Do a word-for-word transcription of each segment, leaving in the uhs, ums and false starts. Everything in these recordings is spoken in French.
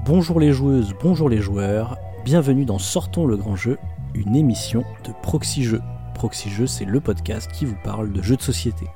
Bonjour les joueuses, bonjour les joueurs, bienvenue dans Sortons le grand jeu, une émission de Proxy Jeux. Proxy Jeux, c'est le podcast qui vous parle de jeux de société.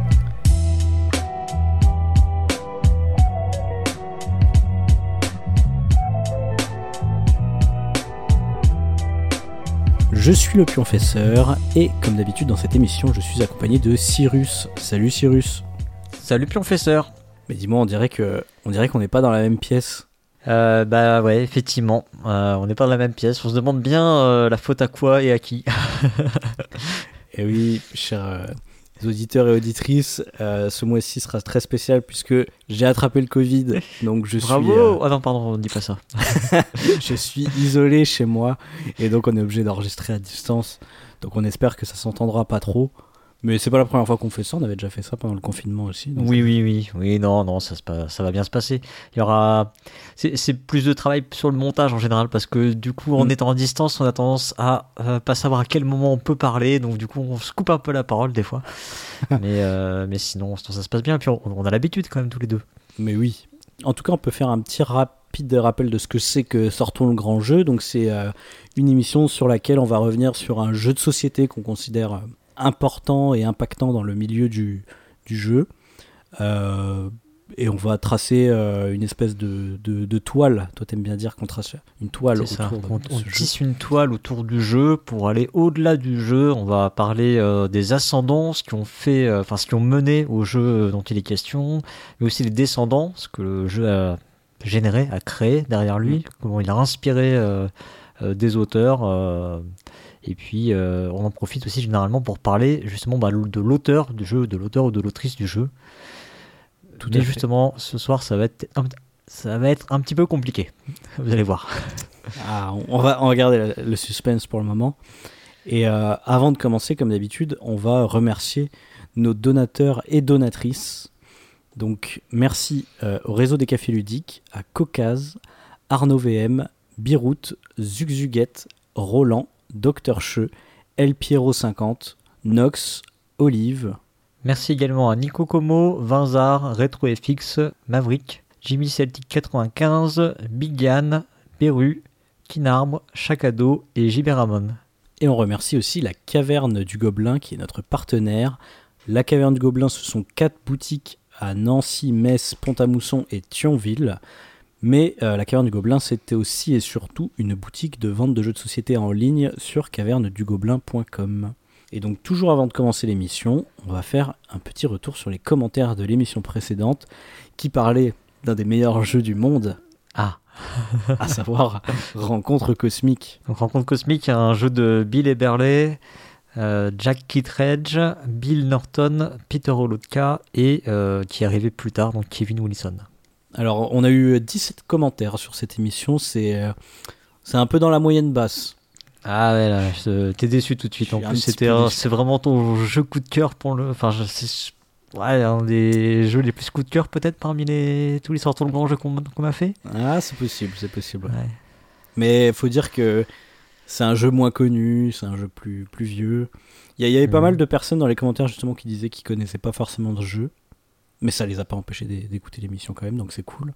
Je suis le Pionfesseur et comme d'habitude dans cette émission, je suis accompagné de Cyrus. Salut Cyrus. Salut Pionfesseur. Mais dis-moi, on dirait que, on dirait qu'on n'est pas dans la même pièce. Euh, bah ouais, effectivement, euh, on n'est pas dans la même pièce. On se demande bien euh, la faute à quoi et à qui. Et oui, chers euh, auditeurs et auditrices, euh, ce mois-ci sera très spécial puisque j'ai attrapé le Covid, donc je Bravo. suis. Euh... Ah non, pardon, on ne dit pas ça. Je suis isolé chez moi et donc on est obligé d'enregistrer à distance. Donc on espère que ça s'entendra pas trop. Mais c'est pas la première fois qu'on fait ça, on avait déjà fait ça pendant le confinement aussi. Donc oui, oui, oui, oui, non, non, ça, se, ça va bien se passer. Il y aura, c'est, c'est plus de travail sur le montage en général parce que du coup, en mmh. étant à distance, on a tendance à euh, pas savoir à quel moment on peut parler, donc du coup, on se coupe un peu la parole des fois. mais, euh, mais sinon, sinon, ça se passe bien. Puis on, on a l'habitude quand même tous les deux. Mais oui. En tout cas, on peut faire un petit rapide rappel de ce que c'est que Sortons le grand jeu. Donc c'est euh, une émission sur laquelle on va revenir sur un jeu de société qu'on considère euh, important et impactant dans le milieu du, du jeu. Euh, et on va tracer euh, une espèce de, de, de toile. Toi, t'aimes bien dire qu'on trace une toile c'est autour ça. de On, ce on jeu. tisse une toile autour du jeu pour aller au-delà du jeu. On va parler euh, des ascendants, ce qui ont fait, euh, enfin ce qui ont mené au jeu dont il est question, mais aussi les descendants, ce que le jeu a généré, a créé derrière lui, mmh. comment il a inspiré euh, euh, des auteurs. Euh, Et puis, euh, on en profite aussi généralement pour parler justement bah, de l'auteur du jeu, de l'auteur ou de l'autrice du jeu. Tout Mais à justement, fait. Ce soir, ça va être un, ça va être un petit peu compliqué. Vous allez voir. Ah, on va, on va garder le, le suspense pour le moment. Et euh, avant de commencer, comme d'habitude, on va remercier nos donateurs et donatrices. Donc, merci euh, au réseau des cafés ludiques, à Caucase, Arnaud V M, Birout, Zugzuguette, Roland, Docteur Cheux, El Piero cinquante, Nox, Olive. Merci également à Nico Como, Vinzar, RetroFX, Maverick, Jimmy Celtic quatre-vingt-quinze, Big Yann, Beru, Kinarbre, Chacado et Gibéramon. Et on remercie aussi la Caverne du Gobelin qui est notre partenaire. La Caverne du Gobelin, ce sont quatre boutiques à Nancy, Metz, Pont-à-Mousson et Thionville. Mais euh, la Caverne du Gobelin, c'était aussi et surtout une boutique de vente de jeux de société en ligne sur caverne du gobelin point com. Et donc, toujours avant de commencer l'émission, on va faire un petit retour sur les commentaires de l'émission précédente qui parlait d'un des meilleurs jeux du monde. Ah à savoir Rencontre Cosmique. Donc, Rencontre Cosmique, un jeu de Bill Eberle, euh, Jack Kittredge, Bill Norton, Peter Olotka et euh, qui est arrivé plus tard, donc Kevin Willison. Alors, on a eu dix-sept commentaires sur cette émission, c'est, euh, c'est un peu dans la moyenne basse. Ah ouais, là, je, t'es déçu tout de suite. En plus, c'était un, c'est vraiment ton jeu coup de cœur pour le... Enfin, je, c'est ouais, un des jeux les plus coup de cœur peut-être parmi les, tous les sortons de grands jeux qu'on, qu'on a fait. Ah, c'est possible, c'est possible. Ouais. Mais il faut dire que c'est un jeu moins connu, c'est un jeu plus, plus vieux. Il y, y avait mmh. pas mal de personnes dans les commentaires justement qui disaient qu'ils connaissaient pas forcément ce jeu. Mais ça les a pas empêchés d'écouter l'émission quand même, donc c'est cool.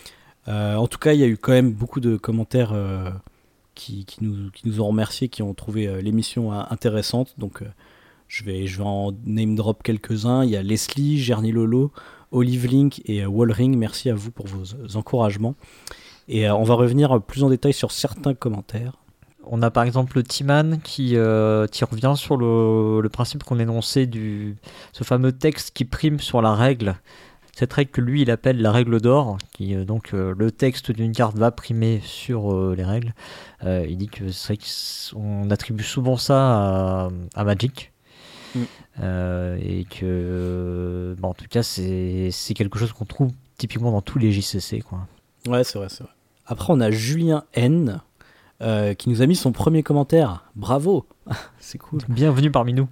Euh, en tout cas, il y a eu quand même beaucoup de commentaires euh, qui, qui, nous, qui nous ont remerciés, qui ont trouvé euh, l'émission euh, intéressante. Donc euh, je, vais, je vais en name drop quelques-uns. Il y a Leslie, Gerny Lolo, Olive Link et euh, Wallring. Merci à vous pour vos euh, encouragements. Et euh, on va revenir plus en détail sur certains commentaires. On a par exemple Timan qui, euh, qui revient sur le, le principe qu'on énonçait du ce fameux texte qui prime sur la règle. Cette règle que lui il appelle la règle d'or, qui euh, donc euh, le texte d'une carte va primer sur euh, les règles. Euh, il dit que c'est vrai qu'on attribue souvent ça à, à Magic. Mm. Euh, et que euh, bon, en tout cas c'est, c'est quelque chose qu'on trouve typiquement dans tous les J C C, quoi. Ouais, c'est vrai, c'est vrai. Après on a Julien N. Euh, qui nous a mis son premier commentaire. Bravo. C'est cool. Bienvenue parmi nous.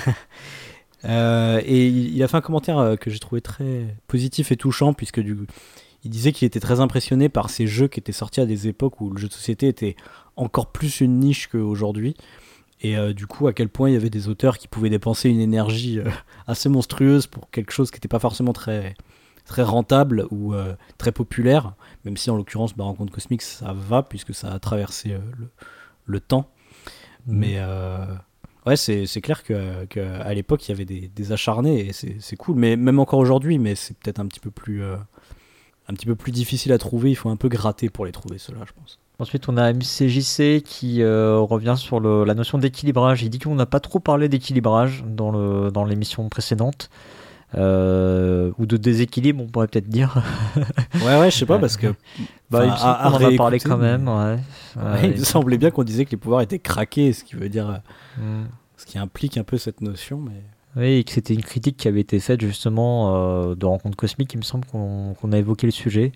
euh, et il, il a fait un commentaire que j'ai trouvé très positif et touchant, puisque du, il disait qu'il était très impressionné par ces jeux qui étaient sortis à des époques où le jeu de société était encore plus une niche qu'aujourd'hui. Et euh, du coup, à quel point il y avait des auteurs qui pouvaient dépenser une énergie euh, assez monstrueuse pour quelque chose qui n'était pas forcément très très rentable ou euh, très populaire, même si en l'occurrence bah, Rencontre Cosmique ça va puisque ça a traversé euh, le, le temps. Mmh. Mais euh, ouais, c'est, c'est clair que, que à l'époque il y avait des, des acharnés et c'est, c'est cool. Mais même encore aujourd'hui, mais c'est peut-être un petit peu plus euh, un petit peu plus difficile à trouver. Il faut un peu gratter pour les trouver ceux-là, je pense. Ensuite, on a M C J C qui euh, revient sur le, la notion d'équilibrage. Il dit qu'on n'a pas trop parlé d'équilibrage dans, le, dans l'émission précédente. Euh, ou de déséquilibre, on pourrait peut-être dire. Ouais, ouais, je sais pas, parce que. Bah, il me semble qu'on en a parlé quand même. Ouais. Ouais, ouais, il me semblait bien qu'on disait que les pouvoirs étaient craqués, ce qui veut dire. Mm. Ce qui implique un peu cette notion, mais. Oui, et que c'était une critique qui avait été faite justement euh, de Rencontre Cosmique. Il me semble qu'on, qu'on a évoqué le sujet.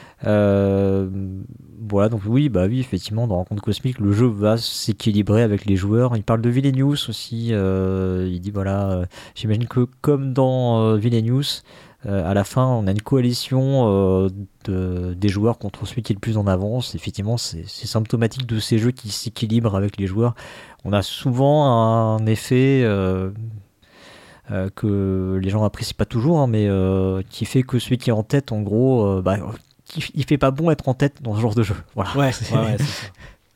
Euh, voilà, donc oui, bah oui, effectivement, dans Rencontre Cosmique, le jeu va s'équilibrer avec les joueurs. Il parle de Villainous aussi. Euh, il dit voilà, euh, j'imagine que comme dans euh, Villainous, euh, à la fin, on a une coalition euh, de, des joueurs contre celui qui est le plus en avance. Effectivement, c'est, c'est symptomatique de ces jeux qui s'équilibrent avec les joueurs. On a souvent un effet. Euh, Euh, que les gens apprécient pas toujours, hein, mais euh, qui fait que celui qui est en tête, en gros, euh, bah, il fait pas bon être en tête dans ce genre de jeu. Voilà. Ouais, c'est, ouais, ouais, c'est ça.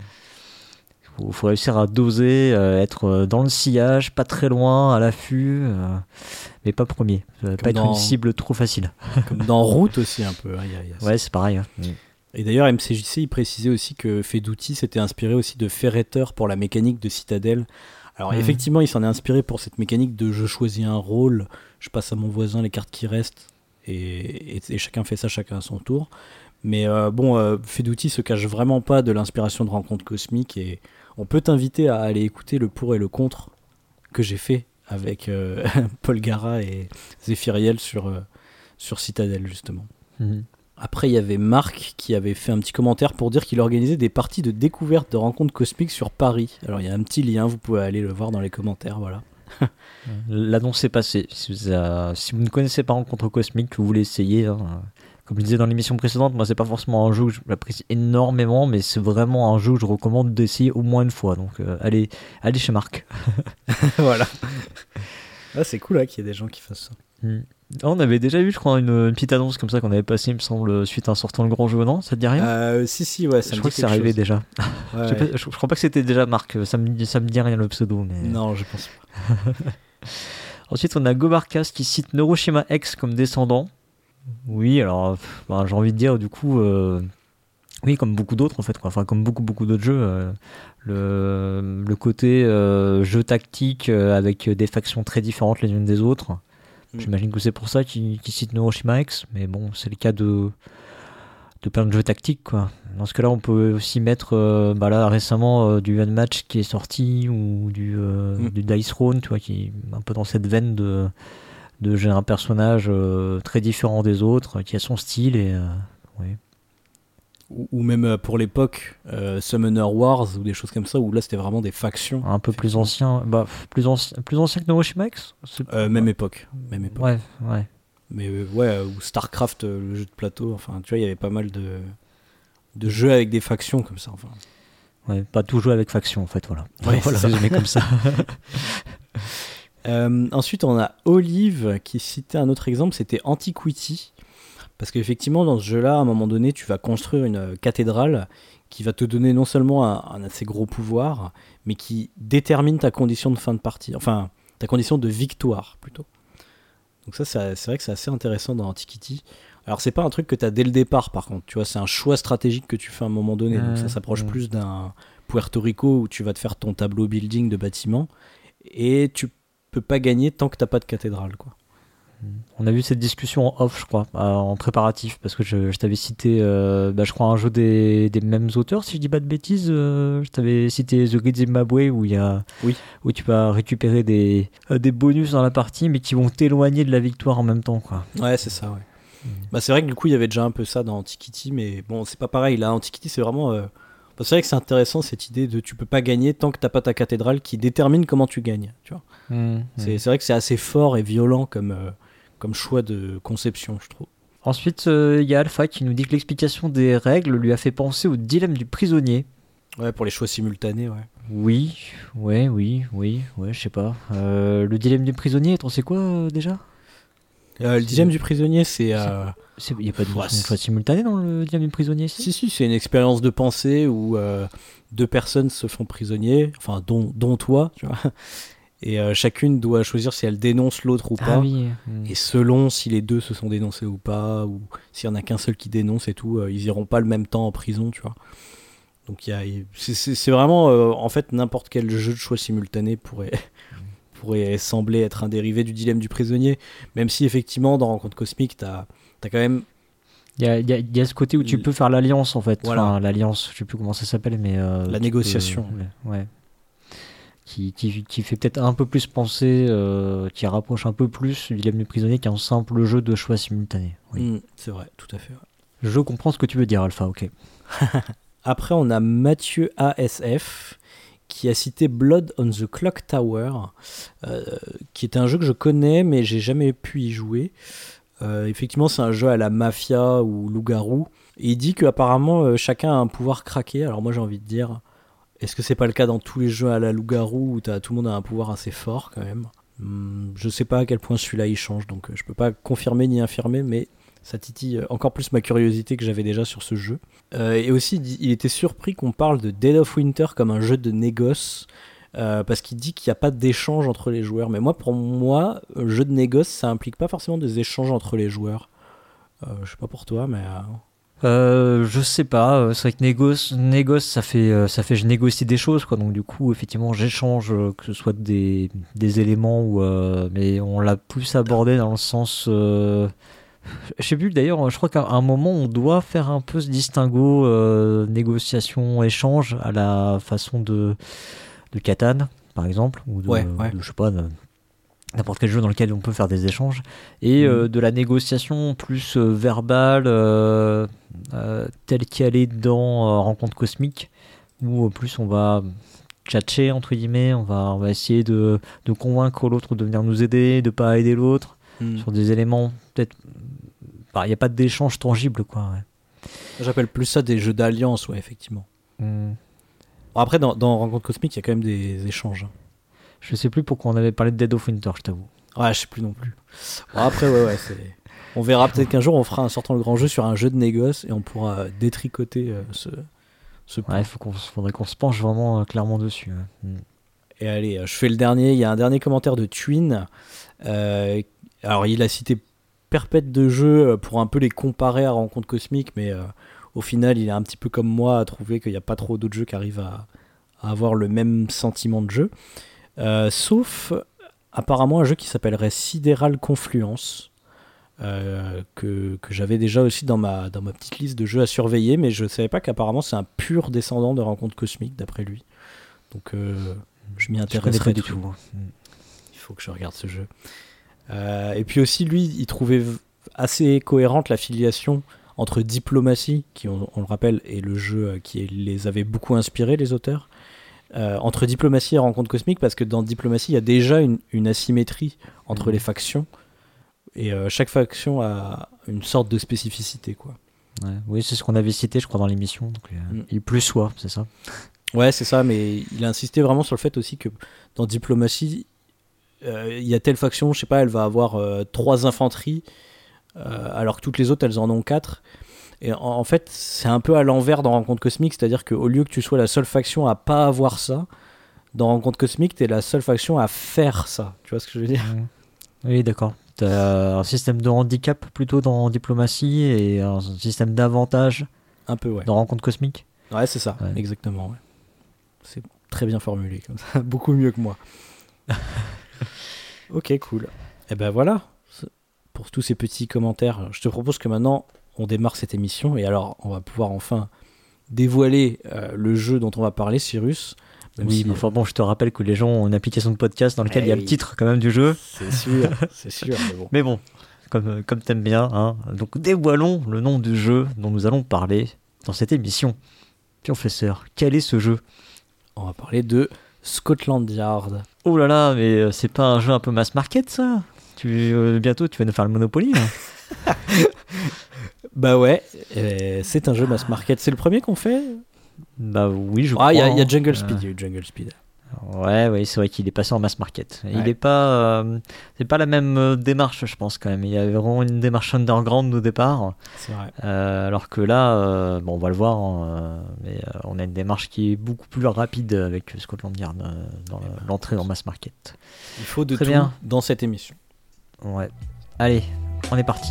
Faut, faut réussir à doser, euh, être dans le sillage, pas très loin, à l'affût, euh, mais pas premier. Euh, pas être dans... une cible trop facile. Comme dans Route aussi un peu. Hein, y a, y a ouais, c'est pareil. Hein. Et d'ailleurs, M C J C, il précisait aussi que Fedouti s'était inspiré aussi de Ferreter pour la mécanique de Citadel. Alors mmh. effectivement, il s'en est inspiré pour cette mécanique de je choisis un rôle, je passe à mon voisin les cartes qui restent, et, et, et chacun fait ça, chacun à son tour. Mais euh, bon, euh, Fedouti se cache vraiment pas de l'inspiration de Rencontre Cosmique, et on peut t'inviter à aller écouter le pour et le contre que j'ai fait avec euh, Paul Gara et Zéphiriel sur, euh, sur Citadel, justement. Mmh. Après, il y avait Marc qui avait fait un petit commentaire pour dire qu'il organisait des parties de découverte de Rencontres Cosmiques sur Paris. Alors, il y a un petit lien, vous pouvez aller le voir dans les commentaires, voilà. L'annonce est passée. Si vous, a... si vous ne connaissez pas Rencontres Cosmiques, que vous voulez essayer, hein, comme je disais dans l'émission précédente, moi, c'est pas forcément un jeu que j'apprécie énormément, mais c'est vraiment un jeu que je recommande d'essayer au moins une fois. Donc, euh, allez, allez chez Marc. Voilà. Ah, c'est cool hein, qu'il y ait des gens qui fassent ça. Mm. On avait déjà eu, je crois, une, une petite annonce comme ça qu'on avait passée, il me semble, suite à un sortant le grand jeu, non? Ça te dit rien? euh, Si, si, ouais, ça je me crois dit que c'est arrivé chose. déjà. Ouais, je, ouais. pas, je, je crois pas que c'était déjà Marc, ça me, ça me dit rien le pseudo. Mais... Non, je pense pas. Ensuite, on a Gobarkas qui cite Neuroshima X comme descendant. Oui, alors, bah, j'ai envie de dire, du coup, euh, oui, comme beaucoup d'autres, en fait, quoi. Enfin, comme beaucoup, beaucoup d'autres jeux. Euh, le, le côté euh, jeu tactique euh, avec des factions très différentes les unes des autres. J'imagine que c'est pour ça qu'il, qu'il cite Neuroshima X, mais bon, c'est le cas de, de plein de jeux tactiques, quoi. Dans ce cas-là, on peut aussi mettre, euh, bah là, récemment, euh, du Unmatch qui est sorti, ou du, euh, mm. du Dice Throne, tu vois, qui est un peu dans cette veine de, de gérer un personnage euh, très différent des autres, qui a son style, et euh, oui. Ou, ou même pour l'époque, euh, Summoner Wars, ou des choses comme ça, où là, c'était vraiment des factions. Un peu plus ancien, bah, plus, ancien, plus ancien que Neuroshima X euh, Même époque. Même époque. Ouais, ouais. Mais euh, ouais, ou StarCraft, euh, le jeu de plateau, enfin, tu vois, il y avait pas mal de, de jeux avec des factions comme ça, enfin. Ouais, pas tout jouer avec faction, en fait, voilà. Ouais, voilà, résumé comme ça. euh, ensuite, on a Olive qui citait un autre exemple, c'était Antiquity. Parce qu'effectivement, dans ce jeu-là, à un moment donné, tu vas construire une cathédrale qui va te donner non seulement un, un assez gros pouvoir, mais qui détermine ta condition de fin de partie. Enfin, ta condition de victoire, plutôt. Donc ça, c'est, c'est vrai que c'est assez intéressant dans Antiquity. Alors, c'est pas un truc que tu as dès le départ, par contre. Tu vois, c'est un choix stratégique que tu fais à un moment donné. Donc ça s'approche mmh. plus d'un Puerto Rico où tu vas te faire ton tableau building de bâtiments. Et tu peux pas gagner tant que t'as pas de cathédrale, quoi. On a eu cette discussion en off, je crois, en préparatif, parce que je, je t'avais cité, euh, bah, je crois, un jeu des, des mêmes auteurs, si je dis pas de bêtises. Euh, je t'avais cité The Great Zimbabwe, où, y a, oui. où tu vas récupérer des, euh, des bonus dans la partie, mais qui vont t'éloigner de la victoire en même temps, quoi. Ouais, c'est ça, ouais. Mmh. Bah, c'est vrai que du coup, il y avait déjà un peu ça dans Antiquity, mais bon, c'est pas pareil. Là, Antiquity, c'est vraiment... Euh... Bah, c'est vrai que c'est intéressant, cette idée de tu peux pas gagner tant que t'as pas ta cathédrale qui détermine comment tu gagnes, tu vois. Mmh. C'est, c'est vrai que c'est assez fort et violent comme... Euh... comme choix de conception, je trouve. Ensuite, il euh, y a Alpha qui nous dit que l'explication des règles lui a fait penser au dilemme du prisonnier. Ouais, pour les choix simultanés, ouais. Oui, ouais, oui, oui, ouais, je sais pas. Euh, le dilemme du prisonnier, t'en sais quoi euh, déjà ? Euh, le dilemme du prisonnier, c'est... Euh... Il n'y a pas de ouais, choix simultané dans le dilemme du prisonnier si, si, si, c'est une expérience de pensée où euh, deux personnes se font prisonniers, enfin, dont, dont toi, tu vois. Et euh, chacune doit choisir si elle dénonce l'autre ou pas. Ah oui. Et selon si les deux se sont dénoncés ou pas, ou s'il y en a qu'un seul qui dénonce et tout, euh, ils iront pas le même temps en prison, tu vois. Donc y a, c'est, c'est, c'est vraiment, euh, en fait, n'importe quel jeu de choix simultané pourrait, pourrait sembler être un dérivé du dilemme du prisonnier, même si effectivement dans Rencontre Cosmique, t'as, t'as quand même... Il y a, y, a, y a ce côté où tu peux faire l'alliance en fait, voilà. Enfin, l'alliance, je sais plus comment ça s'appelle, mais... Euh, la négociation. Peux, ouais. Qui, qui, qui fait peut-être un peu plus penser, euh, qui rapproche un peu plus du dilemme du prisonnier qu'un simple jeu de choix simultané. Oui. Mmh, c'est vrai, tout à fait. Ouais. Je comprends ce que tu veux dire, Alpha, ok. Après, on a Mathieu A S F qui a cité Blood on the Clock Tower, euh, qui est un jeu que je connais, mais j'ai jamais pu y jouer. Euh, effectivement, c'est un jeu à la mafia ou loup-garou. Et il dit qu'apparemment, euh, chacun a un pouvoir craqué. Alors moi, j'ai envie de dire... Est-ce que c'est pas le cas dans tous les jeux à la loup-garou où t'as, tout le monde a un pouvoir assez fort quand même hum, Je sais pas à quel point celui-là il change, donc je peux pas confirmer ni infirmer, mais ça titille encore plus ma curiosité que j'avais déjà sur ce jeu. Euh, et aussi, il était surpris qu'on parle de Dead of Winter comme un jeu de négoce, euh, parce qu'il dit qu'il n'y a pas d'échange entre les joueurs. Mais moi, pour moi, jeu de négoce, ça implique pas forcément des échanges entre les joueurs. Euh, je sais pas pour toi, mais... Euh... Euh, je sais pas, c'est vrai que négoce, négoce ça fait, ça fait je négocie des choses, quoi. Donc du coup, effectivement, j'échange, que ce soit des, des éléments ou, euh, mais on l'a plus abordé dans le sens, euh, je sais plus d'ailleurs, je crois qu'à un moment on doit faire un peu ce distinguo euh, négociation échange à la façon de de Catan par exemple, ou de, ouais, ouais. de je sais pas. De, n'importe quel jeu dans lequel on peut faire des échanges, et mmh. euh, de la négociation plus euh, verbale, euh, euh, telle qu'elle est dans euh, Rencontre Cosmique, où plus on va tchatcher, entre guillemets, on va, on va essayer de, de convaincre l'autre de venir nous aider, de pas aider l'autre, mmh. sur des éléments, peut-être... Il bah, n'y a pas d'échange tangible, quoi. Ouais. J'appelle plus ça des jeux d'alliance, ouais, effectivement. Mmh. Bon, après, dans, dans Rencontre Cosmique, il y a quand même des échanges. Je sais plus pourquoi on avait parlé de Dead of Winter, je t'avoue. Ouais, je sais plus non plus. Bon, après, ouais, ouais, c'est... On verra peut-être qu'un jour, on fera un sortant le grand jeu sur un jeu de négoce et on pourra détricoter euh, ce, ce point. Ouais, il qu'on, faudrait qu'on se penche vraiment euh, clairement dessus. Ouais. Mm. Et allez, je fais le dernier. Il y a un dernier commentaire de Twin. Euh, alors, il a cité Perpète de jeux pour un peu les comparer à Rencontre Cosmique, mais euh, au final, il est un petit peu comme moi à trouver qu'il n'y a pas trop d'autres jeux qui arrivent à, à avoir le même sentiment de jeu. Euh, sauf apparemment un jeu qui s'appellerait Sidéral Confluence, euh, que, que j'avais déjà aussi dans ma, dans ma petite liste de jeux à surveiller, mais je ne savais pas qu'apparemment c'est un pur descendant de Rencontre Cosmique d'après lui. Donc euh, je m'y intéresserai du tout. tout. Il faut que je regarde ce jeu. Euh, et puis aussi lui, il trouvait assez cohérente la filiation entre Diplomatie, qui on, on le rappelle est le jeu qui les avait beaucoup inspirés, les auteurs, Euh, entre Diplomatie et Rencontre Cosmique, parce que dans Diplomatie il y a déjà une, une asymétrie entre mmh. les factions et euh, chaque faction a une sorte de spécificité, quoi. Ouais, oui, c'est ce qu'on avait cité je crois dans l'émission, donc, euh, mmh. il plus soit, c'est ça. Ouais, c'est ça, mais il a insisté vraiment sur le fait aussi que dans Diplomatie euh, il y a telle faction, je sais pas, elle va avoir euh, trois infanteries euh, alors que toutes les autres elles en ont quatre. Et en, en fait, c'est un peu à l'envers dans Rencontre Cosmique, c'est-à-dire qu'au lieu que tu sois la seule faction à pas avoir ça, dans Rencontre Cosmique, t'es la seule faction à faire ça. Tu vois ce que je veux dire ? Mmh. Oui, d'accord. T'as un système de handicap plutôt dans Diplomatie et un système d'avantage un peu, ouais. dans Rencontre Cosmique. Ouais, c'est ça, ouais. Exactement. Ouais. C'est très bien formulé, comme ça. Beaucoup mieux que moi. Ok, cool. Et ben voilà, pour tous ces petits commentaires, je te propose que maintenant on démarre cette émission, et alors on va pouvoir enfin dévoiler euh, le jeu dont on va parler, Cyrus. Même oui, si... mais enfin bon, je te rappelle que les gens ont une application de podcast dans laquelle hey, il y a le titre quand même du jeu. C'est sûr, c'est sûr, mais bon. Mais bon, comme, comme t'aimes bien, hein, donc dévoilons le nom du jeu dont nous allons parler dans cette émission. Professeur, quel est ce jeu ? On va parler de Scotland Yard. Oh là là, mais c'est pas un jeu un peu mass market, ça ? Tu, euh, bientôt, tu vas nous faire le Monopoly, hein. Bah ouais, euh, c'est un jeu mass market. C'est le premier qu'on fait ? Bah oui, je ah, crois. Ah, il y, y a Jungle Speed, il y a eu Jungle Speed. Ouais, ouais, c'est vrai qu'il est passé en mass market. Ouais. Il est pas, euh, c'est pas la même euh, démarche, je pense quand même. Il y avait vraiment une démarche underground au départ, C'est vrai. euh, alors que là, euh, bon, on va le voir, hein, euh, mais euh, on a une démarche qui est beaucoup plus rapide avec Scotland Yard euh, dans Eh ben, l'entrée en mass market. Il faut de Très tout bien. dans cette émission. Ouais. Allez, on est parti.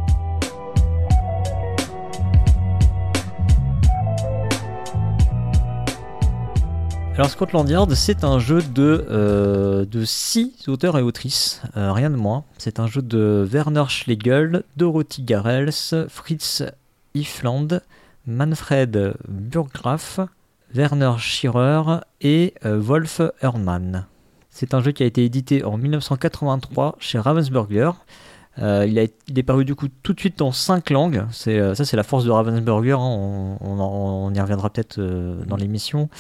Alors Scotland Yard, c'est un jeu de, euh, de six auteurs et autrices, euh, rien de moins. C'est un jeu de Werner Schlegel, Dorothy Garrels, Fritz Ifland, Manfred Burggraff, Werner Schirer et euh, Wolf Herrmann. C'est un jeu qui a été édité en dix-neuf cent quatre-vingt-trois chez Ravensburger. Euh, il, a, il est paru du coup tout de suite dans cinq langues. C'est, euh, ça c'est la force de Ravensburger, hein. on, on, en- on y reviendra peut-être euh, dans l'émission.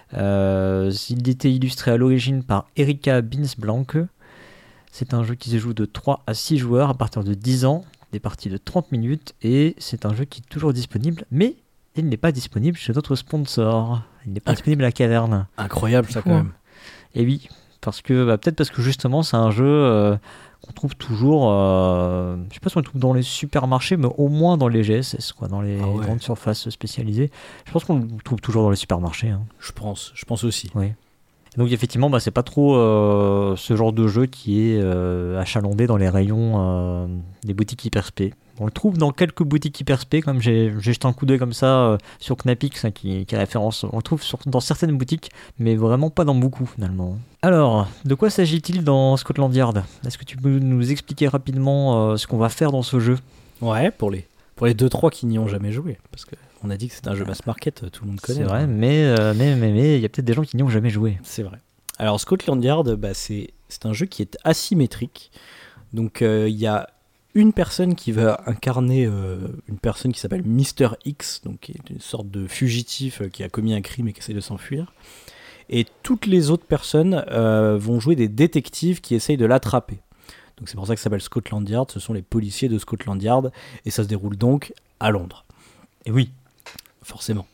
Euh, il était illustré à l'origine par Erika Binsblanke. C'est un jeu qui se joue de trois à six joueurs à partir de dix ans, des parties de trente minutes, et c'est un jeu qui est toujours disponible, mais il n'est pas disponible chez d'autres sponsors. Il n'est pas Ah. disponible à la caverne. Incroyable ça Fou, quand hein. même. Et oui, parce que bah, peut-être parce que justement c'est un jeu euh, qu'on trouve toujours, euh, je sais pas si on le trouve dans les supermarchés, mais au moins dans les G S S, quoi, dans les Ah ouais. grandes surfaces spécialisées. Je pense qu'on le trouve toujours dans les supermarchés, hein. Je pense, je pense aussi. Oui. Donc effectivement, bah, c'est pas trop euh, ce genre de jeu qui est euh, achalandé dans les rayons euh, des boutiques Hypersp. On le trouve dans quelques boutiques Hypersp, comme j'ai, j'ai jeté un coup d'œil comme ça euh, sur Knapix, hein, qui, qui est référence. On le trouve sur, dans certaines boutiques, mais vraiment pas dans beaucoup finalement. Alors, de quoi s'agit-il dans Scotland Yard ? Est-ce que tu peux nous expliquer rapidement euh, ce qu'on va faire dans ce jeu ? Ouais, pour les pour les deux trois qui n'y ont jamais joué, parce que on a dit que c'est un jeu mass market, tout le monde connaît. C'est vrai, hein. mais euh, mais mais mais il y a peut-être des gens qui n'y ont jamais joué. C'est vrai. Alors Scotland Yard, bah, c'est c'est un jeu qui est asymétrique. Donc il euh, y a une personne qui va incarner euh, une personne qui s'appelle Mister X, donc qui est une sorte de fugitif euh, qui a commis un crime et qui essaie de s'enfuir. Et toutes les autres personnes euh, vont jouer des détectives qui essayent de l'attraper. Donc c'est pour ça que ça s'appelle Scotland Yard, ce sont les policiers de Scotland Yard, et ça se déroule donc à Londres. Et oui. Forcément.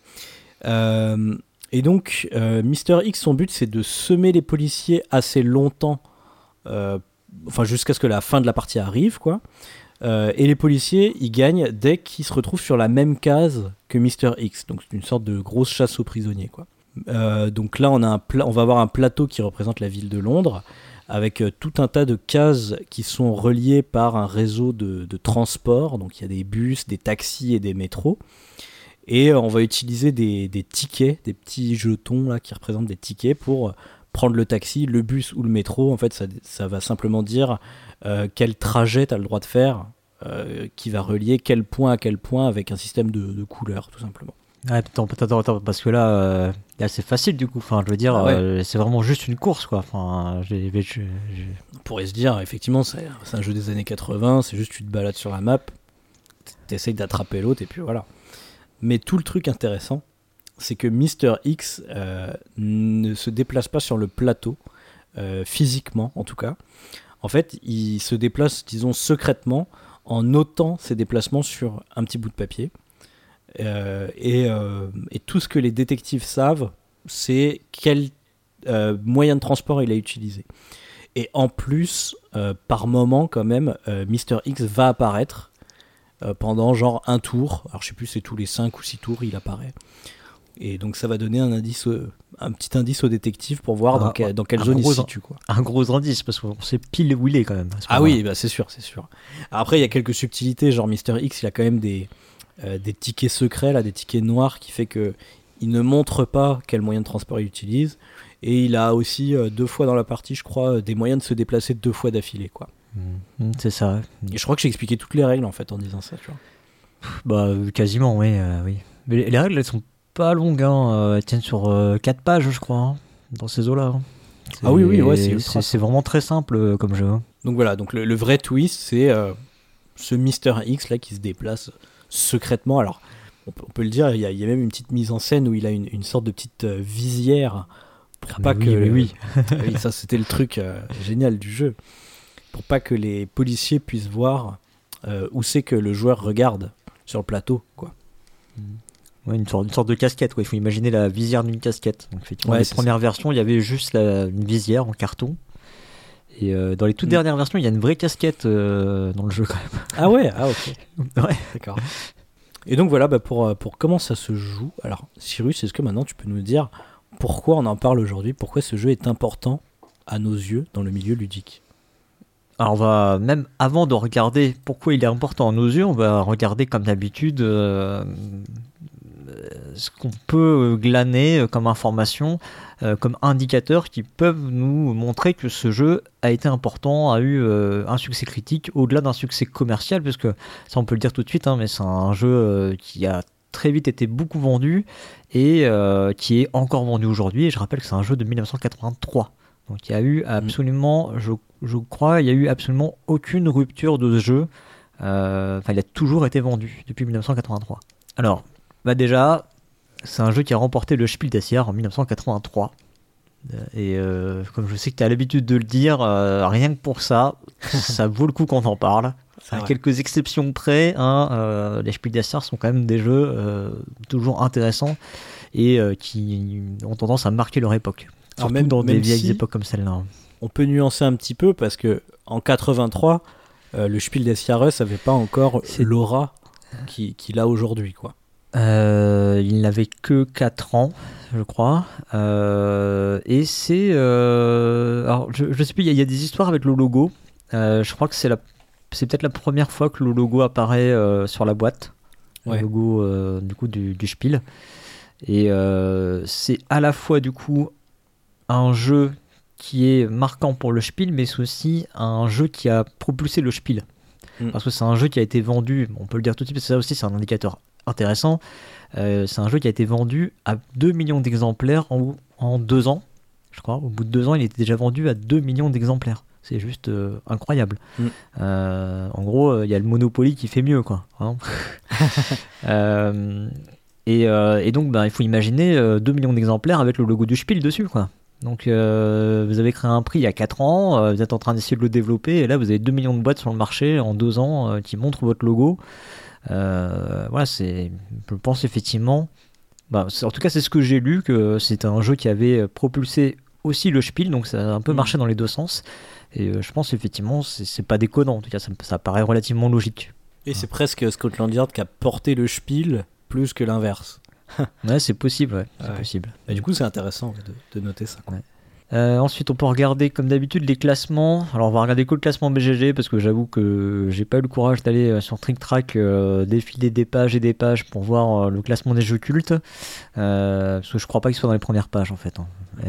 Euh, et donc, euh, Mister X, son but, c'est de semer les policiers assez longtemps, euh, enfin jusqu'à ce que la fin de la partie arrive, quoi. Euh, et les policiers, ils gagnent dès qu'ils se retrouvent sur la même case que Mister X. Donc c'est une sorte de grosse chasse aux prisonniers, quoi. Euh, donc là, on, a un pla- on va avoir un plateau qui représente la ville de Londres, avec euh, tout un tas de cases qui sont reliées par un réseau de, de transport. Donc il y a des bus, des taxis et des métros. Et euh, on va utiliser des, des tickets, des petits jetons là, qui représentent des tickets pour prendre le taxi, le bus ou le métro. En fait, ça, ça va simplement dire euh, quel trajet tu as le droit de faire, euh, qui va relier quel point à quel point avec un système de, de couleurs, tout simplement. Ah, attends, attends, attends, parce que là, euh, là c'est facile du coup. Enfin, je veux dire, Ah ouais. euh, c'est vraiment juste une course, quoi. Enfin, j'ai, j'ai, j'ai- On pourrait se dire, effectivement, c'est, c'est un jeu des années quatre-vingts, c'est juste tu te balades sur la map, t'essayes d'attraper l'autre et puis voilà. Mais tout le truc intéressant, c'est que Mister X euh, ne se déplace pas sur le plateau, euh, physiquement en tout cas. En fait, il se déplace, disons, secrètement, en notant ses déplacements sur un petit bout de papier. Euh, et, euh, et tout ce que les détectives savent, c'est quel euh, moyen de transport il a utilisé. Et en plus, euh, par moment quand même, euh, Mister X va apparaître euh, pendant genre un tour. Alors je sais plus, c'est tous les cinq ou six tours il apparaît. Et donc ça va donner un indice, euh, un petit indice au détective pour voir Ah, dans, quel, dans quelle un zone il gros se in- situe, quoi. un gros indice, parce qu'on sait pile où il est quand même. à ce Ah moment-là. oui, bah c'est sûr, c'est sûr. Après il y a quelques subtilités, genre Mister X, il a quand même des, euh, des tickets secrets, là, des tickets noirs qui fait que il ne montre pas quel moyen de transport il utilise. Et il a aussi euh, deux fois dans la partie, je crois, des moyens de se déplacer deux fois d'affilée, quoi. Mmh, c'est ça. Ouais. Et je crois que j'ai expliqué toutes les règles en fait en disant ça, tu vois. Bah, euh, quasiment, oui, euh, oui. Mais les, les règles, elles sont pas longues, hein. euh, Elles tiennent sur euh, quatre pages, je crois, hein, dans ces eaux-là. hein. Ah oui, oui, ouais, c'est ultra c'est, c'est vraiment très simple euh, comme jeu. hein. Donc voilà, donc le, le vrai twist, c'est euh, ce Mister X là qui se déplace secrètement. Alors, on peut, on peut le dire, il y, a, il y a même une petite mise en scène où il a une, une sorte de petite euh, visière pour Ah, pas mais que. oui, mais oui. oui, ça c'était le truc euh, génial du jeu. Pour pas que les policiers puissent voir euh, où c'est que le joueur regarde sur le plateau, quoi. Ouais, une, sorte, une sorte de casquette, quoi. Il faut imaginer la visière d'une casquette. Donc, effectivement, Ouais, les c'est premières ça. versions, il y avait juste la, une visière en carton. Et euh, dans les toutes Mm. dernières versions, il y a une vraie casquette euh, dans le jeu, quand même. Ah ouais, ah ok, Ouais. d'accord. Et donc voilà, bah pour, euh, pour comment ça se joue. Alors, Cyrus, est-ce que maintenant tu peux nous dire pourquoi on en parle aujourd'hui, pourquoi ce jeu est important à nos yeux dans le milieu ludique? Alors, on va, même avant de regarder pourquoi il est important à nos yeux, on va regarder, comme d'habitude, euh, ce qu'on peut glaner comme information, euh, comme indicateurs qui peuvent nous montrer que ce jeu a été important, a eu euh, un succès critique au-delà d'un succès commercial, parce que ça on peut le dire tout de suite, hein, mais c'est un jeu euh, qui a très vite été beaucoup vendu et euh, qui est encore vendu aujourd'hui. Et je rappelle que c'est un jeu de mille neuf cent quatre-vingt-trois. Donc il y a eu absolument, je, je crois, il y a eu absolument aucune rupture de ce jeu. Euh, Enfin, il a toujours été vendu depuis mille neuf cent quatre-vingt-trois. Alors, bah déjà, c'est un jeu qui a remporté le Spiel des Jahres en mille neuf cent quatre-vingt-trois. Et euh, comme je sais que tu as l'habitude de le dire, euh, rien que pour ça, ça vaut le coup qu'on en parle. À quelques exceptions près, hein, euh, les Spiel des Jahres sont quand même des jeux euh, toujours intéressants et euh, qui ont tendance à marquer leur époque. Surtout même, dans même des vieilles si époques comme celle-là. On peut nuancer un petit peu parce que en quatre-vingt-trois, euh, le Spiel des Jahres n'avait pas encore C'est... l'aura qu'il, qu'il a aujourd'hui, quoi. Euh, il n'avait que quatre ans, je crois. Euh, et c'est... Euh, alors, je, je sais plus, il y, y a des histoires avec le logo. Euh, je crois que c'est, la, c'est peut-être la première fois que le logo apparaît euh, sur la boîte. Ouais. Le logo euh, du coup, du, du Spiel. Et euh, c'est à la fois, du coup, un jeu qui est marquant pour le Spiel, mais c'est aussi un jeu qui a propulsé le Spiel. Mm. Parce que c'est un jeu qui a été vendu, on peut le dire tout de suite, parce que ça aussi c'est un indicateur intéressant, euh, c'est un jeu qui a été vendu à deux millions d'exemplaires en, en deux ans, je crois. Au bout de deux ans, il était déjà vendu à deux millions d'exemplaires. C'est juste euh, incroyable. Mm. Euh, en gros, il euh, y a le Monopoly qui fait mieux, quoi. Hein. euh, et, euh, et donc, bah, il faut imaginer euh, deux millions d'exemplaires avec le logo du Spiel dessus, quoi. Donc euh, vous avez créé un prix il y a quatre ans, euh, vous êtes en train d'essayer de le développer, et là vous avez deux millions de boîtes sur le marché en deux ans euh, qui montrent votre logo. Euh, voilà, c'est, je pense effectivement, bah, en tout cas c'est ce que j'ai lu, que c'était un jeu qui avait propulsé aussi le Spiel, donc ça a un peu marché dans les deux sens. Et euh, je pense effectivement c'est, c'est pas déconnant, en tout cas ça, ça paraît relativement logique. Et ouais. C'est presque Scotland Yard qui a porté le Spiel plus que l'inverse. Ouais, c'est possible, ouais, c'est ouais. possible. Et du coup, c'est intéressant de, de noter ça. Ouais. Euh, ensuite, on peut regarder, comme d'habitude, les classements. Alors, on va regarder que le classement B G G parce que j'avoue que j'ai pas eu le courage d'aller sur Trick Track euh, défiler des pages et des pages pour voir euh, le classement des jeux cultes. Euh, parce que je crois pas qu'il soit dans les premières pages en fait. Hein.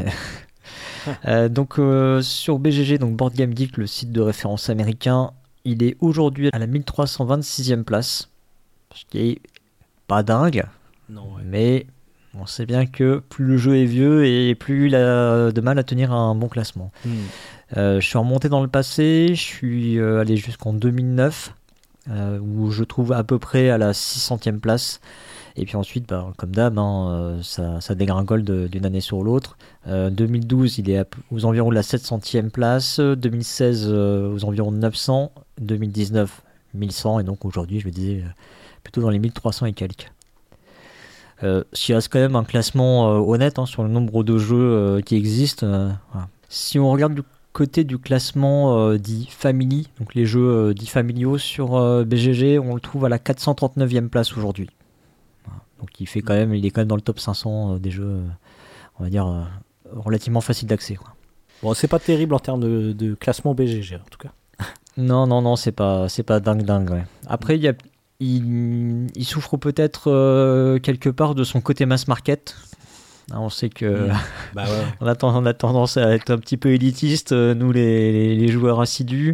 euh, donc, euh, sur B G G, donc Board Game Geek, le site de référence américain, il est aujourd'hui à la mille trois cent vingt-sixième place. Ce qui est pas dingue. Non, ouais. Mais on sait bien que plus le jeu est vieux et plus il a de mal à tenir un bon classement. Mm. Euh, je suis remonté dans le passé, je suis euh, allé jusqu'en deux mille neuf, euh, où je trouve à peu près à la six centième place. Et puis ensuite, bah, comme d'hab, hein, euh, ça, ça dégringole de, d'une année sur l'autre. Euh, deux mille douze, il est à, aux environs de la sept centième place. deux mille seize, euh, aux environs de neuf cents. deux mille dix-neuf, mille cent. Et donc aujourd'hui, je me disais euh, plutôt dans les mille trois cents et quelques. Euh, s'il reste quand même un classement euh, honnête hein, sur le nombre de jeux euh, qui existent. Euh, voilà. Si on regarde du côté du classement euh, dit family, donc les jeux euh, dits familiaux sur euh, B G G, on le trouve à la quatre cent trente-neuvième place aujourd'hui. Voilà. Donc il fait quand même, il est quand même dans le top cinq cents euh, des jeux, euh, on va dire euh, relativement facile d'accès. Quoi. Bon, c'est pas terrible en termes de, de classement B G G en tout cas. Non, non, non, c'est pas, c'est pas dingue, dingue. Ouais. Après, il y a Il, il souffre peut-être euh, quelque part de son côté mass market. On sait que mmh. bah ouais. on, a ten- on a tendance à être un petit peu élitiste, nous les, les, les joueurs assidus.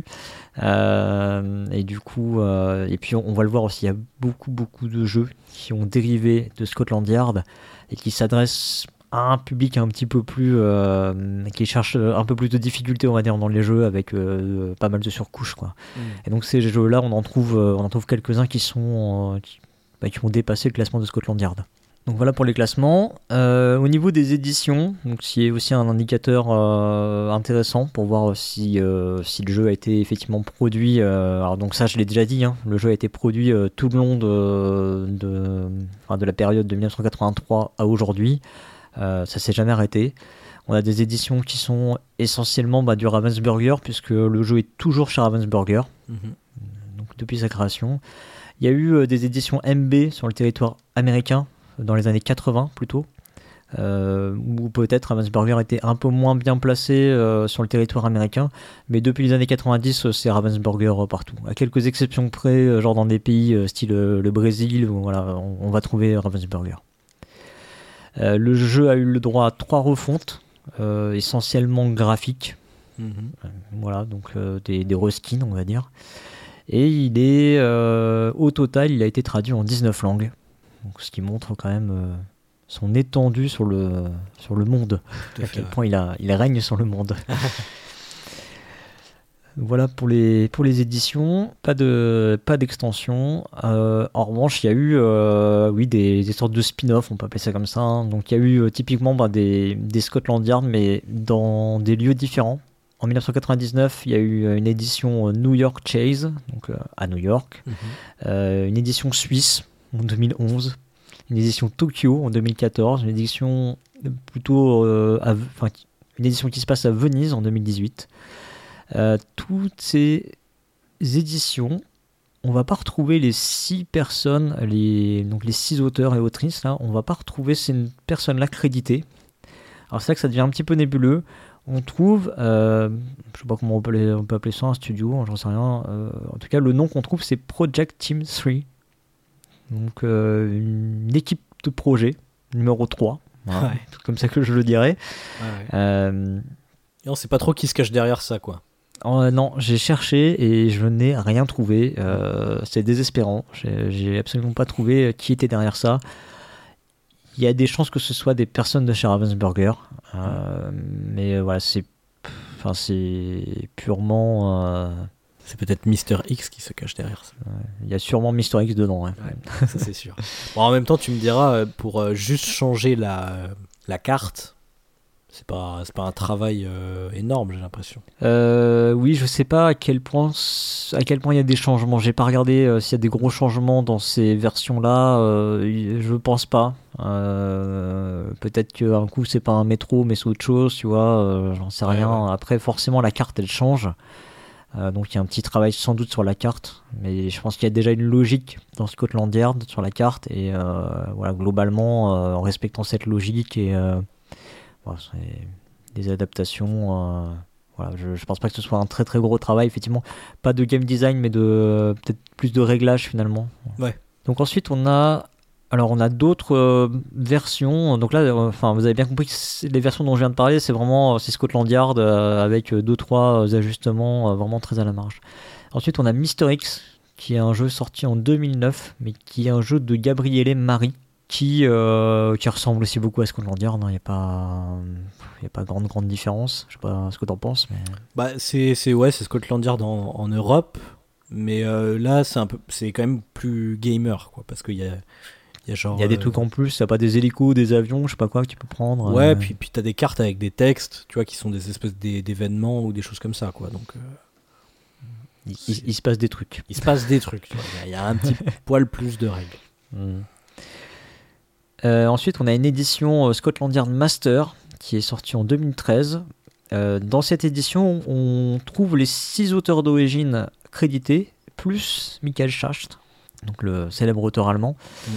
Euh, et du coup, euh, et puis on, on va le voir aussi, il y a beaucoup beaucoup de jeux qui ont dérivé de Scotland Yard et qui s'adressent à un public un petit peu plus euh, qui cherche un peu plus de difficulté on va dire dans les jeux avec euh, pas mal de surcouches quoi. Mm. Et donc ces jeux là on en trouve euh, on en trouve quelques-uns qui sont euh, qui, bah, qui ont dépassé le classement de Scotland Yard. Donc voilà pour les classements. Euh, au niveau des éditions, donc c'est aussi un indicateur euh, intéressant pour voir si, euh, si le jeu a été effectivement produit. Euh, alors donc ça je l'ai déjà dit, hein, le jeu a été produit euh, tout le long de, de, enfin, de la période de dix-neuf cent quatre-vingt-trois à aujourd'hui. Euh, ça s'est jamais arrêté. On a des éditions qui sont essentiellement bah, du Ravensburger, puisque le jeu est toujours chez Ravensburger, mm-hmm. donc depuis sa création. Il y a eu euh, des éditions M B sur le territoire américain, dans les années quatre-vingts plutôt, euh, où peut-être Ravensburger était un peu moins bien placé euh, sur le territoire américain, mais depuis les années quatre-vingt-dix, c'est Ravensburger partout. À quelques exceptions près, genre dans des pays euh, style euh, le Brésil, où voilà, on, on va trouver Ravensburger. Euh, le jeu a eu le droit à trois refontes, euh, essentiellement graphiques. Mmh. Euh, voilà, donc euh, des, des reskins, on va dire. Et il est, euh, au total, il a été traduit en dix-neuf langues. Donc, ce qui montre quand même euh, son étendue sur le, sur le monde, à quel point il, a, il règne sur le monde. Voilà pour les, pour les éditions, pas, de, pas d'extension. Euh, en revanche, il y a eu euh, oui, des, des sortes de spin-off, on peut appeler ça comme ça. Hein. Donc il y a eu euh, typiquement bah, des, des Scotland Yard, mais dans des lieux différents. En dix-neuf cent quatre-vingt-dix-neuf, il y a eu une édition New York Chase, donc euh, à New York, mm-hmm. euh, une édition suisse en deux mille onze, une édition Tokyo en deux mille quatorze, une édition plutôt euh, à, enfin, une édition qui se passe à Venise en deux mille dix-huit. Euh, toutes ces éditions, on va pas retrouver les six personnes, les, donc les six auteurs et autrices là, on va pas retrouver ces personnes-là créditées. Alors c'est là que ça devient un petit peu nébuleux. On trouve, euh, je sais pas comment on peut, les, on peut appeler ça un studio, j'en sais rien. Euh, en tout cas, le nom qu'on trouve, c'est Project Team trois. Donc, euh, une équipe de projet, numéro trois. Voilà, ouais. Tout comme ça que je le dirais. Ouais, ouais. Euh, et on sait pas trop qui se cache derrière ça, quoi. Euh, non, j'ai cherché et je n'ai rien trouvé. Euh, c'est désespérant. J'ai, j'ai absolument pas trouvé qui était derrière ça. Il y a des chances que ce soit des personnes de chez Ravensburger. Euh, mais voilà, c'est, enfin, c'est purement... Euh, c'est peut-être Mister X qui se cache derrière ça. Il y a sûrement Mister X dedans. Hein. Ouais, ça c'est sûr. Bon, en même temps, tu me diras, pour juste changer la, la carte... C'est pas, c'est pas un travail euh, énorme, j'ai l'impression. Euh, oui, je sais pas à quel point, à quel point il y a des changements. J'ai pas regardé euh, s'il y a des gros changements dans ces versions-là. Euh, je pense pas. Euh, peut-être qu'un coup c'est pas un métro, mais c'est autre chose, tu vois. Euh, j'en sais ouais, rien. Ouais. Après, forcément, la carte elle change. Euh, donc il y a un petit travail sans doute sur la carte, mais je pense qu'il y a déjà une logique dans Scotland Yard sur la carte et euh, voilà, globalement, euh, en respectant cette logique et euh, Voilà, c'est des adaptations. Euh, voilà, je, je pense pas que ce soit un très très gros travail, effectivement. Pas de game design, mais de euh, peut-être plus de réglage finalement. Ouais. Donc ensuite, on a, alors on a d'autres euh, versions. Donc là, euh, enfin, vous avez bien compris que les versions dont je viens de parler, c'est vraiment c'est Scotland Yard euh, avec deux trois ajustements euh, vraiment très à la marge. Ensuite, on a Mister X, qui est un jeu sorti en deux mille neuf, mais qui est un jeu de Gabriele Mari. Qui, euh, qui ressemble aussi beaucoup à Scotland Yard, il n'y a pas, y a pas grande grande différence. Je sais pas ce que t'en penses, mais bah c'est c'est ouais c'est Scotland Yard en, en Europe, mais euh, là c'est un peu c'est quand même plus gamer quoi, parce qu'il y a il y a genre il y a des euh... trucs en plus, t'as pas des hélicos, des avions, je sais pas quoi que tu peux prendre. Ouais, euh... puis puis t'as des cartes avec des textes, tu vois, qui sont des espèces d'événements ou des choses comme ça quoi, donc. Euh... Il, il, il se passe des trucs. Il se passe des trucs. Il y, y a un petit poil plus de règles. Mm. Euh, ensuite, on a une édition euh, Scotland Yard Master qui est sortie en deux mille treize. Euh, dans cette édition, on trouve les six auteurs d'origine crédités, plus Michael Schacht, donc le célèbre auteur allemand. Mm.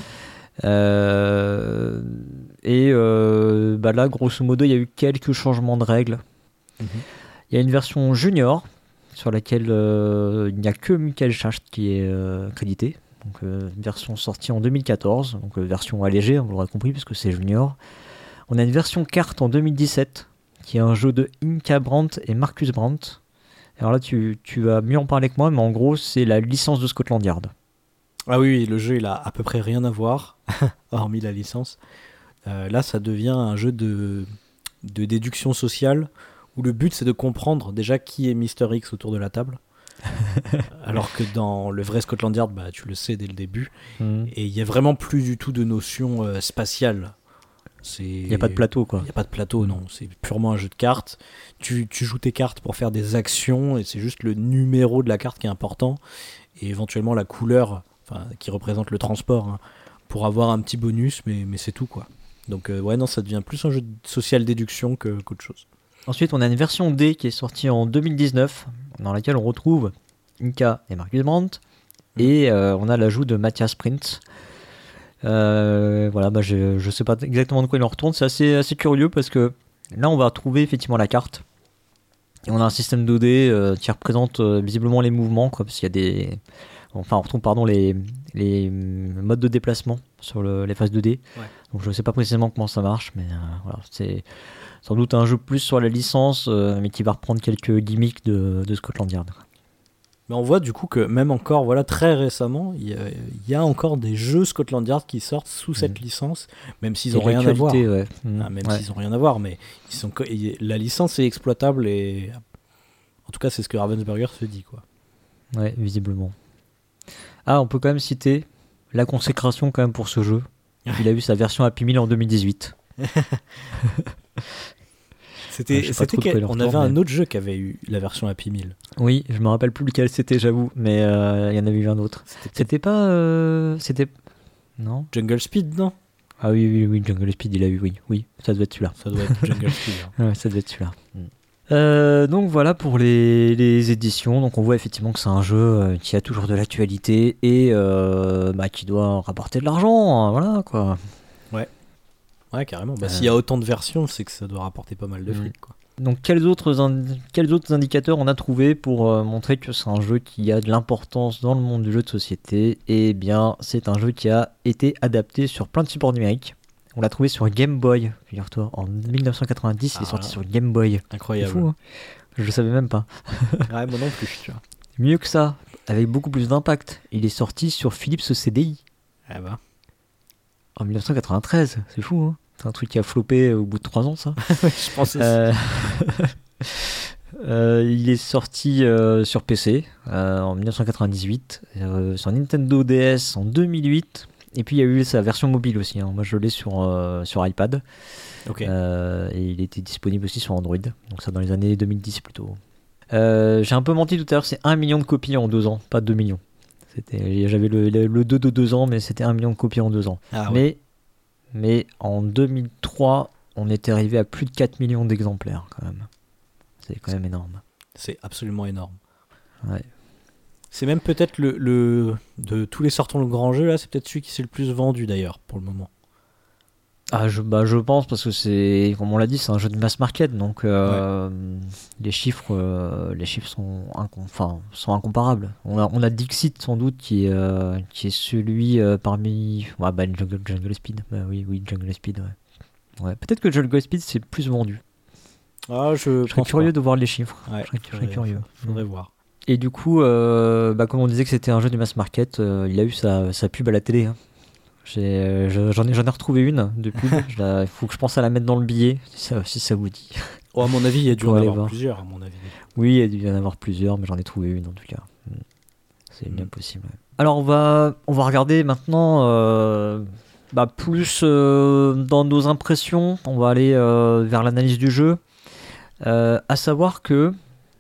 Euh, et euh, bah là, grosso modo, il y a eu quelques changements de règles. Mm-hmm. Il y a une version junior sur laquelle euh, il n'y a que Michael Schacht qui est euh, crédité. Donc euh, version sortie en deux mille quatorze, donc euh, version allégée, vous l'aurez compris puisque c'est junior. On a une version carte en deux mille dix-sept qui est un jeu de Inka Brandt et Marcus Brandt. Alors là tu, tu vas mieux en parler que moi, mais en gros c'est la licence de Scotland Yard. Ah oui, oui, le jeu il a à peu près rien à voir, hormis la licence. Euh, là ça devient un jeu de, de déduction sociale où le but c'est de comprendre déjà qui est Mister X autour de la table. Alors que dans le vrai Scotland Yard, bah, tu le sais dès le début. Mmh. Et il n'y a vraiment plus du tout de notion euh, spatiale. Il n'y a pas de plateau, quoi. Il n'y a pas de plateau, non. C'est purement un jeu de cartes. Tu, tu joues tes cartes pour faire des actions et c'est juste le numéro de la carte qui est important. Et éventuellement la couleur, enfin, qui représente le transport, hein, pour avoir un petit bonus, mais, mais c'est tout, quoi. Donc, euh, ouais, non, ça devient plus un jeu de social déduction que, qu'autre chose. Ensuite, on a une version D qui est sortie en deux mille dix-neuf, dans laquelle on retrouve Inca et Marcus Brandt. Mmh. Et euh, on a l'ajout de Matthias Prinz. Euh, voilà, bah je, je sais pas exactement de quoi il en retourne. C'est assez, assez curieux parce que là, on va retrouver effectivement la carte. Et on a un système deux D euh, qui représente euh, visiblement les mouvements, quoi, parce qu'il y a des... Enfin, on retrouve pardon, les, les modes de déplacement sur le, les phases deux D. Ouais. Donc je ne sais pas précisément comment ça marche, mais euh, voilà, c'est sans doute un jeu plus sur la licence, euh, mais qui va reprendre quelques gimmicks de, de Scotland Yard. Mais on voit du coup que même encore, voilà, très récemment, il y, y a encore des jeux Scotland Yard qui sortent sous mmh. cette licence, même s'ils n'ont rien à voir. Ouais. Mmh. Ah, même ouais. s'ils n'ont rien à voir, mais ils sont, la licence est exploitable et en tout cas c'est ce que Ravensburger se dit, quoi. Ouais, visiblement. Ah, on peut quand même citer la consécration quand même pour ce jeu. Il a eu sa version Happy Meal en deux mille dix-huit. C'était, ouais, c'était quel... On avait mais... un autre jeu qui avait eu la version Happy Meal. Oui, je me rappelle plus lequel c'était, j'avoue, mais il euh, y en avait eu un autre. C'était, c'était pas... Euh... C'était... Non Jungle Speed, non? Ah oui, oui, oui, Jungle Speed, il a eu, oui. Oui, ça doit être celui-là. Ça doit être Jungle Speed. Hein. Ouais, ça doit être celui-là. Mm. Euh, donc voilà pour les, les éditions. Donc on voit effectivement que c'est un jeu euh, qui a toujours de l'actualité et euh, bah, qui doit rapporter de l'argent, hein, voilà quoi. Ouais, ouais carrément. Bah, euh... S'il y a autant de versions, c'est que ça doit rapporter pas mal de fric, mmh. quoi. Donc quels autres, indi- quels autres indicateurs on a trouvé pour euh, montrer que c'est un jeu qui a de l'importance dans le monde du jeu de société? Eh bien c'est un jeu qui a été adapté sur plein de supports numériques. On l'a trouvé sur Game Boy, figure-toi, en dix-neuf cent quatre-vingt-dix, ah, il est sorti voilà. sur Game Boy. Incroyable. C'est fou, hein. Je le savais même pas. Ouais, moi non plus, tu vois. Mieux que ça, avec beaucoup plus d'impact, il est sorti sur Philips C D I. Ah bah. En dix-neuf cent quatre-vingt-treize, c'est fou, hein. C'est un truc qui a floppé au bout de trois ans, ça. Je pense aussi. Euh... euh, il est sorti euh, sur P C euh, en dix-neuf cent quatre-vingt-dix-huit, euh, sur Nintendo D S en deux mille huit. Et puis il y a eu sa version mobile aussi, hein. Moi je l'ai sur, euh, sur iPad. Okay. Euh, et il était disponible aussi sur Android, donc ça dans les années deux mille dix plutôt. Euh, j'ai un peu menti tout à l'heure, c'est un million de copies en deux ans, pas deux millions. C'était, j'avais le, le, le deux de deux ans, mais c'était un million de copies en deux ans. Ah, mais, ouais. mais en deux mille trois, on était arrivé à plus de quatre millions d'exemplaires quand même. C'est quand même énorme. C'est absolument énorme. Ouais. C'est même peut-être le, le de tous les sortons le grand jeu là, c'est peut-être celui qui s'est le plus vendu d'ailleurs pour le moment. Ah je bah je pense parce que c'est comme on l'a dit, c'est un jeu de mass market, donc euh, ouais. les chiffres euh, les chiffres sont incom- enfin sont incomparables. On a on a Dixit sans doute qui est euh, qui est celui euh, parmi ouais, bah Jungle, Jungle Speed. Bah oui oui Jungle Speed ouais. Ouais, peut-être que Jungle Speed c'est plus vendu. Ah je, je serais curieux pas. de voir les chiffres. Ouais, je serais, je serais curieux. Faudrait mmh. voir. Et du coup, euh, bah, comme on disait que c'était un jeu du mass market, euh, il a eu sa, sa pub à la télé. Hein. J'ai, je, j'en, ai, j'en ai retrouvé une de pub. Il faut que je pense à la mettre dans le billet, si ça, si ça vous dit. Oh, à mon avis, il y a dû en avoir voir. plusieurs. À mon avis. Oui, il y a dû y en avoir plusieurs, mais j'en ai trouvé une en tout cas. C'est mmh. bien possible. Ouais. Alors, on va, on va regarder maintenant euh, bah, plus euh, dans nos impressions. On va aller euh, vers l'analyse du jeu. Euh, à savoir que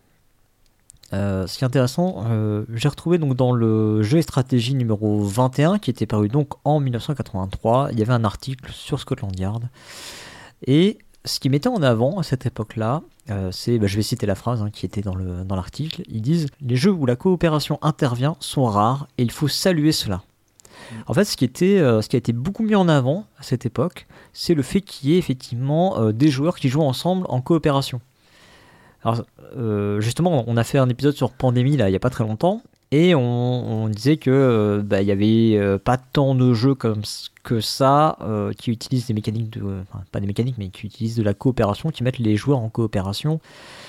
Euh, ce qui est intéressant, euh, j'ai retrouvé donc dans le jeu et stratégie numéro vingt et un qui était paru donc en dix-neuf cent quatre-vingt-trois, il y avait un article sur Scotland Yard et ce qui mettait en avant à cette époque-là, euh, c'est, bah, je vais citer la phrase hein, qui était dans, le, dans l'article, ils disent « Les jeux où la coopération intervient sont rares et il faut saluer cela ». En fait, ce qui, était, euh, ce qui a été beaucoup mis en avant à cette époque, c'est le fait qu'il y ait effectivement euh, des joueurs qui jouent ensemble en coopération. Alors, euh, justement, on a fait un épisode sur Pandémie là, il n'y a pas très longtemps, et on, on disait que euh, bah, il n'y avait euh, pas tant de jeux comme que ça euh, qui utilisent des mécaniques, de, enfin, pas des mécaniques, mais qui utilisent de la coopération, qui mettent les joueurs en coopération.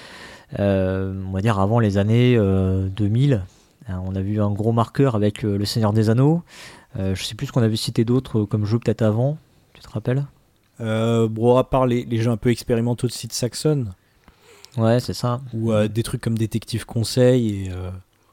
Euh, on va dire avant les années euh, deux mille, hein, on a vu un gros marqueur avec euh, Le Seigneur des Anneaux. Euh, je sais plus ce qu'on avait cité d'autres comme jeux peut-être avant, tu te rappelles euh, Bon, à part les, les jeux un peu expérimentaux de Sid Saxon. Ouais, c'est ça. Ou euh, des trucs comme Détective Conseil et, euh,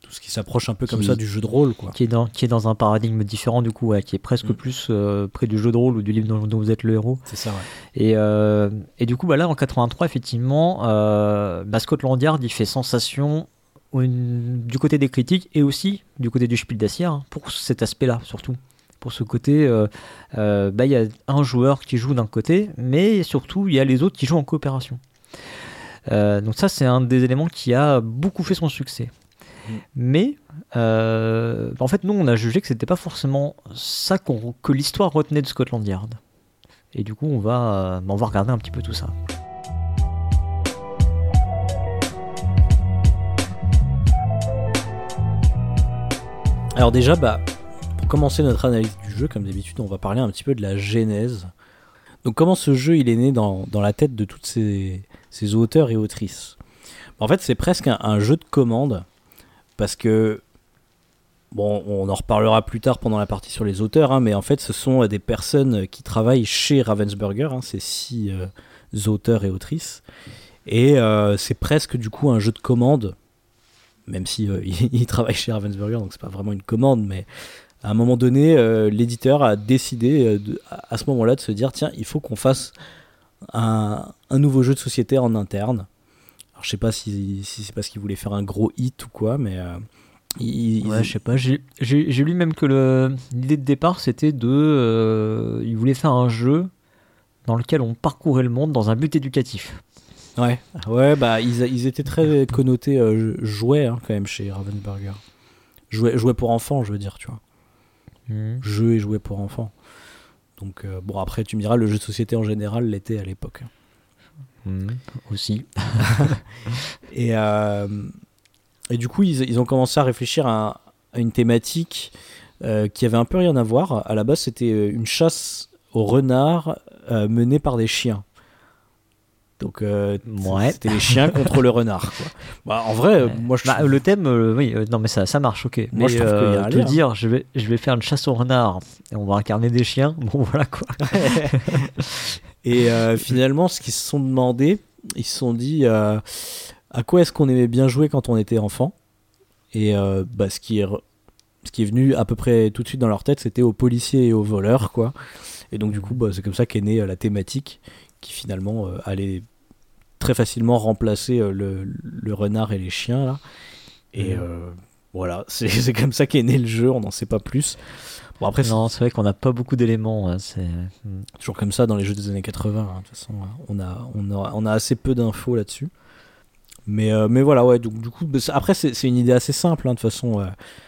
tout ce qui s'approche un peu comme qui, ça du jeu de rôle, quoi. Qui est dans, qui est dans un paradigme différent, du coup, ouais, qui est presque mm. plus euh, près du jeu de rôle ou du livre dont, dont vous êtes le héros. C'est ça, ouais. Et, euh, et du coup, bah là, en quatre-vingt-trois, effectivement, euh, bah, Scotland Yard, il fait sensation une, du côté des critiques et aussi du côté du Spiel des Jahres, hein, pour cet aspect-là, surtout. Pour ce côté, euh, euh, bah, y a un joueur qui joue d'un côté, mais surtout, il y a les autres qui jouent en coopération. Euh, donc ça, c'est un des éléments qui a beaucoup fait son succès. Mmh. Mais, euh, en fait, nous, on a jugé que c'était pas forcément ça qu'on, que l'histoire retenait de Scotland Yard. Et du coup, on va, on va regarder un petit peu tout ça. Alors déjà, bah, pour commencer notre analyse du jeu, comme d'habitude, on va parler un petit peu de la genèse. Donc comment ce jeu, il est né dans, dans la tête de toutes ces, ces auteurs et autrices. En fait, c'est presque un, un jeu de commande, parce que, bon, on en reparlera plus tard pendant la partie sur les auteurs, hein, mais en fait, ce sont des personnes qui travaillent chez Ravensburger, hein, ces six euh, auteurs et autrices, et euh, c'est presque du coup un jeu de commande, même si euh, ils travaillent chez Ravensburger, donc c'est pas vraiment une commande, mais à un moment donné, euh, l'éditeur a décidé euh, de, à ce moment-là de se dire, tiens, il faut qu'on fasse un, un nouveau jeu de société en interne. Alors je sais pas si, si c'est parce qu'il voulait faire un gros hit ou quoi, mais euh, il, ouais, il... je sais pas. J'ai, j'ai, j'ai lu même que le, l'idée de départ c'était de, euh, il voulait faire un jeu dans lequel on parcourait le monde dans un but éducatif. Ouais, ouais, bah ils, ils étaient très connotés euh, jouets hein, quand même chez Ravensburger. Jouets, jouets pour enfants, je veux dire, tu vois. Mmh. Jeux et jouets pour enfants. Donc euh, bon, après tu me diras, le jeu de société en général l'était à l'époque. Mmh, aussi. et, euh, et du coup, ils, ils ont commencé à réfléchir à, à une thématique euh, qui avait un peu rien à voir. À la base, c'était une chasse aux renards euh, menée par des chiens. Donc euh, ouais. c'était les chiens contre le renard, quoi. Bah, en vrai, ouais. moi je bah, le thème, euh, oui, euh, non mais ça, ça marche, ok. Moi, mais je trouve euh, qu'il y a un te lien. dire, je vais, je vais faire une chasse aux renards et on va incarner des chiens. Bon voilà quoi. Et euh, finalement, ce qu'ils se sont demandé, ils se sont dit euh, à quoi est-ce qu'on aimait bien jouer quand on était enfant. Et euh, bah, ce qui est ce qui est venu à peu près tout de suite dans leur tête, c'était aux policiers et aux voleurs, quoi. Et donc du coup, bah, c'est comme ça qu'est née euh, la thématique, qui finalement euh, allait très facilement remplacer euh, le, le renard et les chiens là. Et mmh. euh, voilà, c'est, c'est comme ça qu'est né le jeu, on n'en sait pas plus. Bon, après, non, c'est... c'est vrai qu'on n'a pas beaucoup d'éléments. Hein, c'est toujours comme ça dans les jeux des années quatre-vingts. Hein, de toute façon, on a, on, a, on a assez peu d'infos là-dessus. Mais, euh, mais voilà, ouais, donc, du coup, après, c'est, c'est une idée assez simple. Hein, de toute façon, euh,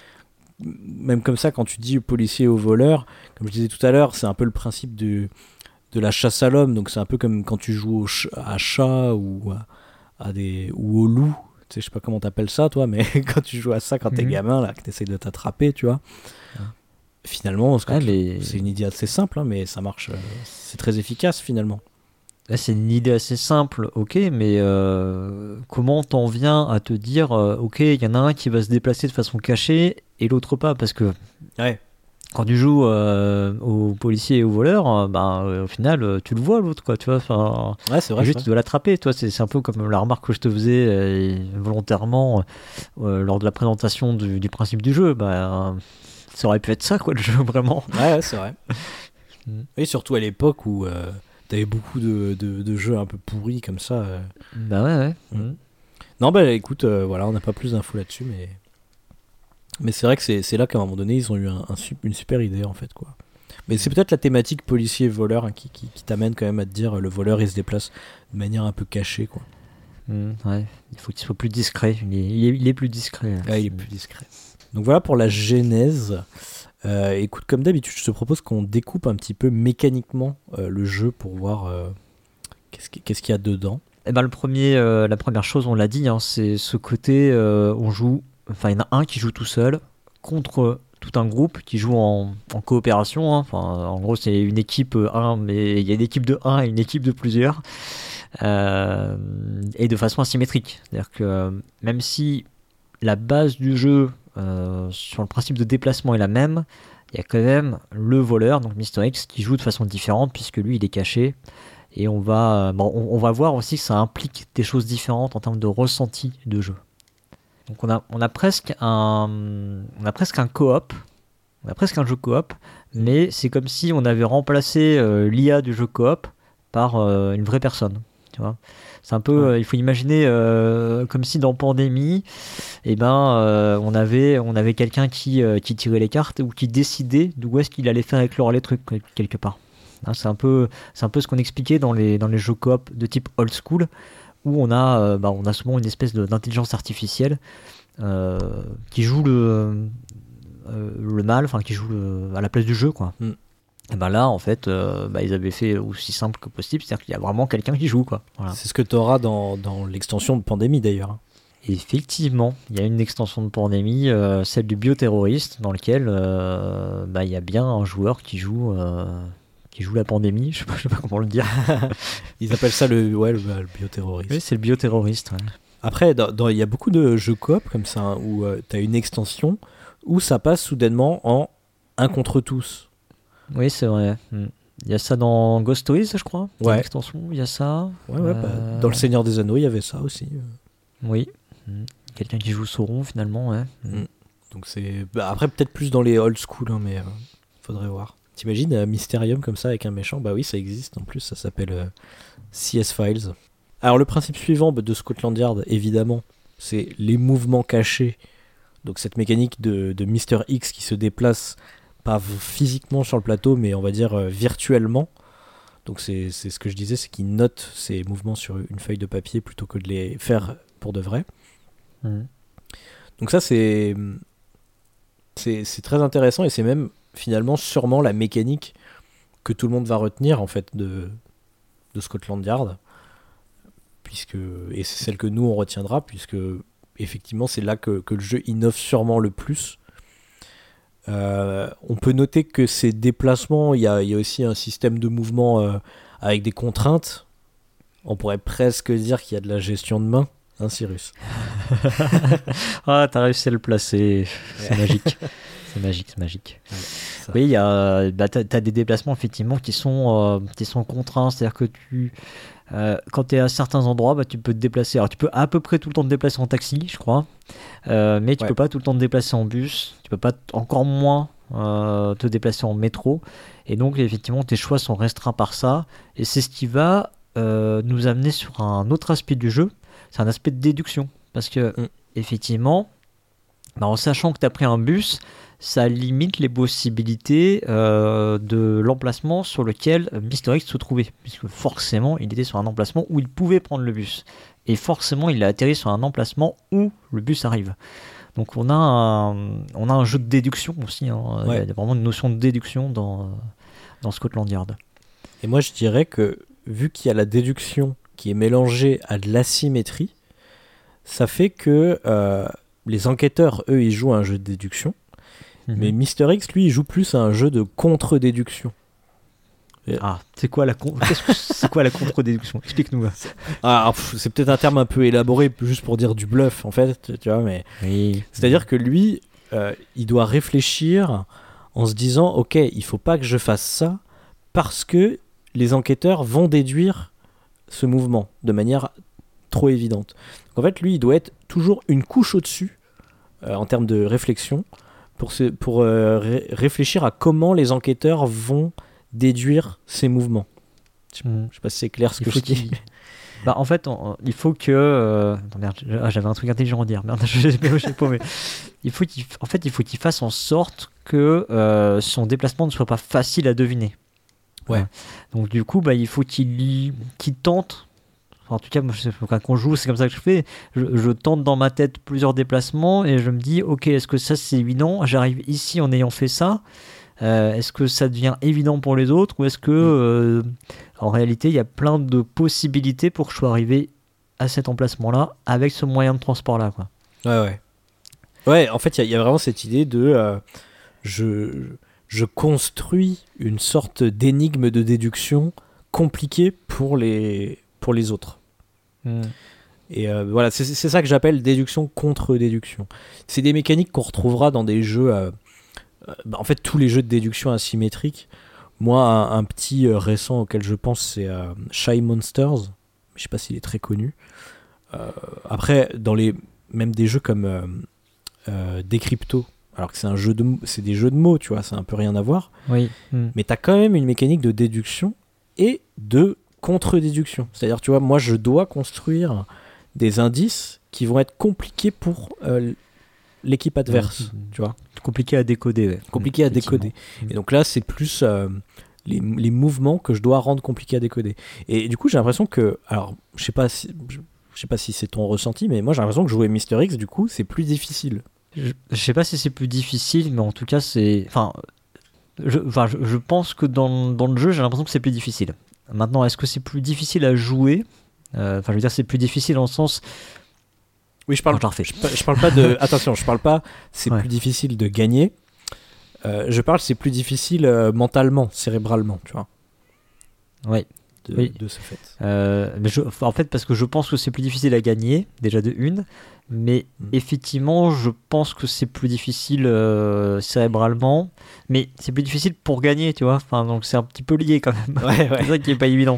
même comme ça, quand tu dis policier ou voleur, comme je disais tout à l'heure, c'est un peu le principe du, de la chasse à l'homme. Donc c'est un peu comme quand tu joues au ch- à chat ou, à, à des, ou au loup. Tu sais, je sais pas comment t'appelles ça, toi, mais quand tu joues à ça quand t'es mmh. gamin, là, que t'essayes de t'attraper, tu vois. Ouais. Finalement, c'est, ah, mais... c'est une idée assez simple, hein, mais ça marche, euh, c'est très efficace finalement. Là, c'est une idée assez simple, ok, mais euh, comment t'en viens à te dire, euh, ok, il y en a un qui va se déplacer de façon cachée et l'autre pas, parce que ouais. quand tu joues euh, aux policiers et aux voleurs, euh, ben, euh, au final, euh, tu le vois l'autre, quoi, tu vois. Ouais, c'est vrai. Juste, c'est tu dois l'attraper, toi. C'est, c'est un peu comme la remarque que je te faisais euh, volontairement euh, lors de la présentation du, du principe du jeu. Ben, ça aurait pu être ça, quoi, le jeu, vraiment. Ouais, ouais c'est vrai. Et surtout à l'époque où euh, t'avais beaucoup de, de, de jeux un peu pourris comme ça. Euh... Bah ouais, ouais. Mmh. Non, bah écoute, euh, voilà, on n'a pas plus d'infos là-dessus, mais. Mais c'est vrai que c'est, c'est là qu'à un moment donné, ils ont eu un, un, une super idée, en fait, quoi. Mais c'est peut-être la thématique policier-voleur hein, qui, qui, qui t'amène quand même à te dire le voleur, il se déplace de manière un peu cachée, quoi. Mmh, ouais, il faut qu'il soit plus discret. Il est, il est, il est plus discret. Ah, il est plus discret. Donc voilà pour la genèse. Euh, écoute, comme d'habitude, je te propose qu'on découpe un petit peu mécaniquement euh, le jeu pour voir euh, qu'est-ce, qui, qu'est-ce qu'il y a dedans. Eh ben, le premier, euh, la première chose, on l'a dit, hein, c'est ce côté, euh, on joue... Enfin, il y en a un qui joue tout seul contre tout un groupe qui joue en, en coopération. Hein. Enfin, en gros, c'est une équipe un, mais il y a une équipe de un et une équipe de plusieurs. Euh, et de façon asymétrique. C'est-à-dire que même si la base du jeu euh, sur le principe de déplacement est la même, il y a quand même le voleur, donc mister X, qui joue de façon différente puisque lui, il est caché. Et on va, bon, on, on va voir aussi que ça implique des choses différentes en termes de ressenti de jeu. Donc on a, on a presque un, on a presque un coop, on a presque un jeu coop, mais c'est comme si on avait remplacé euh, l'I A du jeu coop par euh, une vraie personne. Tu vois, c'est un peu, Ouais. euh, il faut imaginer euh, comme si dans Pandémie, eh ben, euh, on avait, on avait quelqu'un qui, euh, qui tirait les cartes ou qui décidait d'où est-ce qu'il allait faire éclore les trucs quelque part. Hein, c'est un peu, c'est un peu ce qu'on expliquait dans les, dans les jeux coop de type old school, où on a, euh, bah, on a souvent une espèce de, d'intelligence artificielle euh, qui joue le, euh, le mal, enfin qui joue le, à la place du jeu, quoi. Mm. Et ben là, en fait, euh, bah, ils avaient fait aussi simple que possible, c'est-à-dire qu'il y a vraiment quelqu'un qui joue, quoi. Voilà. C'est ce que tu auras dans, dans l'extension de Pandémie, d'ailleurs. Effectivement, il y a une extension de Pandémie, euh, celle du bioterroriste, dans lequel euh, bah, il y a bien un joueur qui joue, euh, qui joue la pandémie, je sais pas, je sais pas comment le dire. Ils appellent ça le, ouais, le, le bioterroriste. Oui, c'est le bioterroriste. Ouais. Après, il dans, y a beaucoup de jeux coop comme ça, hein, où euh, tu as une extension où ça passe soudainement en un contre tous. Oui, c'est vrai. Il y a ça dans Ghost Toys, je crois. Ouais. L'extension, il y a ça. Ouais, ouais, euh... bah, dans Le Seigneur des Anneaux, il y avait ça aussi. Oui. Mmh. Quelqu'un qui joue Sauron, finalement, ouais. Mmh. Donc c'est... Bah, après, peut-être plus dans les old school, hein, mais euh, faudrait voir. T'imagines un Mysterium comme ça avec un méchant? Bah oui, ça existe en plus, ça s'appelle euh, C S Files. Alors le principe suivant de Scotland Yard, évidemment, c'est les mouvements cachés. Donc cette mécanique de, de Mister X qui se déplace pas physiquement sur le plateau, mais on va dire euh, virtuellement. Donc c'est, c'est ce que je disais, c'est qu'il note ses mouvements sur une feuille de papier plutôt que de les faire pour de vrai. Mmh. Donc ça c'est, c'est, c'est très intéressant et c'est même finalement sûrement la mécanique que tout le monde va retenir en fait de, de Scotland Yard. Puisque, et c'est celle que nous on retiendra, puisque effectivement c'est là que, que le jeu innove sûrement le plus. Euh, on peut noter que ces déplacements, il y a, y a aussi un système de mouvement euh, avec des contraintes. On pourrait presque dire qu'il y a de la gestion de main, hein Cyrus? Ah, t'as réussi à le placer, c'est ouais. magique. C'est magique, c'est magique. Ouais, oui, y a, bah, t'as, t'as des déplacements effectivement qui sont, euh, qui sont contraints, c'est-à-dire que tu... Euh, quand tu es à certains endroits, bah, tu peux te déplacer. Alors, tu peux à peu près tout le temps te déplacer en taxi, je crois. Euh, mais tu ouais. peux pas tout le temps te déplacer en bus. Tu peux pas t- encore moins euh, te déplacer en métro. Et donc, effectivement, tes choix sont restreints par ça. Et c'est ce qui va euh, nous amener sur un autre aspect du jeu. C'est un aspect de déduction. Parce que, mm. effectivement, bah, en sachant que tu as pris un bus, ça limite les possibilités euh, de l'emplacement sur lequel Mister X se trouvait. Puisque forcément, il était sur un emplacement où il pouvait prendre le bus. Et forcément, il a atterri sur un emplacement où le bus arrive. Donc on a un, on a un jeu de déduction aussi. Hein. Ouais. Il y a vraiment une notion de déduction dans, dans Scotland Yard. Et moi, je dirais que, vu qu'il y a la déduction qui est mélangée à de l'asymétrie, ça fait que euh, les enquêteurs, eux, ils jouent à un jeu de déduction. Mmh. Mais Mister X, lui, il joue plus à un jeu de contre-déduction. Ah, c'est quoi la, con- c'est quoi la contre-déduction? Explique-nous. Ah, pff, c'est peut-être un terme un peu élaboré, juste pour dire du bluff, en fait, tu vois, mais... Oui. C'est-à-dire que lui, euh, il doit réfléchir en se disant, ok, il faut pas que je fasse ça, parce que les enquêteurs vont déduire ce mouvement de manière trop évidente. Donc, en fait, lui, il doit être toujours une couche au-dessus, euh, en termes de réflexion, pour, se, pour euh, ré- réfléchir à comment les enquêteurs vont déduire ces mouvements. Je ne mmh. sais pas si c'est clair ce il que je dis. Bah, en fait, on, il faut que... Euh... Attends, merde, ah, j'avais un truc intelligent à dire. Merde, je sais pas, mais... il faut qu'il... En fait, il faut qu'il fasse en sorte que euh, son déplacement ne soit pas facile à deviner. Ouais. Ouais. Donc du coup, bah, il faut qu'il, qu'il tente... En tout cas, moi, je sais, quand on joue, c'est comme ça que je fais. Je, je tente dans ma tête plusieurs déplacements et je me dis, ok, est-ce que ça c'est évident? J'arrive ici en ayant fait ça. Euh, est-ce que ça devient évident pour les autres ou est-ce que, euh, en réalité, il y a plein de possibilités pour que je sois arrivé à cet emplacement-là avec ce moyen de transport-là, quoi. Ouais, ouais. Ouais, en fait, il y, y a vraiment cette idée de euh, je, je construis une sorte d'énigme de déduction compliquée pour les, pour les autres. Mmh. Et euh, voilà, c'est, c'est ça que j'appelle déduction contre déduction. C'est des mécaniques qu'on retrouvera dans des jeux, euh, euh, bah en fait tous les jeux de déduction asymétrique. Moi, un, un petit euh, récent auquel je pense, c'est euh, Shy Monsters. Je sais pas s'il est très connu. Euh, après, dans les même des jeux comme euh, euh, Decrypto, alors que c'est un jeu de, c'est des jeux de mots, tu vois, ça n'a un peu rien à voir. Oui. Mm. Mais t'as quand même une mécanique de déduction et de contre-déduction. C'est-à-dire, tu vois, moi, je dois construire des indices qui vont être compliqués pour euh, l'équipe adverse, Ouais. tu vois. Compliqué à décoder. Ouais. Compliqué à décoder. Et donc là, c'est plus euh, les, les mouvements que je dois rendre compliqués à décoder. Et du coup, j'ai l'impression que, alors, je sais pas si, je, je sais pas si c'est ton ressenti, mais moi, j'ai l'impression que jouer Mister X, du coup, c'est plus difficile. Je, je sais pas si c'est plus difficile, mais en tout cas, c'est. Enfin, je, enfin, je, je pense que dans, dans le jeu, j'ai l'impression que c'est plus difficile. Maintenant, est-ce que c'est plus difficile à jouer ? euh, Enfin, je veux dire, c'est plus difficile dans le sens. Oui, je parle. Non, je, je, je parle pas de. Attention, je parle pas. C'est ouais. plus difficile de gagner. Euh, je parle, c'est plus difficile euh, mentalement, cérébralement, tu vois. Ouais. De, oui. de ce fait. Euh, mais je, en fait, parce que je pense que c'est plus difficile à gagner, déjà de une, mais mm. effectivement, je pense que c'est plus difficile euh, cérébralement, mais c'est plus difficile pour gagner, tu vois. Enfin, donc c'est un petit peu lié quand même. Ouais, ouais. C'est ça qui est pas évident.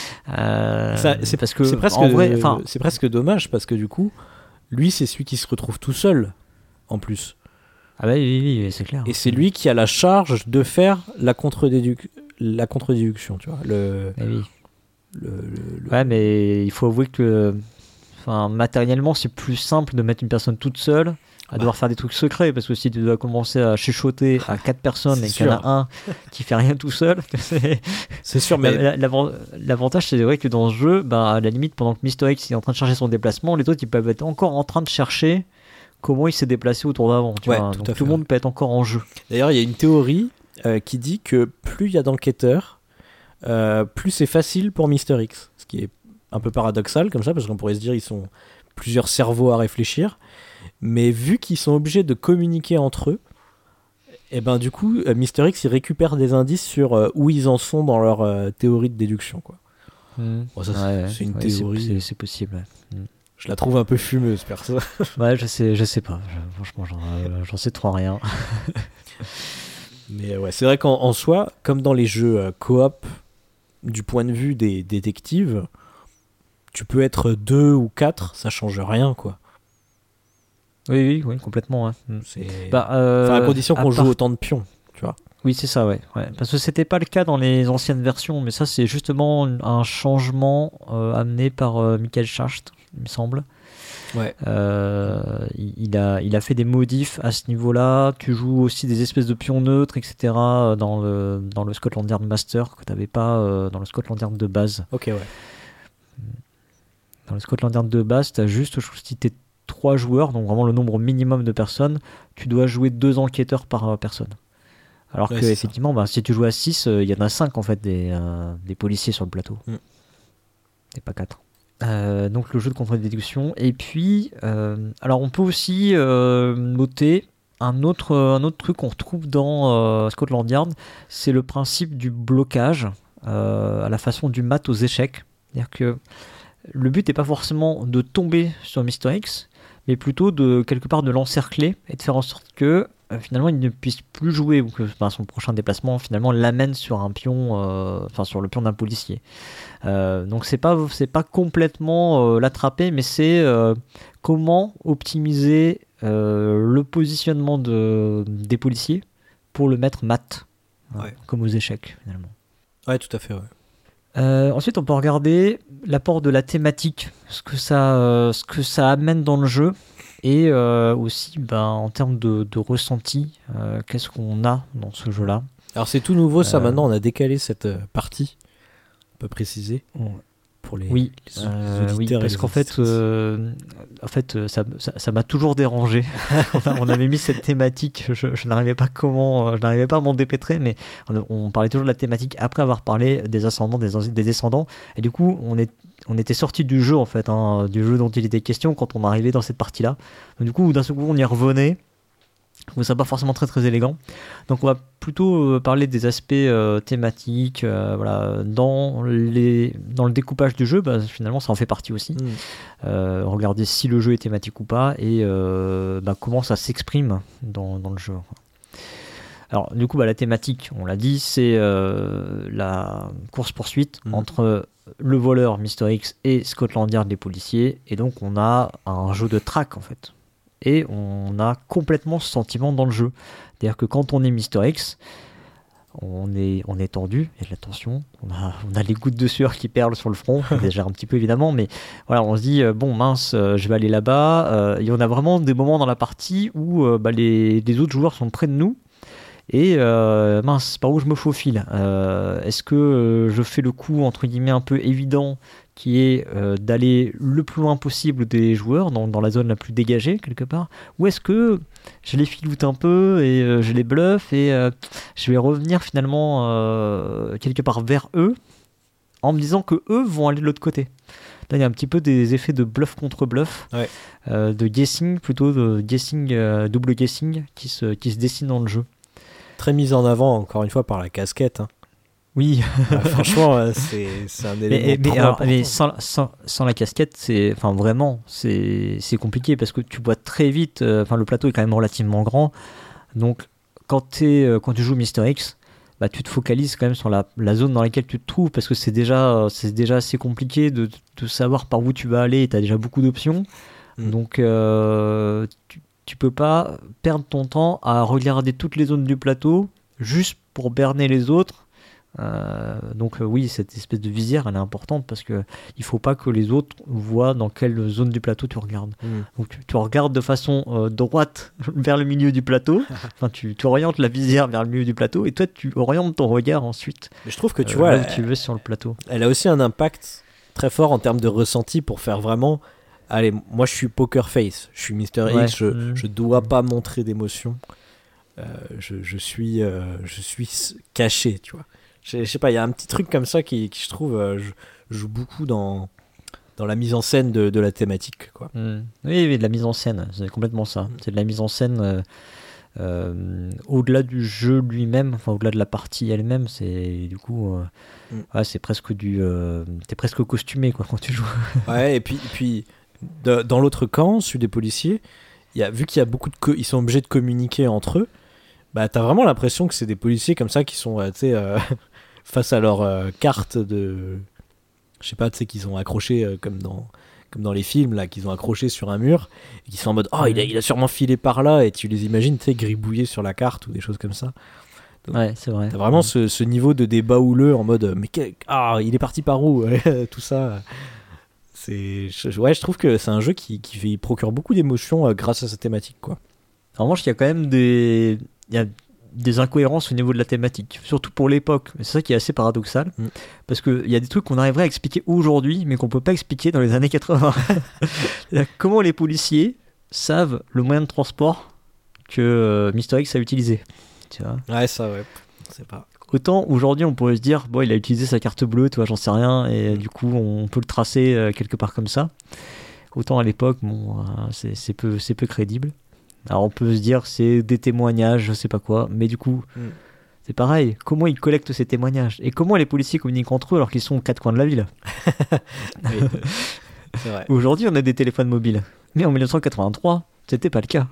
Euh, ça, c'est, parce que c'est presque, en vrai, euh, c'est presque dommage parce que du coup, lui, c'est celui qui se retrouve tout seul, en plus. Ah bah oui, oui, oui, c'est clair. Et c'est lui qui a la charge de faire la contre-déduction. La contre-déduction, tu vois. Le, oui. le, le, le... Ouais, mais il faut avouer que enfin, matériellement, c'est plus simple de mettre une personne toute seule à bah. devoir faire des trucs secrets, parce que si tu dois commencer à chuchoter à quatre personnes et qu'il y en a un qui fait rien tout seul, c'est, c'est sûr, mais... L'avantage, c'est vrai que dans ce jeu, bah, à la limite, pendant que Mister X est en train de chercher son déplacement, les autres, ils peuvent être encore en train de chercher comment il s'est déplacé au tour d'avant. Tu ouais, vois. tout, Donc, à tout le monde peut être encore en jeu. D'ailleurs, il y a une théorie Euh, qui dit que plus il y a d'enquêteurs, euh, plus c'est facile pour Mister X. Ce qui est un peu paradoxal comme ça, parce qu'on pourrait se dire ils sont plusieurs cerveaux à réfléchir. Mais vu qu'ils sont obligés de communiquer entre eux, et ben du coup, euh, Mister X il récupère des indices sur euh, où ils en sont dans leur euh, théorie de déduction, quoi. Mmh. Bon, ça, ouais, c'est, c'est une ouais, théorie. C'est, c'est, c'est possible. Ouais. Mmh. Je la trouve un peu fumeuse, perso. Ouais, je sais, je sais pas. Je, franchement, j'en, euh, j'en sais trop rien. Mais ouais, c'est vrai qu'en en soi, comme dans les jeux euh, coop, du point de vue des détectives, tu peux être deux ou quatre, ça change rien, quoi. Oui, oui, oui, complètement. Ouais. C'est... Bah, euh, enfin, à condition qu'on part... joue autant de pions, tu vois. Oui, c'est ça, ouais. ouais. Parce que c'était pas le cas dans les anciennes versions, mais ça, c'est justement un changement euh, amené par euh, Michael Schacht, il me semble. Ouais. Euh, il, il, a, il a fait des modifs à ce niveau-là. Tu joues aussi des espèces de pions neutres, et cetera dans le, dans le Scotland Yard Master que tu n'avais pas euh, dans le Scotland Yard de base. Ok, ouais. Dans le Scotland Yard de base, tu as juste, je si tu es trois joueurs, donc vraiment le nombre minimum de personnes, tu dois jouer deux enquêteurs par personne. Alors ouais, que effectivement, bah, si tu joues à six, il euh, y en a cinq en fait des, euh, des policiers sur le plateau. Mm. Et pas quatre. Euh, donc le jeu de contre-déduction. Et puis, euh, alors on peut aussi euh, noter un autre, un autre truc qu'on retrouve dans euh, Scotland Yard, c'est le principe du blocage euh, à la façon du mat aux échecs. C'est-à-dire que le but n'est pas forcément de tomber sur Mister X, mais plutôt de quelque part de l'encercler et de faire en sorte que euh, finalement il ne puisse plus jouer ou que bah, son prochain déplacement finalement l'amène sur un pion, euh, enfin sur le pion d'un policier. Euh, donc c'est pas c'est pas complètement euh, l'attraper, mais c'est euh, comment optimiser euh, le positionnement de, des policiers pour le mettre mat, hein, ouais. comme aux échecs finalement. Ouais, tout à fait. Ouais. Euh, ensuite, on peut regarder l'apport de la thématique, ce que ça, euh, ce que ça amène dans le jeu, et euh, aussi ben, en termes de, de ressenti, euh, qu'est-ce qu'on a dans ce jeu-là. Alors c'est tout nouveau ça, euh... maintenant on a décalé cette partie, on peut préciser, ouais. pour les, oui, les, euh, les oui, parce qu'en fait, euh, en fait ça, ça, ça m'a toujours dérangé. On avait mis cette thématique, je, je n'arrivais pas comment, je n'arrivais pas à m'en dépêtrer, mais on, on parlait toujours de la thématique après avoir parlé des ascendants, des, des descendants, et du coup, on, est, on était sorti du jeu en fait, hein, du jeu dont il était question quand on arrivait dans cette partie-là. Donc, du coup, d'un seul coup, on y revenait. Donc ça n'est pas forcément très très élégant. Donc on va plutôt euh, parler des aspects euh, thématiques, euh, voilà, dans, les, dans le découpage du jeu, bah, finalement ça en fait partie aussi. Mmh. Euh, regarder si le jeu est thématique ou pas et euh, bah, comment ça s'exprime dans, dans le jeu. Alors du coup bah, la thématique, on l'a dit, c'est euh, la course-poursuite mmh. entre le voleur Mister X et Scotland Yard les policiers, et donc on a un jeu de track en fait. Et on a complètement ce sentiment dans le jeu. C'est-à-dire que quand on est Mister X, on est, on est tendu, il y a de la tension, on a, on a les gouttes de sueur qui perlent sur le front, déjà un petit peu évidemment, mais voilà, on se dit, euh, bon mince, euh, je vais aller là-bas. Euh, et on a vraiment des moments dans la partie où euh, bah, les, les autres joueurs sont près de nous. Et euh, mince, par où je me faufile euh, Est-ce que euh, je fais le coup entre guillemets un peu évident qui est euh, d'aller le plus loin possible des joueurs, dans, dans la zone la plus dégagée quelque part, ou est-ce que je les filoute un peu et euh, je les bluffe et euh, je vais revenir finalement euh, quelque part vers eux en me disant que eux vont aller de l'autre côté. Là, il y a un petit peu des effets de bluff contre bluff, ouais. euh, de guessing plutôt, de guessing, euh, double guessing qui se, qui se dessine dans le jeu. Très mise en avant, encore une fois, par la casquette. Hein. Oui. Ouais, franchement, c'est, c'est un élément mais, mais, trop alors, important. mais sans, sans, sans la casquette, c'est, enfin, vraiment, c'est, c'est compliqué parce que tu vois très vite, enfin, euh, le plateau est quand même relativement grand. Donc, quand, t'es, euh, quand tu joues Mister X, bah, tu te focalises quand même sur la, la zone dans laquelle tu te trouves parce que c'est déjà, c'est déjà assez compliqué de, de savoir par où tu vas aller et tu as déjà beaucoup d'options. Mm. Donc, euh, tu, tu peux pas perdre ton temps à regarder toutes les zones du plateau juste pour berner les autres. Euh, donc euh, oui, cette espèce de visière elle est importante parce que il faut pas que les autres voient dans quelle zone du plateau tu regardes. Mmh. Donc tu, tu regardes de façon euh, droite vers le milieu du plateau, enfin tu, tu orientes la visière vers le milieu du plateau et toi tu orientes ton regard ensuite. Mais je trouve que tu euh, vois, là où elle, tu veux sur le plateau. Elle a aussi un impact très fort en termes de ressenti pour faire vraiment. Allez, moi je suis poker face, je suis Mister Ouais. X, je, mmh. je dois pas montrer d'émotion. Euh, je, je suis, euh, je suis caché, tu vois. Je, je sais pas, il y a un petit truc comme ça qui, qui je trouve, euh, je, joue beaucoup dans, dans la mise en scène de, de la thématique, quoi. Mmh. Oui, oui, de la mise en scène, c'est complètement ça. Mmh. C'est de la mise en scène euh, euh, au-delà du jeu lui-même, enfin au-delà de la partie elle-même, c'est du coup, euh, mmh. ouais, c'est presque du, euh, t'es presque costumé quoi quand tu joues. Ouais, et puis, et puis de, dans l'autre camp, celui des policiers, y a, vu qu'il y a beaucoup de, co- ils sont obligés de communiquer entre eux. Bah, t'as vraiment l'impression que c'est des policiers comme ça qui sont, euh, tu sais, euh, face à leur euh, carte de, je sais pas, tu sais, qu'ils ont accroché euh, comme dans, comme dans les films là, qu'ils ont accroché sur un mur et qui sont en mode, oh, il a, il a sûrement filé par là, et tu les imagines, tu sais, gribouiller sur la carte ou des choses comme ça. Donc, ouais, c'est vrai. T'as vraiment ouais. ce, ce niveau de débat houleux en mode, mais quel, ah, il est parti par où, tout ça. C'est, je, ouais, je trouve que c'est un jeu qui, qui fait, procure beaucoup d'émotions euh, grâce à sa thématique, quoi. En revanche, il y a quand même des, il y a des incohérences au niveau de la thématique, surtout pour l'époque. C'est ça qui est assez paradoxal, mm. parce qu'il y a des trucs qu'on arriverait à expliquer aujourd'hui, mais qu'on peut pas expliquer dans les années quatre-vingts. Comment les policiers savent le moyen de transport que euh, Mister X a utilisé, tu vois. Ouais, ça, ouais. C'est pas. Autant aujourd'hui on pourrait se dire bon il a utilisé sa carte bleue, tu vois, j'en sais rien, et mm. du coup on peut le tracer euh, quelque part comme ça. Autant à l'époque bon euh, c'est, c'est peu c'est peu crédible. Alors on peut se dire c'est des témoignages, je sais pas quoi, mais du coup mm. c'est pareil. Comment ils collectent ces témoignages et comment les policiers communiquent entre eux alors qu'ils sont aux quatre coins de la ville. Oui, c'est vrai. Aujourd'hui on a des téléphones mobiles, mais en dix-neuf cent quatre-vingt-trois c'était pas le cas.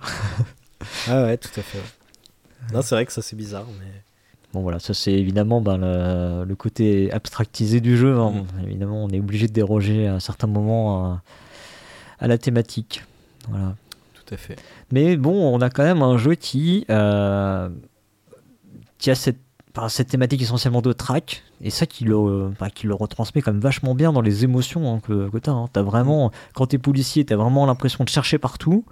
Ah ouais, tout à fait. Non, c'est vrai que ça c'est bizarre, mais. Bon voilà, ça c'est évidemment ben, le, le côté abstractisé du jeu. Hein. Mmh. Évidemment, on est obligé de déroger à certains moments à, à la thématique. Voilà. Tout à fait. Mais bon, on a quand même un jeu qui, euh, qui a cette, enfin, cette thématique essentiellement de track, et ça qui le, enfin, qui le retransmet quand même vachement bien dans les émotions hein, que, que tu as. Hein. T'as vraiment, quand tu es policier, tu as vraiment l'impression de chercher partout.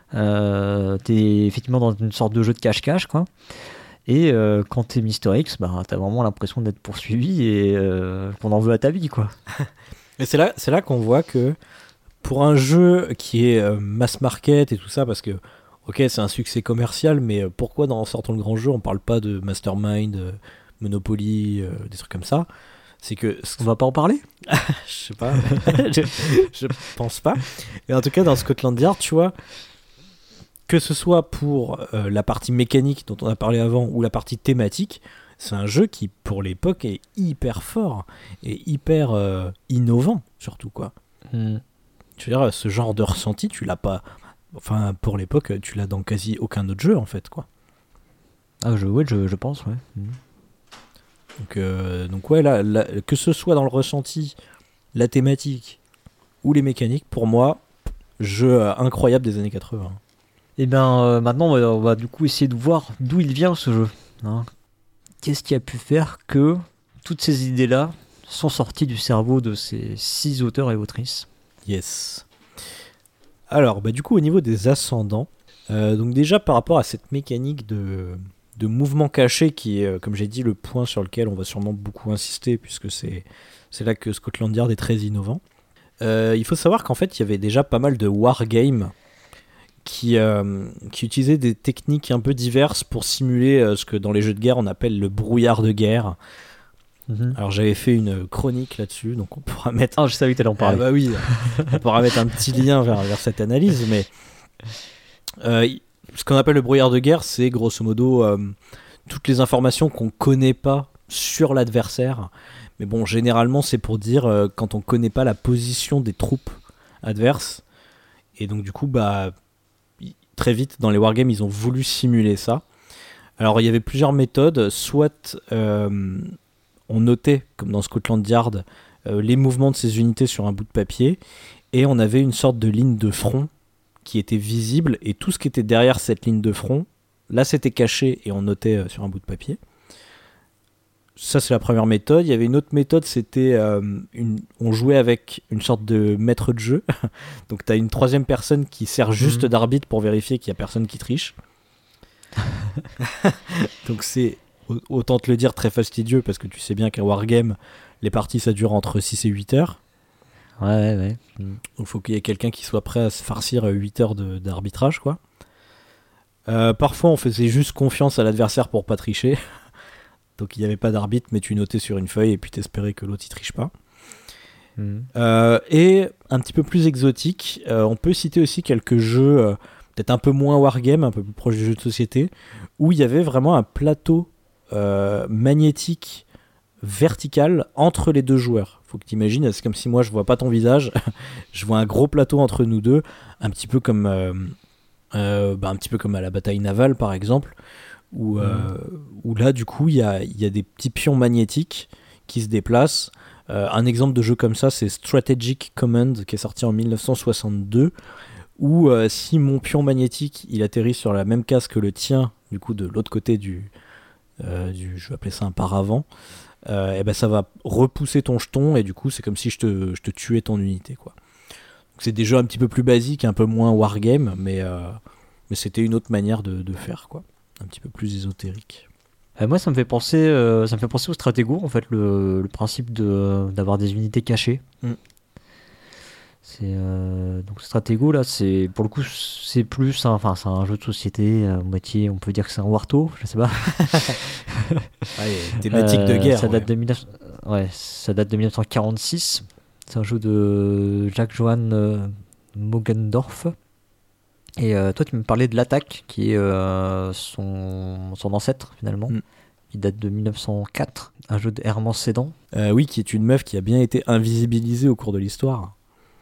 Euh, tu es effectivement dans une sorte de jeu de cache-cache, quoi. Et euh, quand t'es Mister X, bah, t'as vraiment l'impression d'être poursuivi et euh, qu'on en veut à ta vie, quoi. Et c'est là, c'est là qu'on voit que pour un jeu qui est euh, mass market et tout ça, parce que, ok, c'est un succès commercial, mais euh, pourquoi dans Sortons le grand jeu, on parle pas de Mastermind, euh, Monopoly, euh, des trucs comme ça? C'est que... On va pas en parler? Je sais pas. je, je pense pas. Et en tout cas, dans Scotland Yard, tu vois... Que ce soit pour euh, la partie mécanique dont on a parlé avant ou la partie thématique, c'est un jeu qui, pour l'époque, est hyper fort et hyper euh, innovant, surtout, quoi. Mm. Je veux dire, ce genre de ressenti, tu l'as pas... Enfin, pour l'époque, tu l'as dans quasi aucun autre jeu, en fait, quoi. Ah, je, ouais, je, je pense, ouais. Mm. Donc, euh, donc ouais, là, là, que ce soit dans le ressenti la thématique ou les mécaniques, pour moi, jeu euh, incroyable des années quatre-vingts. Et ben euh, maintenant, on va, on va du coup essayer de voir d'où il vient ce jeu. Hein. Qu'est-ce qui a pu faire que toutes ces idées-là sont sorties du cerveau de ces six auteurs et autrices? Yes. Alors, bah, du coup, au niveau des ascendants, euh, donc déjà par rapport à cette mécanique de, de mouvement caché qui est, euh, comme j'ai dit, le point sur lequel on va sûrement beaucoup insister, puisque c'est, c'est là que Scotland Yard est très innovant. Euh, il faut savoir qu'en fait, il y avait déjà pas mal de wargames qui, euh, qui utilisaient des techniques un peu diverses pour simuler euh, ce que dans les jeux de guerre on appelle le brouillard de guerre. Mm-hmm. Alors j'avais fait une chronique là-dessus, donc on pourra mettre... Ah, je savais que tu allais en parler. Ah bah oui, on pourra mettre un petit lien vers, vers cette analyse, mais euh, ce qu'on appelle le brouillard de guerre, c'est grosso modo euh, toutes les informations qu'on connaît pas sur l'adversaire. Mais bon, généralement c'est pour dire euh, quand on connaît pas la position des troupes adverses. Et donc du coup, bah très vite dans les wargames, ils ont voulu simuler ça. Alors il y avait plusieurs méthodes, soit euh, on notait, comme dans Scotland Yard, euh, les mouvements de ces unités sur un bout de papier, et on avait une sorte de ligne de front qui était visible, et tout ce qui était derrière cette ligne de front, là c'était caché et on notait euh, sur un bout de papier. Ça c'est la première méthode. Il y avait une autre méthode, c'était euh, une, on jouait avec une sorte de maître de jeu. Donc tu as une troisième personne qui sert juste mmh. d'arbitre pour vérifier qu'il n'y a personne qui triche. Donc c'est, autant te le dire, très fastidieux, parce que tu sais bien qu'un wargame, les parties ça dure entre six et huit heures. Ouais, ouais, ouais. Donc il faut qu'il y ait quelqu'un qui soit prêt à se farcir huit heures de, d'arbitrage, quoi. Euh, parfois on faisait juste confiance à l'adversaire pour pas tricher. Donc il n'y avait pas d'arbitre, mais tu notais sur une feuille et puis t'espérais que l'autre il triche pas. Mmh. Euh, et un petit peu plus exotique, euh, on peut citer aussi quelques jeux euh, peut-être un peu moins wargame, un peu plus proche des jeux de société, où il y avait vraiment un plateau euh, magnétique vertical entre les deux joueurs. Faut que tu imagines, c'est comme si moi je vois pas ton visage, je vois un gros plateau entre nous deux, un petit peu comme, euh, euh, bah, un petit peu comme à la bataille navale par exemple. Où, euh, mmh. où là du coup il y a, y a des petits pions magnétiques qui se déplacent. Euh, un exemple de jeu comme ça, c'est Strategic Command, qui est sorti en dix-neuf cent soixante-deux, où euh, si mon pion magnétique il atterrit sur la même case que le tien, du coup de l'autre côté du, euh, du je vais appeler ça un paravent, euh, et ben ça va repousser ton jeton, et du coup c'est comme si je te, je te tuais ton unité, quoi. Donc, c'est des jeux un petit peu plus basiques, un peu moins wargame, mais, euh, mais c'était une autre manière de, de faire, quoi. Un petit peu plus ésotérique. Euh, moi, ça me fait penser, euh, ça me fait penser au Stratego, en fait, le, le principe de, d'avoir des unités cachées. Mm. C'est euh, donc Stratego là, c'est pour le coup, c'est plus, un, enfin, c'est un jeu de société à moitié. On peut dire que c'est un Warto, je sais pas. Ouais, thématique de guerre. Euh, ça ouais. date de dix-neuf... ouais, ça date de dix-neuf cent quarante-six. C'est un jeu de Jacques-Johann euh, Mogendorf. Et euh, toi, tu me parlais de l'Attaque, qui est euh, son, son ancêtre, finalement. Mm. Il date de dix-neuf cent quatre, un jeu de Herman Sedan. Euh, oui, qui est une meuf qui a bien été invisibilisée au cours de l'histoire.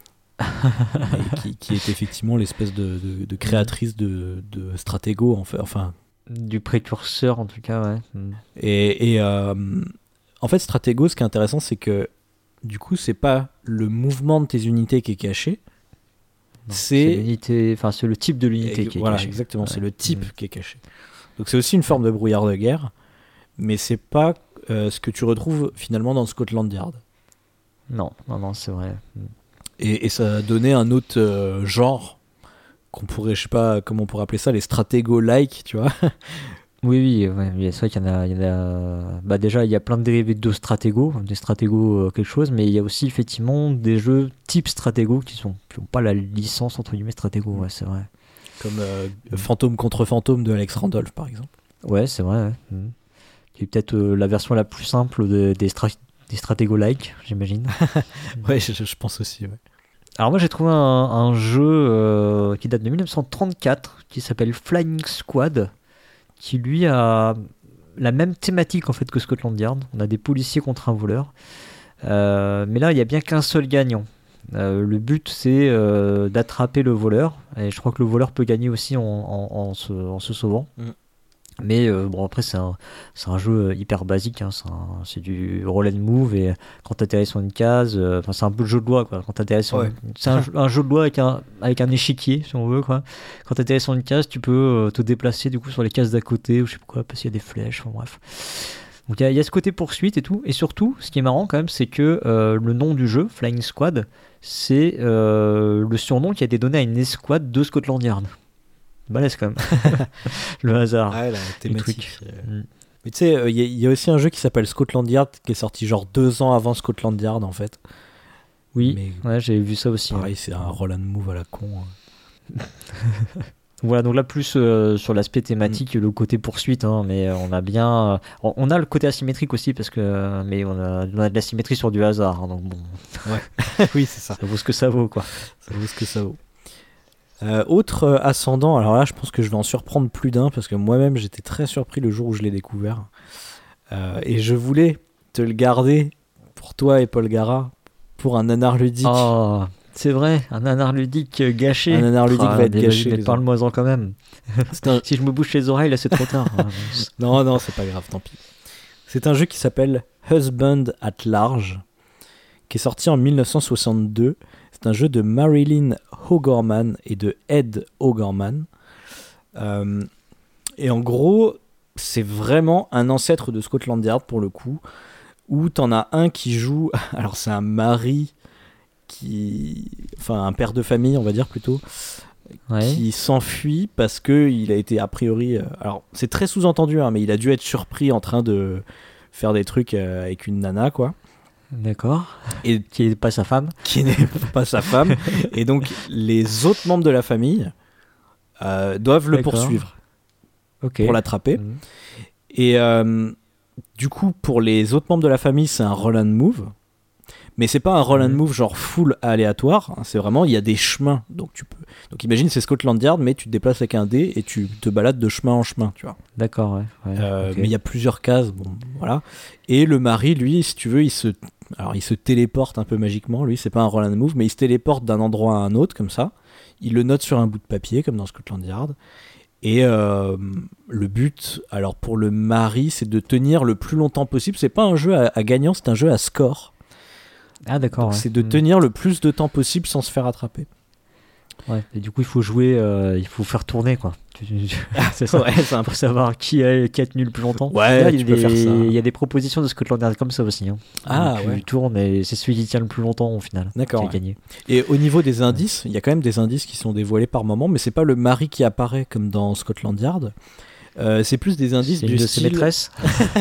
Et qui, qui est effectivement l'espèce de, de, de créatrice de, de Stratego, en fait. Enfin, du précurseur, en tout cas, ouais. Mm. Et, et euh, en fait, Stratego, ce qui est intéressant, c'est que, du coup, c'est pas le mouvement de tes unités qui est caché. Non, c'est, c'est l'unité, enfin c'est le type de l'unité qui est voilà, caché. Exactement, ouais. C'est le type mmh. qui est caché. Donc c'est aussi une forme de brouillard de guerre, mais c'est pas euh, ce que tu retrouves finalement dans Scotland Yard. Non, non, non, c'est vrai. Et, et ça a donné un autre euh, genre qu'on pourrait, je sais pas comment on pourrait appeler ça, les stratégo-like, tu vois. Oui, oui, ouais, c'est vrai qu'il y en a, il y en a... Bah déjà, il y a plein de dérivés de Stratego, des Stratego euh, quelque chose, mais il y a aussi effectivement des jeux type Stratego qui sont qui n'ont pas la licence entre guillemets Stratego, ouais, c'est vrai. Comme euh, mmh. Fantôme contre Fantôme de Alex Randolph, par exemple. Ouais, c'est vrai. Ouais. Mmh. Qui est peut-être euh, la version la plus simple de, des, stra- des Stratego-like, j'imagine. Ouais, je, je pense aussi, ouais. Alors moi, j'ai trouvé un, un jeu euh, qui date de dix-neuf cent trente-quatre, qui s'appelle Flying Squad, qui lui a la même thématique en fait que Scotland Yard. On a des policiers contre un voleur, euh, mais là il n'y a bien qu'un seul gagnant. Euh, le but c'est euh, d'attraper le voleur, et je crois que le voleur peut gagner aussi en, en, en, se, en se sauvant. Mm. Mais euh, bon, après, c'est un, c'est un jeu hyper basique, hein, c'est, un- c'est du roll and move, et quand tu atterris sur une case, euh, enfin, c'est un peu le jeu de loi, quoi. Quand t'atterris sur Ouais. une- c'est un, jeu- un jeu de loi avec un, avec un échiquier, si on veut, quoi. Quand tu atterris sur une case, tu peux euh, te déplacer du coup sur les cases d'à côté, ou je sais pas quoi, parce qu'il y a des flèches, enfin bref. Donc il y, a- il y a ce côté poursuite et tout, et surtout, ce qui est marrant quand même, c'est que euh, le nom du jeu, Flying Squad, c'est euh, le surnom qui a été donné à une escouade de Scotland Yard. Balèze quand même. Le hasard. Ouais, la Les thématique. trucs. euh. Mm. Mais tu sais, il y, a- y a aussi un jeu qui s'appelle Scotland Yard qui est sorti genre deux ans avant Scotland Yard en fait. Oui, Mais ouais, j'avais vu ça aussi. pareil, Ouais. c'est un roll and move à la con. hein. Voilà, donc là, plus euh, sur l'aspect thématique, le côté poursuite, hein, mais on a bien. euh, on on a le côté asymétrique aussi, parce que. Mais on a, on a de l'asymétrie sur du hasard, hein, donc bon, oui, c'est ça. ça vaut ce que ça vaut, quoi. Ça vaut ce que ça vaut. Euh, autre euh, ascendant, alors là je pense que je vais en surprendre plus d'un parce que moi-même j'étais très surpris le jour où je l'ai découvert. Euh, et je voulais te le garder pour toi et Paul Gara pour un nanar ludique. Oh, c'est vrai, un nanar ludique euh, gâché. Un nanar ludique Ah, va être mais gâché, vas-y, mais les parle-moi-en quand même. C'est un- Si je me bouche les oreilles, là, c'est trop tard. Ah, mince. Non, non, c'est pas grave, tant pis. C'est un jeu qui s'appelle Husband at Large, qui est sorti en mille neuf cent soixante-deux. C'est un jeu de Marilyn O'Gorman et de Ed O'Gorman. Euh, et en gros, c'est vraiment un ancêtre de Scotland Yard pour le coup, où t'en as un qui joue. Alors, c'est un mari qui. Enfin, un père de famille, on va dire plutôt, Ouais. qui s'enfuit parce que il a été a priori. euh, alors, c'est très sous-entendu, hein, mais il a dû être surpris en train de faire des trucs euh, avec une nana, quoi. D'accord. Et Qui est pas sa femme. qui n'est pas sa femme. Et donc, les autres membres de la famille euh, doivent le D'accord. poursuivre Ok. pour l'attraper. Mhm. Et euh, du coup, pour les autres membres de la famille, c'est un roll and move. Mais c'est pas un roll and Mhm. move genre full aléatoire. hein, C'est vraiment, il y a des chemins. Donc, tu peux... donc imagine, c'est Scotland Yard, mais tu te déplaces avec un dé et tu te balades de chemin en chemin, tu vois. D'accord, ouais. ouais, Euh, ok. Mais il y a plusieurs cases, bon, voilà. Et le mari, lui, si tu veux, il se, alors il se téléporte un peu magiquement. Lui, c'est pas un roll and move, mais il se téléporte d'un endroit à un autre comme ça. Il le note sur un bout de papier, comme dans Scotland Yard. Et euh, le but, alors pour le mari, c'est de tenir le plus longtemps possible. C'est pas un jeu à, à gagnant, c'est un jeu à score. Ah, d'accord. Donc ouais. c'est de Mhm. tenir le plus de temps possible sans se faire attraper. Ouais. Et du coup, il faut jouer, euh, il faut faire tourner, quoi. Tu- tu- tu- c'est ça. Ouais, c'est un Pour savoir qui a, qui a tenu le plus longtemps. Ouais, Là, il y a tu peux des- faire ça. Il y a des propositions de Scotland Yard comme ça aussi. Hein. Ah, Donc, ouais. Tu tournes et c'est celui qui tient le plus longtemps au final. D'accord, Qui a ouais. gagné. Et au niveau des indices, il y a quand même des indices qui sont dévoilés par moment, mais c'est pas le mari qui apparaît comme dans Scotland Yard. Euh, c'est plus des indices C'est du une de ses style. maîtresses.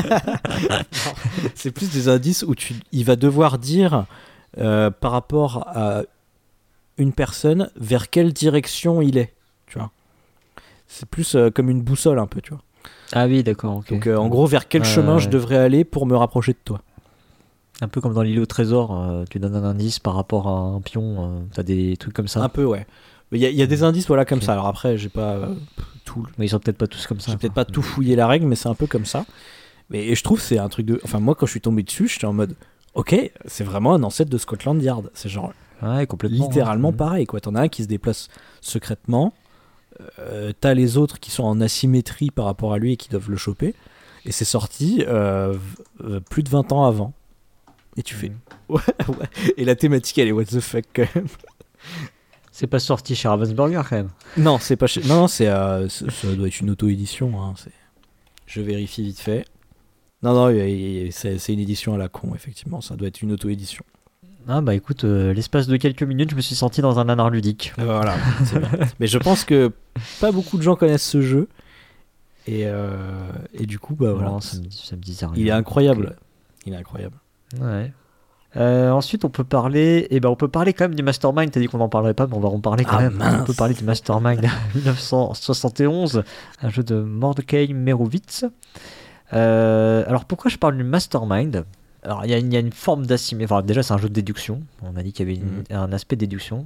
C'est plus des indices où tu, il va devoir dire euh, par rapport à une personne vers quelle direction il est, tu vois. C'est plus euh, comme une boussole un peu, tu vois. Ah oui, d'accord. ok. Donc euh, en gros, vers quel Ouais, chemin ouais, je ouais. devrais aller pour me rapprocher de toi. Un peu comme dans l'île au trésor, euh, tu donnes un indice par rapport à un pion, euh, t'as des trucs comme ça. Un peu, ouais. Mais il y, a- il y a des indices, voilà, comme Ok. ça. Alors après, j'ai pas euh, tout, Mais ils sont peut-être pas tous comme ça. j'ai peut-être quoi. pas tout fouillé la règle, mais c'est un peu comme ça. Mais et je trouve que c'est un truc de. Enfin, moi, quand je suis tombé dessus, j'étais en mode, ok, c'est vraiment un ancêtre de Scotland Yard. C'est genre Ouais, complètement. littéralement hein. pareil, quoi. T'en as un qui se déplace secrètement. Euh, t'as les autres qui sont en asymétrie par rapport à lui et qui doivent le choper. Et c'est sorti euh, v- euh, plus de vingt ans avant. Et tu fais. Mhm. Ouais, ouais. Et la thématique, elle est what the fuck quand même. C'est pas sorti chez Ravensburger quand même. Non, c'est pas chez... Non, non, c'est, euh, c'est- ça doit être une auto-édition. Hein, c'est... Je vérifie vite fait. Non, non, il y a- il y a- c'est, c'est une édition à la con, effectivement. Ça doit être une auto-édition. Ah bah écoute, euh, l'espace de quelques minutes, je me suis senti dans un nanar ludique. Euh, Voilà, c'est bien. Mais je pense que pas beaucoup de gens connaissent ce jeu. Et, euh, et du coup, bah voilà. Non, ça, me, ça me disait rien. Il est incroyable. Il est incroyable. Ouais. Euh, ensuite, on peut parler, et ben on peut parler quand même du Mastermind. T'as dit qu'on n'en parlerait pas, mais on va en parler quand Ah, même. mince. On peut parler du Mastermind dix-neuf cent soixante et onze, un jeu de Mordecai Merowitz. Euh, alors pourquoi je parle du Mastermind? Alors il y, a une- il y a une forme d'asymétrie. Enfin, déjà, c'est un jeu de déduction. On a dit qu'il y avait une- un aspect déduction.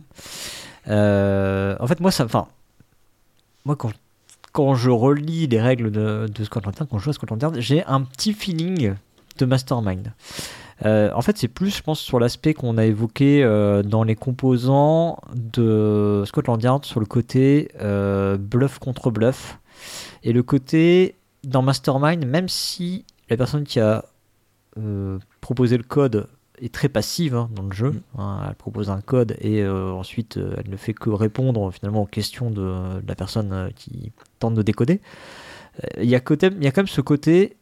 Euh, en fait, moi, ça, enfin, moi quand quand je relis les règles de, de Scotland Yard, quand je joue à Scotland Yard, j'ai un petit feeling de Mastermind. Euh, en fait, c'est plus, je pense, sur l'aspect qu'on a évoqué euh, dans les composants de Scotland Yard, sur le côté euh, bluff contre bluff, et le côté dans Mastermind, même si la personne qui a euh, proposé le code est très passive hein, dans le jeu, mmh. hein, elle propose un code et euh, ensuite euh, elle ne fait que répondre finalement aux questions de, de la personne euh, qui tente de décoder. Il y a côté, il y a quand même ce côté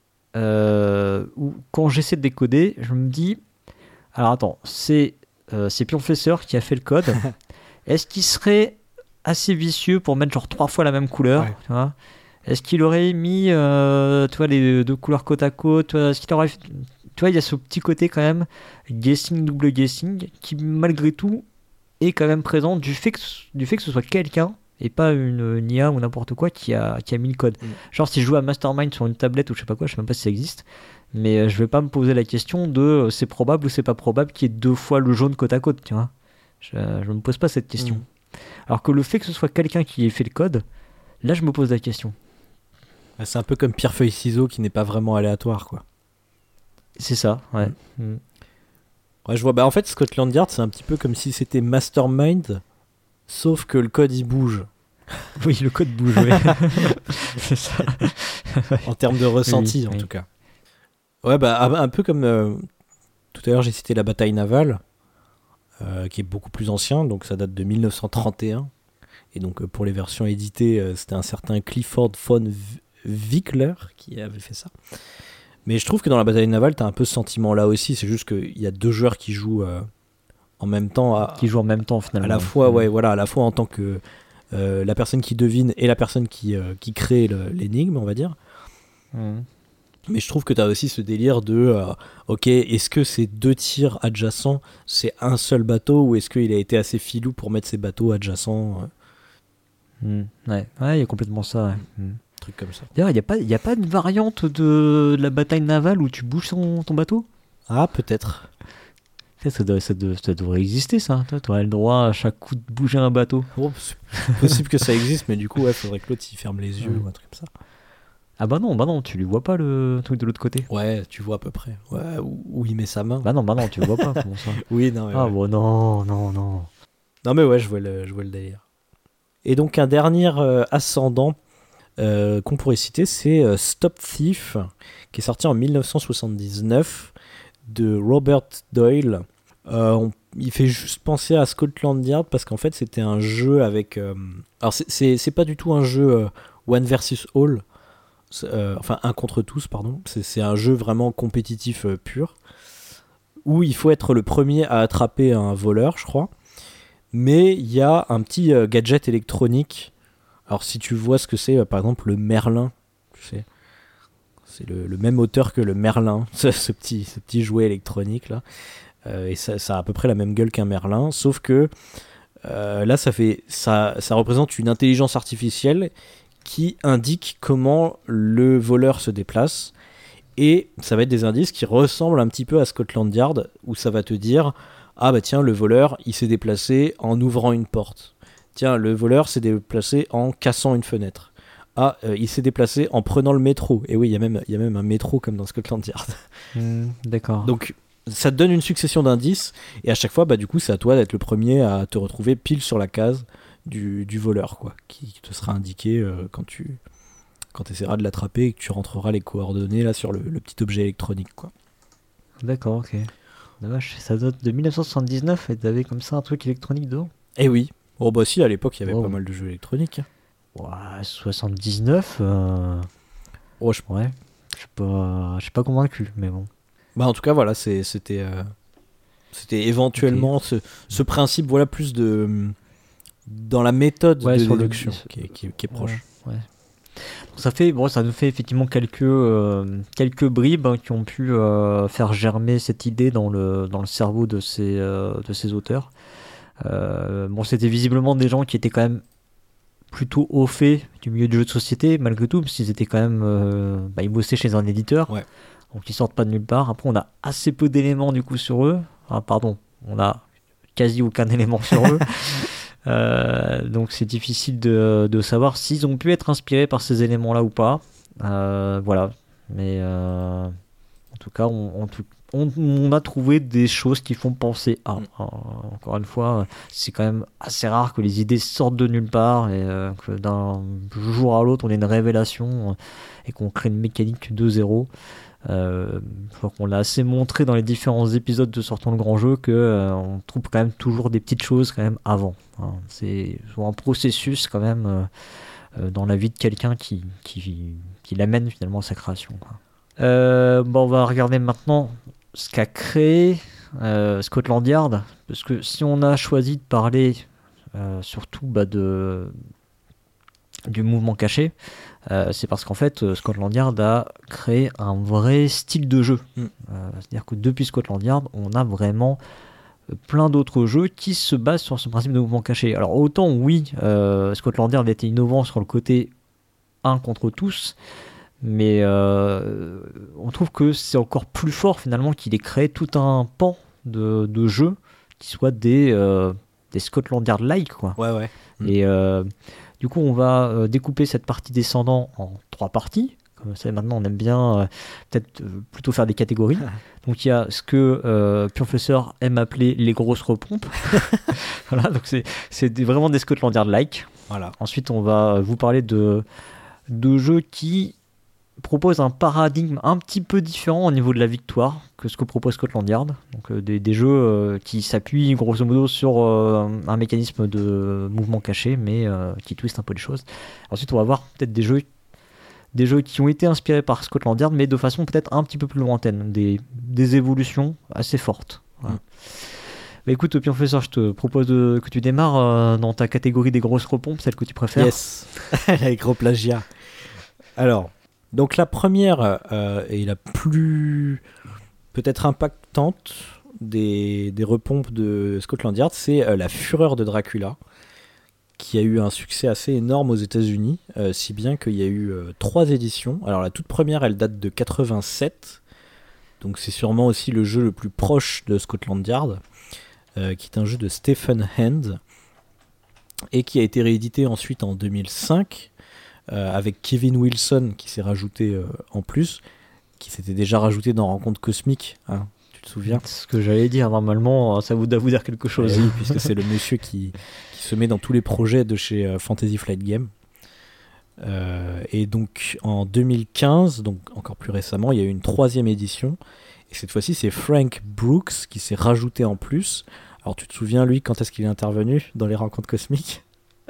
euh, où quand j'essaie de décoder, je me dis, alors attends, c'est euh, c'est Pionfesseur qui a fait le code. Est-ce qu'il serait assez vicieux pour mettre genre trois fois la même couleur, ouais. tu vois ? Est-ce qu'il aurait mis euh, tu vois, les deux couleurs côte à côte, est-ce qu'il aurait fait... Tu vois, il y a ce petit côté quand même guessing, double guessing, qui malgré tout est quand même présent du fait que, du fait que ce soit quelqu'un et pas une, une I A ou n'importe quoi qui a, qui a mis le code. Mm. Genre si je joue à Mastermind sur une tablette ou je sais pas quoi, je sais même pas si ça existe, mais euh, je vais pas me poser la question de euh, c'est probable ou c'est pas probable qu'il y ait deux fois le jaune côte à côte, tu vois. Je, je me pose pas cette question. Mm. Alors que le fait que ce soit quelqu'un qui ait fait le code, là je me pose la question. C'est un peu comme pierre-feuille-ciseaux qui n'est pas vraiment aléatoire, quoi. C'est ça, ouais. Mm. Ouais, je vois. Bah, en fait, Scotland Yard, c'est un petit peu comme si c'était Mastermind, sauf que le code, il bouge. Oui, le code bouge, oui. C'est ça. En termes de ressenti, oui, en oui. tout cas. Ouais, bah, un peu comme... Euh, tout à l'heure, j'ai cité la bataille navale, euh, qui est beaucoup plus ancien, donc ça date de dix-neuf cent trente et un. Et donc, euh, pour les versions éditées, euh, c'était un certain Clifford von Wickler qui avait fait ça. Mais je trouve que dans la bataille navale, t'as un peu ce sentiment-là aussi. C'est juste qu'il y a deux joueurs qui jouent euh, en même temps. À, qui jouent en même temps, finalement. À la fois, ouais, voilà, à la fois en tant que euh, la personne qui devine et la personne qui, euh, qui crée le, l'énigme, on va dire. Mmh. Mais je trouve que t'as aussi ce délire de euh, ok, est-ce que ces deux tirs adjacents, c'est un seul bateau ou est-ce qu'il a été assez filou pour mettre ces bateaux adjacents euh... mmh. Ouais, ouais, il y a complètement ça. Ouais. Mmh. Truc comme ça. D'ailleurs, il n'y a pas, il y a pas une variante de, de la bataille navale où tu bouges ton, ton bateau ? Ah, peut-être. Ça, ça, doit, ça, doit, ça devrait exister, ça. Tu aurais le droit à chaque coup de bouger un bateau. Oh, c'est possible que ça existe, mais du coup, il ouais, faudrait que l'autre il ferme les yeux ouais. ou un truc comme ça. Ah bah non, bah non, tu lui vois pas le truc de l'autre côté. Ouais, tu vois à peu près. Ouais, où, où il met sa main. Bah non, bah non, tu le vois pas. Comment ça ? Oui, non. Mais ah ouais. bon, non, non, non. Non mais ouais, je vois le, je vois le délire. Et donc un dernier euh, ascendant euh, qu'on pourrait citer, c'est euh, Stop Thief, qui est sorti en dix-neuf cent soixante-dix-neuf de Robert Doyle. Euh, on, il fait juste penser à Scotland Yard parce qu'en fait c'était un jeu avec... Euh, alors c'est, c'est, c'est pas du tout un jeu euh, one versus all, euh, enfin un contre tous, pardon. C'est, c'est un jeu vraiment compétitif euh, pur, où il faut être le premier à attraper un voleur, je crois. Mais il y a un petit euh, gadget électronique. Alors si tu vois ce que c'est, euh, par exemple le Merlin, tu sais, c'est le, le même auteur que le Merlin, ce, ce, petit, ce petit jouet électronique là. Euh, et ça, ça a à peu près la même gueule qu'un Merlin, sauf que euh, là ça, fait, ça, ça représente une intelligence artificielle qui indique comment le voleur se déplace. Et ça va être des indices qui ressemblent un petit peu à Scotland Yard, où ça va te dire... Ah bah tiens, le voleur, il s'est déplacé en ouvrant une porte. Tiens, le voleur s'est déplacé en cassant une fenêtre. Ah, euh, il s'est déplacé en prenant le métro. Et oui, il y a même, il y a même un métro comme dans Scotland Yard. Mmh, d'accord. Donc, ça te donne une succession d'indices. Et à chaque fois, bah, du coup, c'est à toi d'être le premier à te retrouver pile sur la case du, du voleur, quoi, qui te sera indiqué euh, quand tu quand essaieras de l'attraper et que tu rentreras les coordonnées là, sur le, le petit objet électronique, quoi. D'accord, ok. La vache, ça date de dix-neuf cent soixante-dix-neuf et t'avais comme ça un truc électronique dedans ? Eh oui. Oh bah si, à l'époque, il y avait oh. pas mal de jeux électroniques. Ouais, soixante-dix-neuf euh... Oh, je... Ouais, je suis pas, je suis pas convaincu, mais bon. Bah en tout cas, voilà, c'est, c'était, euh... c'était éventuellement okay. ce, ce principe, voilà, plus de... dans la méthode ouais, de sur déduction le... qui, est, qui, est, qui est proche. Ouais, ouais. Ça fait, bon, ça nous fait effectivement quelques, euh, quelques bribes hein, qui ont pu euh, faire germer cette idée dans le, dans le cerveau de ces, euh, de ces auteurs. Euh, bon, c'était visiblement des gens qui étaient quand même plutôt au fait du milieu du jeu de société, malgré tout, parce qu'ils étaient quand même, euh, bah, ils bossaient chez un éditeur, ouais. donc ils sortent pas de nulle part. Après, on a assez peu d'éléments du coup sur eux. Ah, pardon, on a quasi aucun élément sur eux. Euh, donc c'est difficile de, de savoir s'ils ont pu être inspirés par ces éléments là ou pas, euh, voilà, mais euh, en tout cas, on, on, on, on a trouvé des choses qui font penser à. Mm. Encore une fois, c'est quand même assez rare que les idées sortent de nulle part et euh, que d'un jour à l'autre, on ait une révélation et qu'on crée une mécanique de zéro. Euh, je crois qu'on l'a assez montré dans les différents épisodes de Sortons le Grand Jeu que euh, on trouve quand même toujours des petites choses quand même avant. Hein. C'est souvent un processus quand même euh, euh, dans la vie de quelqu'un qui, qui, qui l'amène finalement à sa création. Quoi. Euh, bon, on va regarder maintenant ce qu'a créé euh, Scotland Yard, parce que si on a choisi de parler euh, surtout bah, de du mouvement caché, euh, c'est parce qu'en fait euh, Scotland Yard a créé un vrai style de jeu. Mm. Euh, c'est-à-dire que depuis Scotland Yard, on a vraiment euh, plein d'autres jeux qui se basent sur ce principe de mouvement caché. Alors autant oui, euh, Scotland Yard était innovant sur le côté un contre tous, mais euh, on trouve que c'est encore plus fort finalement qu'il ait créé tout un pan de, de jeux qui soient des, euh, des Scotland Yard-like, quoi. Ouais, ouais. Mm. Et euh, du coup, on va euh, découper cette partie descendant en trois parties. Comme ça, maintenant, on aime bien euh, peut-être euh, plutôt faire des catégories. Donc, il y a ce que euh, Pionfesseur aime appeler les grosses repompes. Voilà, donc c'est, c'est des, vraiment des Scotland Yard-like. Voilà. Ensuite, on va vous parler de, de jeux qui proposent un paradigme un petit peu différent au niveau de la victoire que ce que propose Scotland Yard. Donc, euh, des, des jeux euh, qui s'appuient grosso modo sur euh, un mécanisme de mouvement caché, mais euh, qui twistent un peu les choses. Ensuite, on va voir peut-être des jeux, des jeux qui ont été inspirés par Scotland Yard, mais de façon peut-être un petit peu plus lointaine, des, des évolutions assez fortes. Voilà. Mm. Bah, écoute, Pionfesseur, je te propose de, que tu démarres euh, dans ta catégorie des grosses repompes, celle que tu préfères. Yes, les gros plagiat. Alors, donc la première euh, et la plus peut-être impactante des, des repompes de Scotland Yard, c'est euh, la Fureur de Dracula, qui a eu un succès assez énorme aux États-Unis, euh, si bien qu'il y a eu euh, trois éditions. Alors la toute première, elle date de quatre-vingt-sept, donc c'est sûrement aussi le jeu le plus proche de Scotland Yard, euh, qui est un jeu de Stephen Hand, et qui a été réédité ensuite en deux mille cinq, euh, avec Kevin Wilson qui s'est rajouté euh, en plus, qui s'était déjà rajouté dans Rencontre Cosmique, hein, tu te souviens ? C'est ce que j'allais dire, normalement, ça vous doit vous dire quelque chose. Oui, puisque c'est le monsieur qui, qui se met dans tous les projets de chez euh, Fantasy Flight Games. Euh, et donc en deux mille quinze, donc encore plus récemment, il y a eu une troisième édition. Et cette fois-ci, c'est Frank Brooks qui s'est rajouté en plus. Alors tu te souviens, lui, quand est-ce qu'il est intervenu dans les Rencontres Cosmiques ?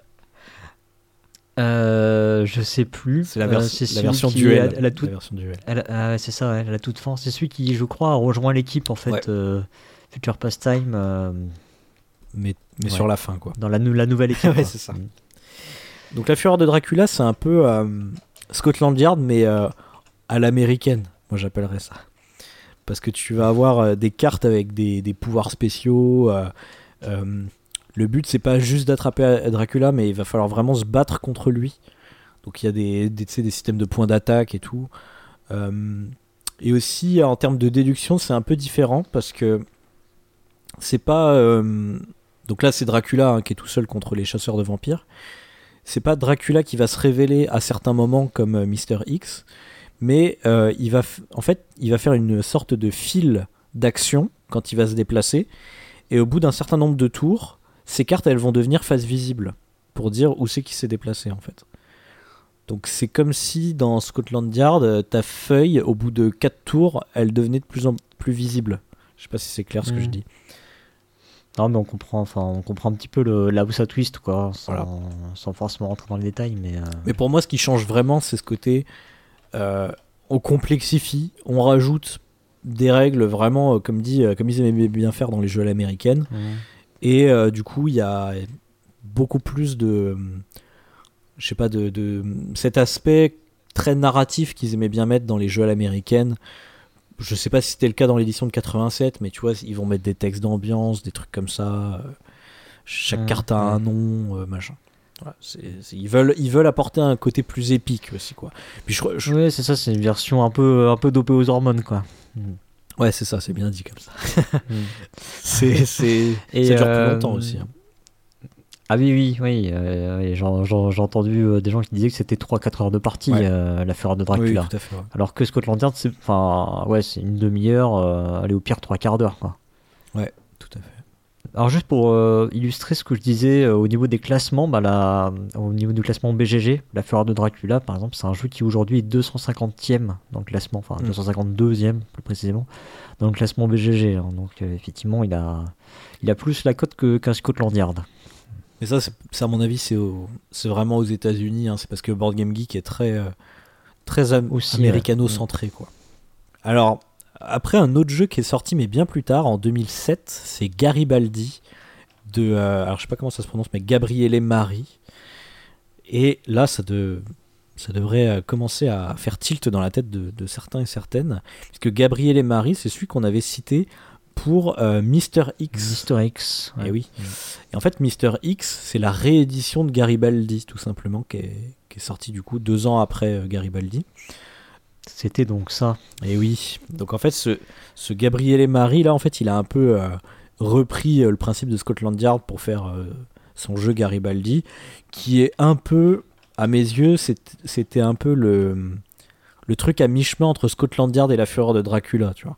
Euh, je sais plus. C'est la, vers- euh, c'est la, version duel, à, à la toute, la version duel. Elle, euh, c'est ça, ouais, à la toute fin. C'est celui qui, je crois, a rejoint l'équipe en fait, ouais. euh, Future Pastime. Euh, mais mais ouais. sur la fin, quoi. Dans la, la nouvelle équipe. Ouais, c'est ça. Mmh. Donc la Fureur de Dracula, c'est un peu euh, Scotland Yard, mais euh, à l'américaine. Moi, j'appellerais ça. Parce que tu vas avoir euh, des cartes avec des, des pouvoirs spéciaux. Euh, euh, le but, c'est pas juste d'attraper Dracula, mais il va falloir vraiment se battre contre lui. Donc il y a des, des, des systèmes de points d'attaque et tout. Euh, et aussi, en termes de déduction, c'est un peu différent parce que c'est pas... Euh, donc là, c'est Dracula hein, qui est tout seul contre les chasseurs de vampires. C'est pas Dracula qui va se révéler à certains moments comme euh, Mister X, mais euh, il va f- en fait, il va faire une sorte de fil d'action quand il va se déplacer. Et au bout d'un certain nombre de tours, ces cartes, elles vont devenir face visible pour dire où c'est qu'il s'est déplacé, en fait. Donc c'est comme si dans Scotland Yard, ta feuille, au bout de quatre tours, elle devenait de plus en plus visible. Je sais pas si c'est clair ce mmh. que je dis. Non, mais on comprend, enfin, on comprend un petit peu le, là où ça twist, quoi, sans, voilà. sans forcément rentrer dans les détails. Mais, euh... mais pour moi, ce qui change vraiment, c'est ce côté, euh, on complexifie, on rajoute des règles vraiment, euh, comme, dit, euh, comme ils aimaient bien faire dans les jeux à l'américaine. Mmh. Et euh, du coup, il y a beaucoup plus de... Je sais pas, de, de cet aspect très narratif qu'ils aimaient bien mettre dans les jeux à l'américaine. Je sais pas si c'était le cas dans l'édition de quatre-vingt-sept, mais tu vois, ils vont mettre des textes d'ambiance, des trucs comme ça. Chaque mmh, carte a mmh. un nom, euh, machin. Voilà, c'est, c'est, ils, veulent, ils veulent apporter un côté plus épique aussi, quoi. Puis je, je... Oui, c'est ça, c'est une version un peu, un peu dopée aux hormones, quoi. Mmh. Ouais, c'est ça, c'est bien dit comme ça. mmh. c'est, c'est, Et ça dure euh, plus longtemps aussi. Hein. Ah oui, oui, oui. Euh, et j'en- j'en- j'ai entendu euh, des gens qui disaient que c'était trois quatre heures de partie, Ouais. euh, La Fureur de Oui, Dracula. tout à fait. Ouais. Alors que Scotland Yard, c'est, enfin, ouais, c'est une demi-heure, euh, allez, au pire trois quarts d'heure, quoi. Ouais, tout à fait. Alors juste pour euh, illustrer ce que je disais euh, au niveau des classements, bah, la- au niveau du classement B G G, La Fureur de Dracula, par exemple, c'est un jeu qui aujourd'hui est deux cent cinquantième dans le classement, enfin Mm. deux cent cinquante-deuxième plus précisément, dans le classement B G G. Hein. Donc euh, effectivement, il a, il a plus la cote que, qu'un Scotland Yard. Mais ça, c'est, ça, à mon avis, c'est, au, c'est vraiment aux États-Unis. Hein, c'est parce que Board Game Geek est très, euh, très am- Aussi, américano-centré, quoi. Alors, après, un autre jeu qui est sorti, mais bien plus tard, en deux mille sept, c'est Garibaldi de, euh, alors je sais pas comment ça se prononce, mais Gabriele Mari. Et là, ça, de, ça devrait euh, commencer à faire tilt dans la tête de, de certains et certaines, puisque Gabriele Mari, c'est celui qu'on avait cité pour euh, Mister X. Mister X. Et ouais. oui. Et en fait, Mister X, c'est la réédition de Garibaldi, tout simplement, qui est, qui est sortie du coup deux ans après euh, Garibaldi. C'était donc ça. Et oui. Donc en fait, ce, ce Gabriele Mari, là, en fait, il a un peu euh, repris euh, le principe de Scotland Yard pour faire euh, son jeu Garibaldi, qui est un peu, à mes yeux, c'est- c'était un peu le, le truc à mi-chemin entre Scotland Yard et La Fureur de Dracula, tu vois.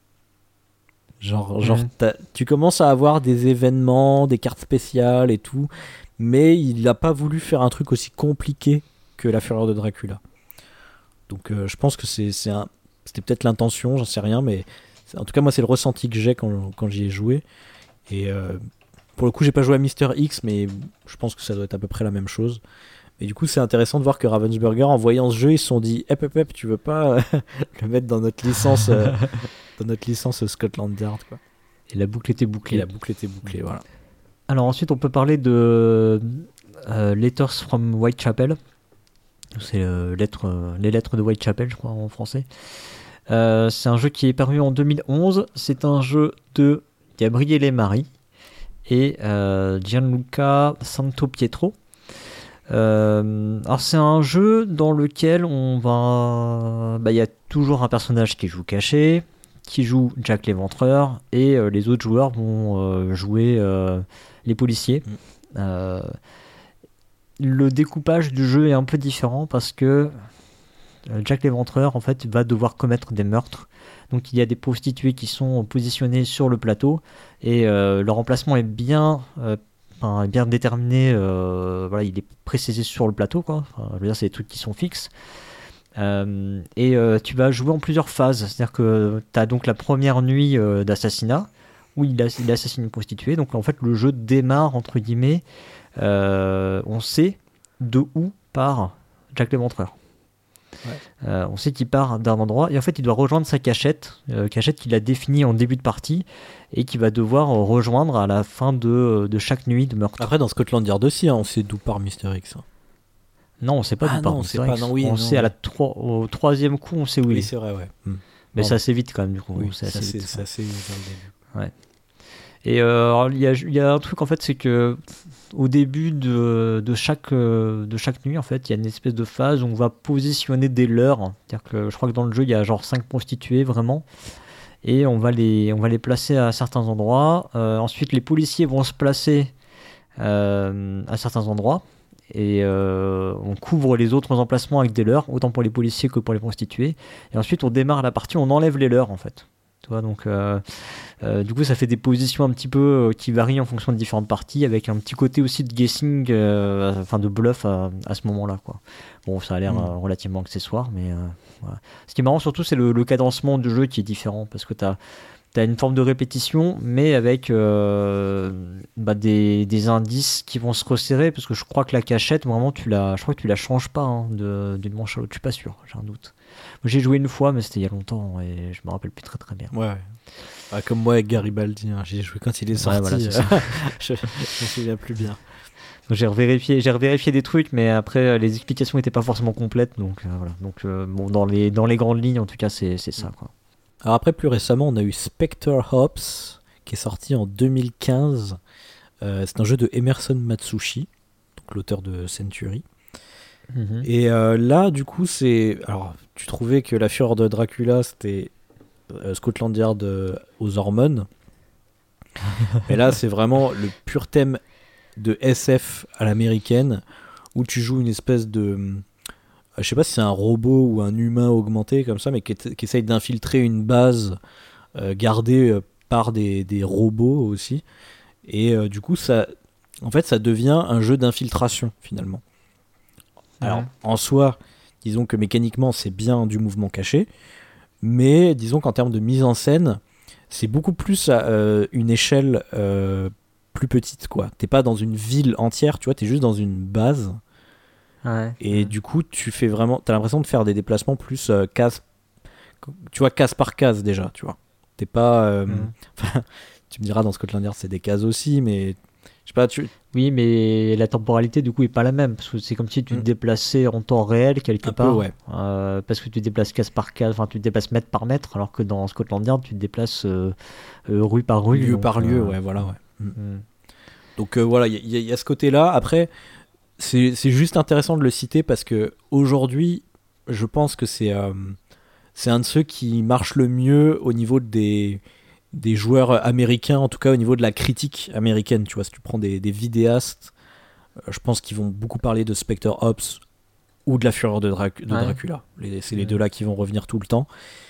Genre, genre Mhm. t'as- tu commences à avoir des événements, des cartes spéciales et tout, mais il n'a pas voulu faire un truc aussi compliqué que La Fureur de Dracula. Donc euh, je pense que c'est, c'est un, c'était peut-être l'intention, j'en sais rien, mais c'est- en tout cas moi c'est le ressenti que j'ai quand, quand j'y ai joué. Et euh, pour le coup j'ai pas joué à Mister X, mais je pense que ça doit être à peu près la même chose. Et du coup c'est intéressant de voir que Ravensburger, en voyant ce jeu, ils se sont dit hep hep hep, tu veux pas euh, le mettre dans notre licence euh, dans notre licence Scotland Yard, quoi. Et la boucle était Et bouclée. la boucle était bouclée, voilà. Alors ensuite, on peut parler de euh, Letters from Whitechapel. C'est euh, lettres, euh, les lettres de Whitechapel, je crois, en français. Euh, c'est un jeu qui est paru en deux mille onze. C'est un jeu de Gabriele Mari et euh, Gianluca Santopietro. Euh, alors c'est un jeu dans lequel on va... bah, y a toujours un personnage qui joue caché, qui joue Jack l'Éventreur, et euh, les autres joueurs vont euh, jouer euh, les policiers. Mm. Euh, le découpage du jeu est un peu différent parce que euh, Jack l'Éventreur en fait va devoir commettre des meurtres. Donc il y a des prostituées qui sont positionnées sur le plateau et euh, leur emplacement est bien, euh, enfin, est bien déterminé. Euh, voilà, il est précisé sur le plateau, quoi. Enfin, je veux dire, c'est des trucs qui sont fixes. Euh, et euh, tu vas jouer en plusieurs phases. C'est-à-dire que tu as donc la première nuit euh, d'assassinat où il, ass- il assassine une prostituée. Donc en fait, le jeu démarre entre guillemets. Euh, on sait de où part Jack l'Éventreur. Ouais. Euh, on sait qu'il part d'un endroit et en fait il doit rejoindre sa cachette, euh, cachette qu'il a définie en début de partie et qu'il va devoir euh, rejoindre à la fin de, de chaque nuit de meurtre. Après dans Scotland Yard aussi, hein, on sait d'où part Mister X. Hein. Non, on sait pas Ah d'où part non, on Mister sait pas, X. non, oui, on non, sait à oui. la troi- au troisième coup, on sait où il Oui, est. c'est vrai, ouais. Hmm. Mais Pardon. c'est assez vite quand même du coup. Oui, c'est ça, assez c'est, vite. c'est assez dans le début. Et euh, alors, il y, a, il y a un truc en fait, c'est que au début de, de, chaque, euh, de chaque nuit, en fait, il y a une espèce de phase où on va positionner des leurres. C'est-à-dire que je crois que dans le jeu, il y a genre cinq prostituées vraiment. Et on va les, on va les placer à certains endroits. Euh, ensuite, les policiers vont se placer euh, à certains endroits. Et euh, on couvre les autres emplacements avec des leurres, autant pour les policiers que pour les prostituées. Et ensuite, on démarre la partie, on enlève les leurres en fait. Tu vois, donc, euh, euh, du coup, ça fait des positions un petit peu euh, qui varient en fonction de différentes parties, avec un petit côté aussi de guessing, euh, enfin de bluff à, à ce moment-là, quoi. Bon, ça a l'air Mm. euh, relativement accessoire, mais euh, voilà. Ce qui est marrant surtout, c'est le, le cadencement du jeu qui est différent, parce que tu as une forme de répétition, mais avec euh, bah, des, des indices qui vont se resserrer, parce que je crois que la cachette, vraiment, tu la, je crois que tu la changes pas hein, de, d'une manche à l'autre. Je suis pas sûr, j'ai un doute. J'ai joué une fois, mais c'était il y a longtemps et je me rappelle plus très très bien. Ouais. Ah, comme moi avec Garibaldi, hein. J'ai joué quand il est sorti. Ouais, voilà, c'est euh, ça. je je me souviens plus bien. Donc, j'ai revérifié, j'ai revérifié des trucs, mais après euh, les explications n'étaient pas forcément complètes, donc euh, voilà. Donc euh, bon, dans les dans les grandes lignes, en tout cas, c'est c'est ça quoi. Alors après, plus récemment, on a eu Spectre Hops, qui est sorti en deux mille quinze. Euh, c'est un jeu de Emerson Matsushi, donc l'auteur de Century. Mhm. Et euh, là, du coup, c'est... Alors, tu trouvais que La Fureur de Dracula, c'était euh, Scotland Yard euh, aux hormones. Mais là, c'est vraiment le pur thème de S F à l'américaine où tu joues une espèce de, je sais pas si c'est un robot ou un humain augmenté comme ça, mais qui, est, qui essaye d'infiltrer une base euh, gardée euh, par des, des robots aussi. Et euh, du coup, ça, en fait, ça devient un jeu d'infiltration finalement. Alors, mmh. en soi, disons que mécaniquement, c'est bien du mouvement caché, mais disons qu'en termes de mise en scène, c'est beaucoup plus à euh, une échelle euh, plus petite, quoi. T'es pas dans une ville entière, tu vois, t'es juste dans une base. Ouais. Et Mmh. du coup, tu fais vraiment, t'as l'impression de faire des déplacements plus euh, case, tu vois, case par case déjà, tu vois. T'es pas, euh, mmh. tu me diras dans Scotland Yard c'est des cases aussi, mais je sais pas, tu. Oui, mais la temporalité du coup est pas la même parce que c'est comme si tu te déplaçais en temps réel quelque un part. Peu, ouais. euh, parce que tu te déplaces case par case, enfin tu te déplaces mètre par mètre, alors que dans Scotland Yard tu te déplaces euh, euh, rue par rue. Lieu donc, par lieu, euh, ouais, voilà, ouais. Mm. Mm. Donc euh, voilà, il y, y, y a ce côté-là. Après, c'est, c'est juste intéressant de le citer parce que aujourd'hui, je pense que c'est, euh, c'est un de ceux qui marche le mieux au niveau des, des joueurs américains, en tout cas au niveau de la critique américaine. Tu vois, si tu prends des, des vidéastes, euh, je pense qu'ils vont beaucoup parler de Spectre Ops ou de la Fureur de, Drac- de ouais. Dracula. Les, c'est les mmh. deux là qui vont revenir tout le temps.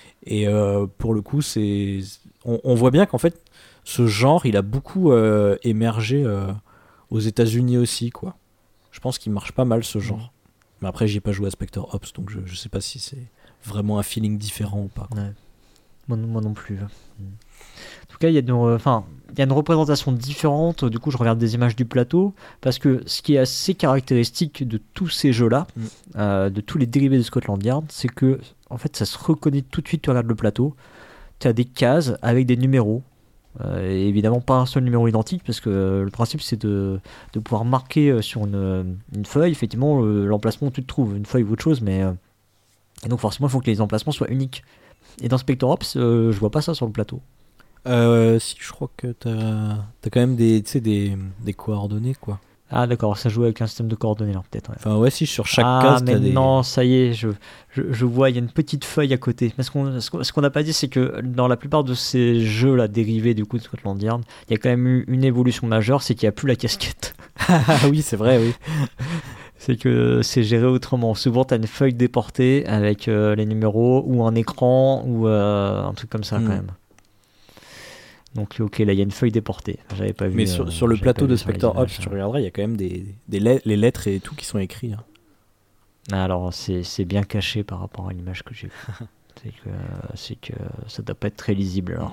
Et euh, pour le coup, c'est, on, on voit bien qu'en fait, ce genre, il a beaucoup euh, émergé euh, aux États-Unis aussi, quoi. Je pense qu'il marche pas mal ce genre. Mmh. Mais après, j'y ai pas joué à Spectre Ops, donc je, je sais pas si c'est vraiment un feeling différent ou pas. Ouais. Moi, moi non plus. Mmh. En tout cas, il y a une, enfin, il y a une représentation différente. Du coup, je regarde des images du plateau parce que ce qui est assez caractéristique de tous ces jeux-là, mmh. euh, de tous les dérivés de Scotland Yard, c'est que en fait, ça se reconnaît tout de suite. Tu regardes le plateau, tu as des cases avec des numéros. Euh, et évidemment, pas un seul numéro identique parce que euh, le principe, c'est de, de pouvoir marquer euh, sur une, une feuille, effectivement, euh, l'emplacement où tu te trouves, une feuille ou autre chose. Mais euh, et donc, forcément, il faut que les emplacements soient uniques. Et dans Spectre Ops, euh, je vois pas ça sur le plateau. Euh, si, je crois que t'as, t'as quand même des, des, des coordonnées, quoi. Ah d'accord, ça joue avec un système de coordonnées là, peut-être. Ouais. Enfin ouais, si, sur chaque ah, case, mais t'as des... non, ça y est, je, je, je vois, il y a une petite feuille à côté. Mais ce qu'on ce qu'on, ce qu'on n'a pas dit, c'est que dans la plupart de ces jeux-là, dérivés du coup de Scotland Yard, il y a quand même eu une évolution majeure, c'est qu'il n'y a plus la casquette. Ah oui, c'est vrai, oui. C'est que c'est géré autrement. Souvent, tu as une feuille déportée avec euh, les numéros, ou un écran, ou euh, un truc comme ça, mmh. quand même. Donc ok, là il y a une feuille déportée. J'avais pas vu. Mais sur, euh, sur le plateau de Spectre Ops, tu regarderas, il y a quand même des, des lettres, les lettres et tout qui sont écrits. Hein. Alors c'est, c'est bien caché par rapport à l'image que j'ai vue. c'est que c'est que ça doit pas être très lisible alors.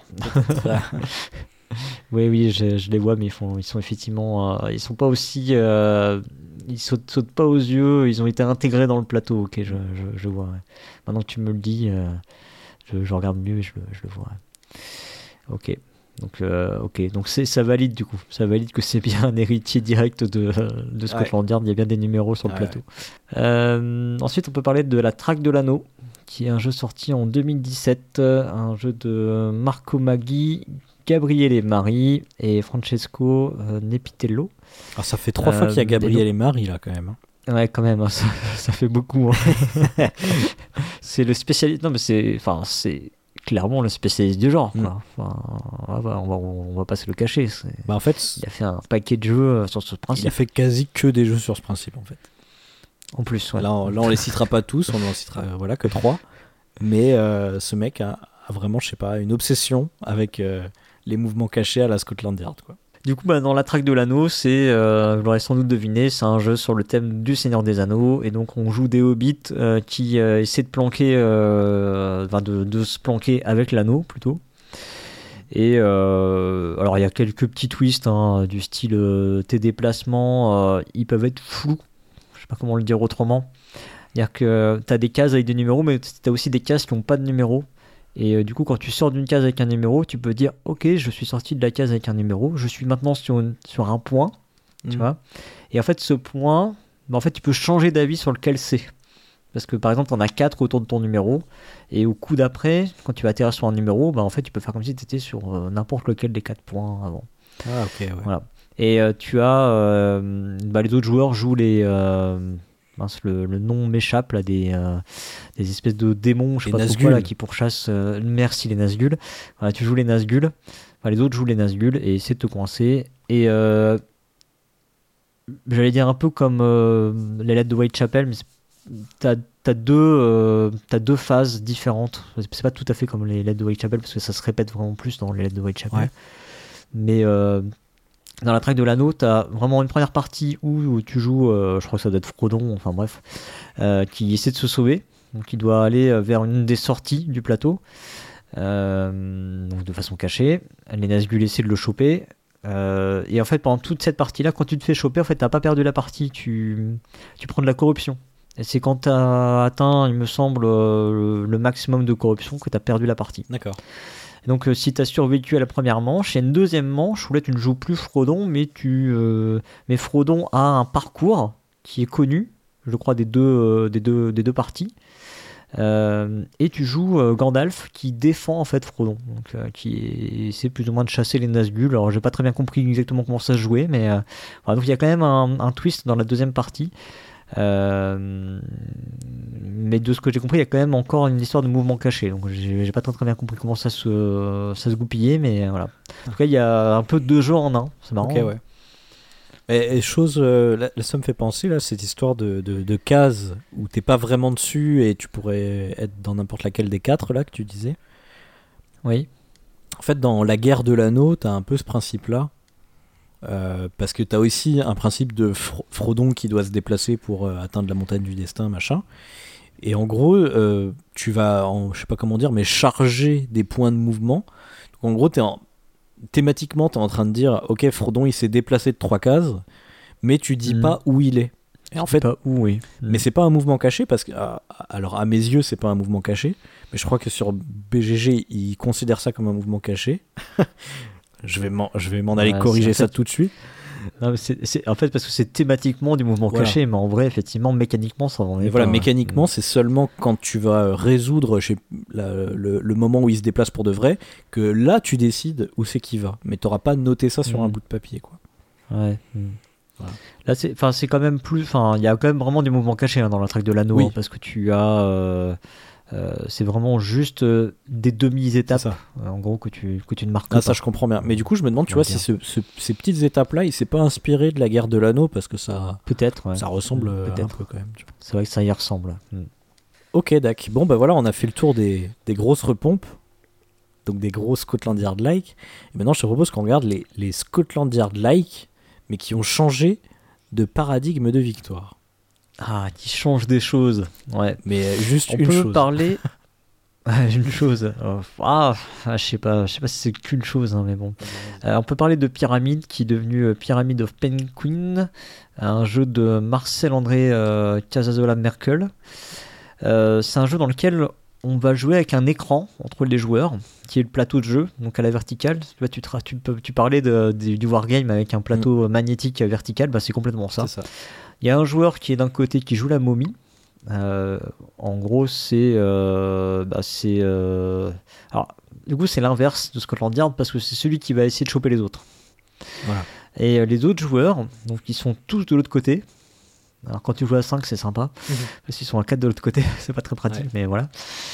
oui oui, je, je les vois, mais ils font, ils sont effectivement, euh, ils sont pas aussi, euh, ils sautent, sautent pas aux yeux. Ils ont été intégrés dans le plateau. Ok, je, je, je vois. Ouais. Maintenant que tu me le dis, euh, je, je regarde mieux et je, je le vois. Ouais. Ok. Donc, euh, ok, donc c'est, ça valide du coup, ça valide que c'est bien un héritier direct de, de Scotland Yard, ouais. Il y a bien des numéros sur le ah plateau. Ouais. Euh, ensuite, on peut parler de la Traque de l'Anneau, qui est un jeu sorti en deux mille dix-sept, un jeu de Marco Maggi, Gabriele Mari et Francesco euh, Nepitello. Alors, ça fait trois euh, fois qu'il y a Gabriele Mari là quand même. Hein. Ouais, quand même, ça, ça fait beaucoup. Hein. c'est le spécialiste, non mais c'est, enfin c'est. clairement le spécialiste du genre, quoi. Enfin, on, va, on, va, on va pas se le cacher. C'est... Bah en fait, il a fait un paquet de jeux sur ce principe. Il a fait quasi que des jeux sur ce principe, en fait. En plus, ouais. Là, on, là, on les citera pas tous, on en citera euh, voilà, que trois. Mais euh, ce mec a, a vraiment, je sais pas, une obsession avec euh, les mouvements cachés à la Scotland Yard, quoi. Du coup, bah, dans la Traque de l'Anneau, c'est, euh, vous l'aurez sans doute deviné, c'est un jeu sur le thème du Seigneur des Anneaux, et donc on joue des hobbits euh, qui euh, essaient de planquer, euh, enfin de, de se planquer avec l'anneau plutôt. Et euh, alors il y a quelques petits twists hein, du style euh, tes déplacements, euh, ils peuvent être flous, je sais pas comment le dire autrement. C'est-à-dire que tu as des cases avec des numéros, mais tu as aussi des cases qui n'ont pas de numéro. Et euh, du coup, quand tu sors d'une case avec un numéro, tu peux dire « Ok, je suis sorti de la case avec un numéro, je suis maintenant sur, une, sur un point. Mmh. » Tu vois. Et en fait, ce point, bah, en fait, tu peux changer d'avis sur lequel c'est. Parce que par exemple, tu en as quatre autour de ton numéro. Et au coup d'après, quand tu vas atterrir sur un numéro, bah, en fait, tu peux faire comme si tu étais sur euh, n'importe lequel des quatre points avant. Ah, ok, ouais. Voilà. Et euh, tu as... Euh, bah, les autres joueurs jouent les... Euh, Mince, le, le nom m'échappe là, des, euh, des espèces de démons, je sais les pas pourquoi là, qui pourchassent. Euh, merci les Nazgûl. Voilà, tu joues les Nazgûl. Enfin, les autres jouent les Nazgûl et essaient de te coincer. Et euh, j'allais dire un peu comme euh, les lettres de Whitechapel, mais t'as T'as deux, euh, t'as deux phases différentes. C'est pas tout à fait comme les lettres de Whitechapel parce que ça se répète vraiment plus dans les lettres de Whitechapel. Ouais. Mais euh, dans la traque de l'anneau, t'as vraiment une première partie où, où tu joues, euh, je crois que ça doit être Frodon, enfin bref, euh, qui essaie de se sauver. Donc il doit aller vers une des sorties du plateau, euh, donc de façon cachée. Les Nazgûl essaient de le choper. Euh, et en fait, pendant toute cette partie-là, quand tu te fais choper, en fait, t'as pas perdu la partie, tu, tu prends de la corruption. Et c'est quand tu as atteint, il me semble, euh, le maximum de corruption que tu as perdu la partie. D'accord. Et donc, euh, si tu as survécu à la première manche, il y a une deuxième manche où là, tu ne joues plus Frodon, mais, tu, euh, mais Frodon a un parcours qui est connu, je crois, des deux, euh, des deux, des deux parties. Euh, et tu joues euh, Gandalf qui défend en fait Frodon, donc, euh, qui essaie plus ou moins de chasser les Nazgûl. Alors, j'ai pas très bien compris exactement comment ça se jouait, mais euh, voilà, donc il y a quand même un, un twist dans la deuxième partie. Euh, mais de ce que j'ai compris, il y a quand même encore une histoire de mouvement caché. Donc j'ai, j'ai pas très, très bien compris comment ça se, ça se goupillait, mais voilà. En tout cas, il y a un peu deux jeux en un. C'est marrant. Ok, ouais. Et, et chose, euh, là, là, ça me fait penser là, cette histoire de, de, de cases où t'es pas vraiment dessus et tu pourrais être dans n'importe laquelle des quatre là que tu disais. Oui. En fait, dans la guerre de l'anneau, t'as un peu ce principe-là. Euh, parce que t'as aussi un principe de Fro- Frodon qui doit se déplacer pour euh, atteindre la montagne du destin, machin. Et en gros, euh, tu vas, en, je sais pas comment dire, mais charger des points de mouvement. Donc en gros, t'es en, thématiquement, t'es en train de dire, ok, Frodon il s'est déplacé de trois cases, mais tu dis Mmh. pas où il est. Et en fait, pas où, oui. mais c'est pas un mouvement caché parce que, ah, alors à mes yeux, c'est pas un mouvement caché, mais je crois que sur B G G, ils considèrent ça comme un mouvement caché. Je vais m'en, je vais m'en aller Ouais, corriger c'est- en ça fait- tout de suite. Non, mais c'est, c'est- en fait, parce que c'est thématiquement du mouvement Voilà. caché, mais en vrai, effectivement, mécaniquement, ça en est Mais voilà, pas, ouais. mécaniquement, c'est seulement quand tu vas résoudre je sais, la- le, le moment où il se déplace pour de vrai que là, tu décides où c'est qu'il va. Mais t'auras pas noté ça sur Mm. un bout de papier, quoi. Ouais. mm. Voilà. Là, c'est, enfin, c'est quand même plus, enfin, il y a quand même vraiment du mouvement caché hein, dans la traque de l'anneau, Oui. hein, parce que tu as, euh, euh, c'est vraiment juste euh, des demi-étapes, C'est ça. euh, en gros, que tu, que tu ne marques Ah, pas. ça, je comprends bien. Mais du coup, je me demande, tu On va vois, si ce, ce- ces petites étapes-là, il s'est pas inspiré de la guerre de l'anneau parce que ça, Peut-être, ouais. ça ressemble Mm, euh, un peut-être. peu quand même. tu vois. C'est vrai que ça y ressemble. Mm. Ok, Dac. Bon, bah voilà, on a fait le tour des, des grosses repompes. Donc des grosses Scotland Yard-like. Et maintenant, je te propose qu'on regarde les, les Scotland Yard-like, mais qui ont changé de paradigme de victoire. Ah, qui change des choses. Ouais. Mais euh, juste On une peut chose. parler. Ouais, une chose. Euh, ah, ah, je sais pas, je sais pas si c'est qu'une chose, hein, mais bon. Euh, on peut parler de Pyramide, qui est devenu euh, Pyramid of Penguin, un jeu de Marcel André euh, Casasola Merkel. Euh, c'est un jeu dans lequel on va jouer avec un écran entre les joueurs, qui est le plateau de jeu, donc à la verticale. Tu, vois, tu, tra- tu, peux- tu parlais de, de- du wargame avec un plateau magnétique vertical, bah, c'est complètement ça. C'est ça. Il y a un joueur qui est d'un côté qui joue la momie. Euh, en gros, c'est. Euh, bah, c'est euh... Alors, du coup, c'est l'inverse de Scotland Yard parce que c'est celui qui va essayer de choper les autres. Voilà. Et euh, les autres joueurs, donc ils sont tous de l'autre côté. Alors, quand tu joues à cinq, c'est sympa. Mhm. Parce qu'ils sont à quatre de l'autre côté, c'est pas très pratique, Ouais. mais voilà.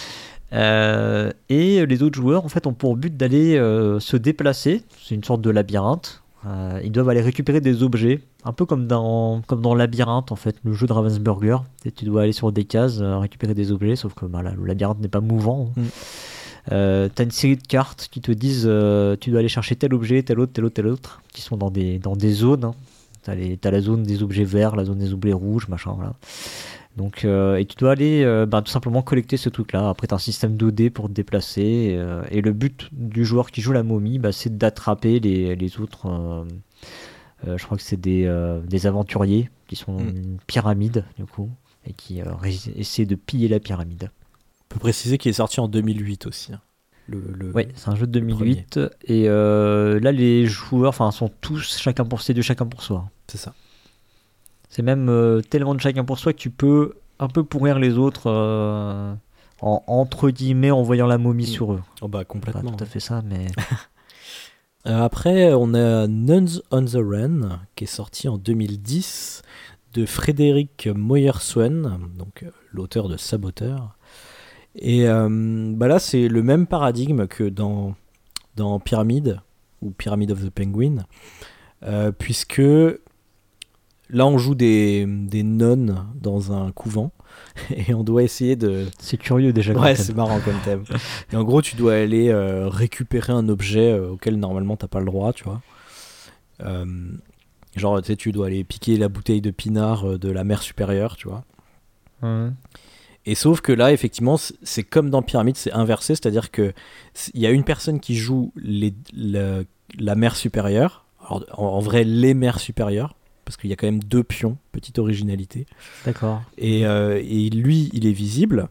Euh, et les autres joueurs, en fait, ont pour but d'aller euh, se déplacer. C'est une sorte de labyrinthe. Euh, ils doivent aller récupérer des objets, un peu comme dans, comme dans Labyrinthe, en fait, le jeu de Ravensburger. Et tu dois aller sur des cases, euh, récupérer des objets, sauf que bah, là, le labyrinthe n'est pas mouvant. Mm. Euh, t'as une série de cartes qui te disent euh, tu dois aller chercher tel objet, tel autre, tel autre, tel autre, qui sont dans des, dans des zones. Hein. T'as, les, t'as la zone des objets verts, la zone des objets rouges, machin, voilà. Donc, euh, et tu dois aller euh, bah, tout simplement collecter ce truc-là. Après, tu as un système deux D pour te déplacer. Euh, et le but du joueur qui joue la momie, bah, c'est d'attraper les, les autres. Euh, euh, je crois que c'est des, euh, des aventuriers qui sont Mm. une pyramide, du coup, et qui euh, ré- essaient de piller la pyramide. On peut préciser qu'il est sorti en deux mille huit aussi. hein. Le, le... Oui, c'est un jeu de deux mille huit. Et euh, là, les joueurs enfin, sont tous chacun pour ses deux, chacun pour soi. C'est ça. C'est même euh, tellement de chacun pour soi que tu peux un peu pourrir les autres euh, en, entre guillemets en voyant la momie Mm. sur eux. Oh bah Pas complètement. tout à fait ça, mais Euh, après, on a Nuns on the Run, qui est sorti en deux mille dix, de Frédéric Moyerswen, donc euh, l'auteur de Saboteur. Et euh, bah là, c'est le même paradigme que dans, dans Pyramid, ou Pyramid of the Penguin, euh, puisque là, on joue des, des nonnes dans un couvent et on doit essayer de. C'est curieux déjà. Ouais, c'est marrant comme thème. Et en gros, tu dois aller euh, récupérer un objet euh, auquel normalement t'as pas le droit, tu vois. Euh, genre, tu sais, tu dois aller piquer la bouteille de pinard euh, de la mère supérieure, tu vois. Ouais. Et sauf que là, effectivement, c'est comme dans Pyramide, c'est inversé, c'est-à-dire que il y a une personne qui joue les, la, la mère supérieure. Alors, en, en vrai, les mères supérieures. Parce qu'il y a quand même deux pions, petite originalité. D'accord. Et, euh, et lui, il est visible.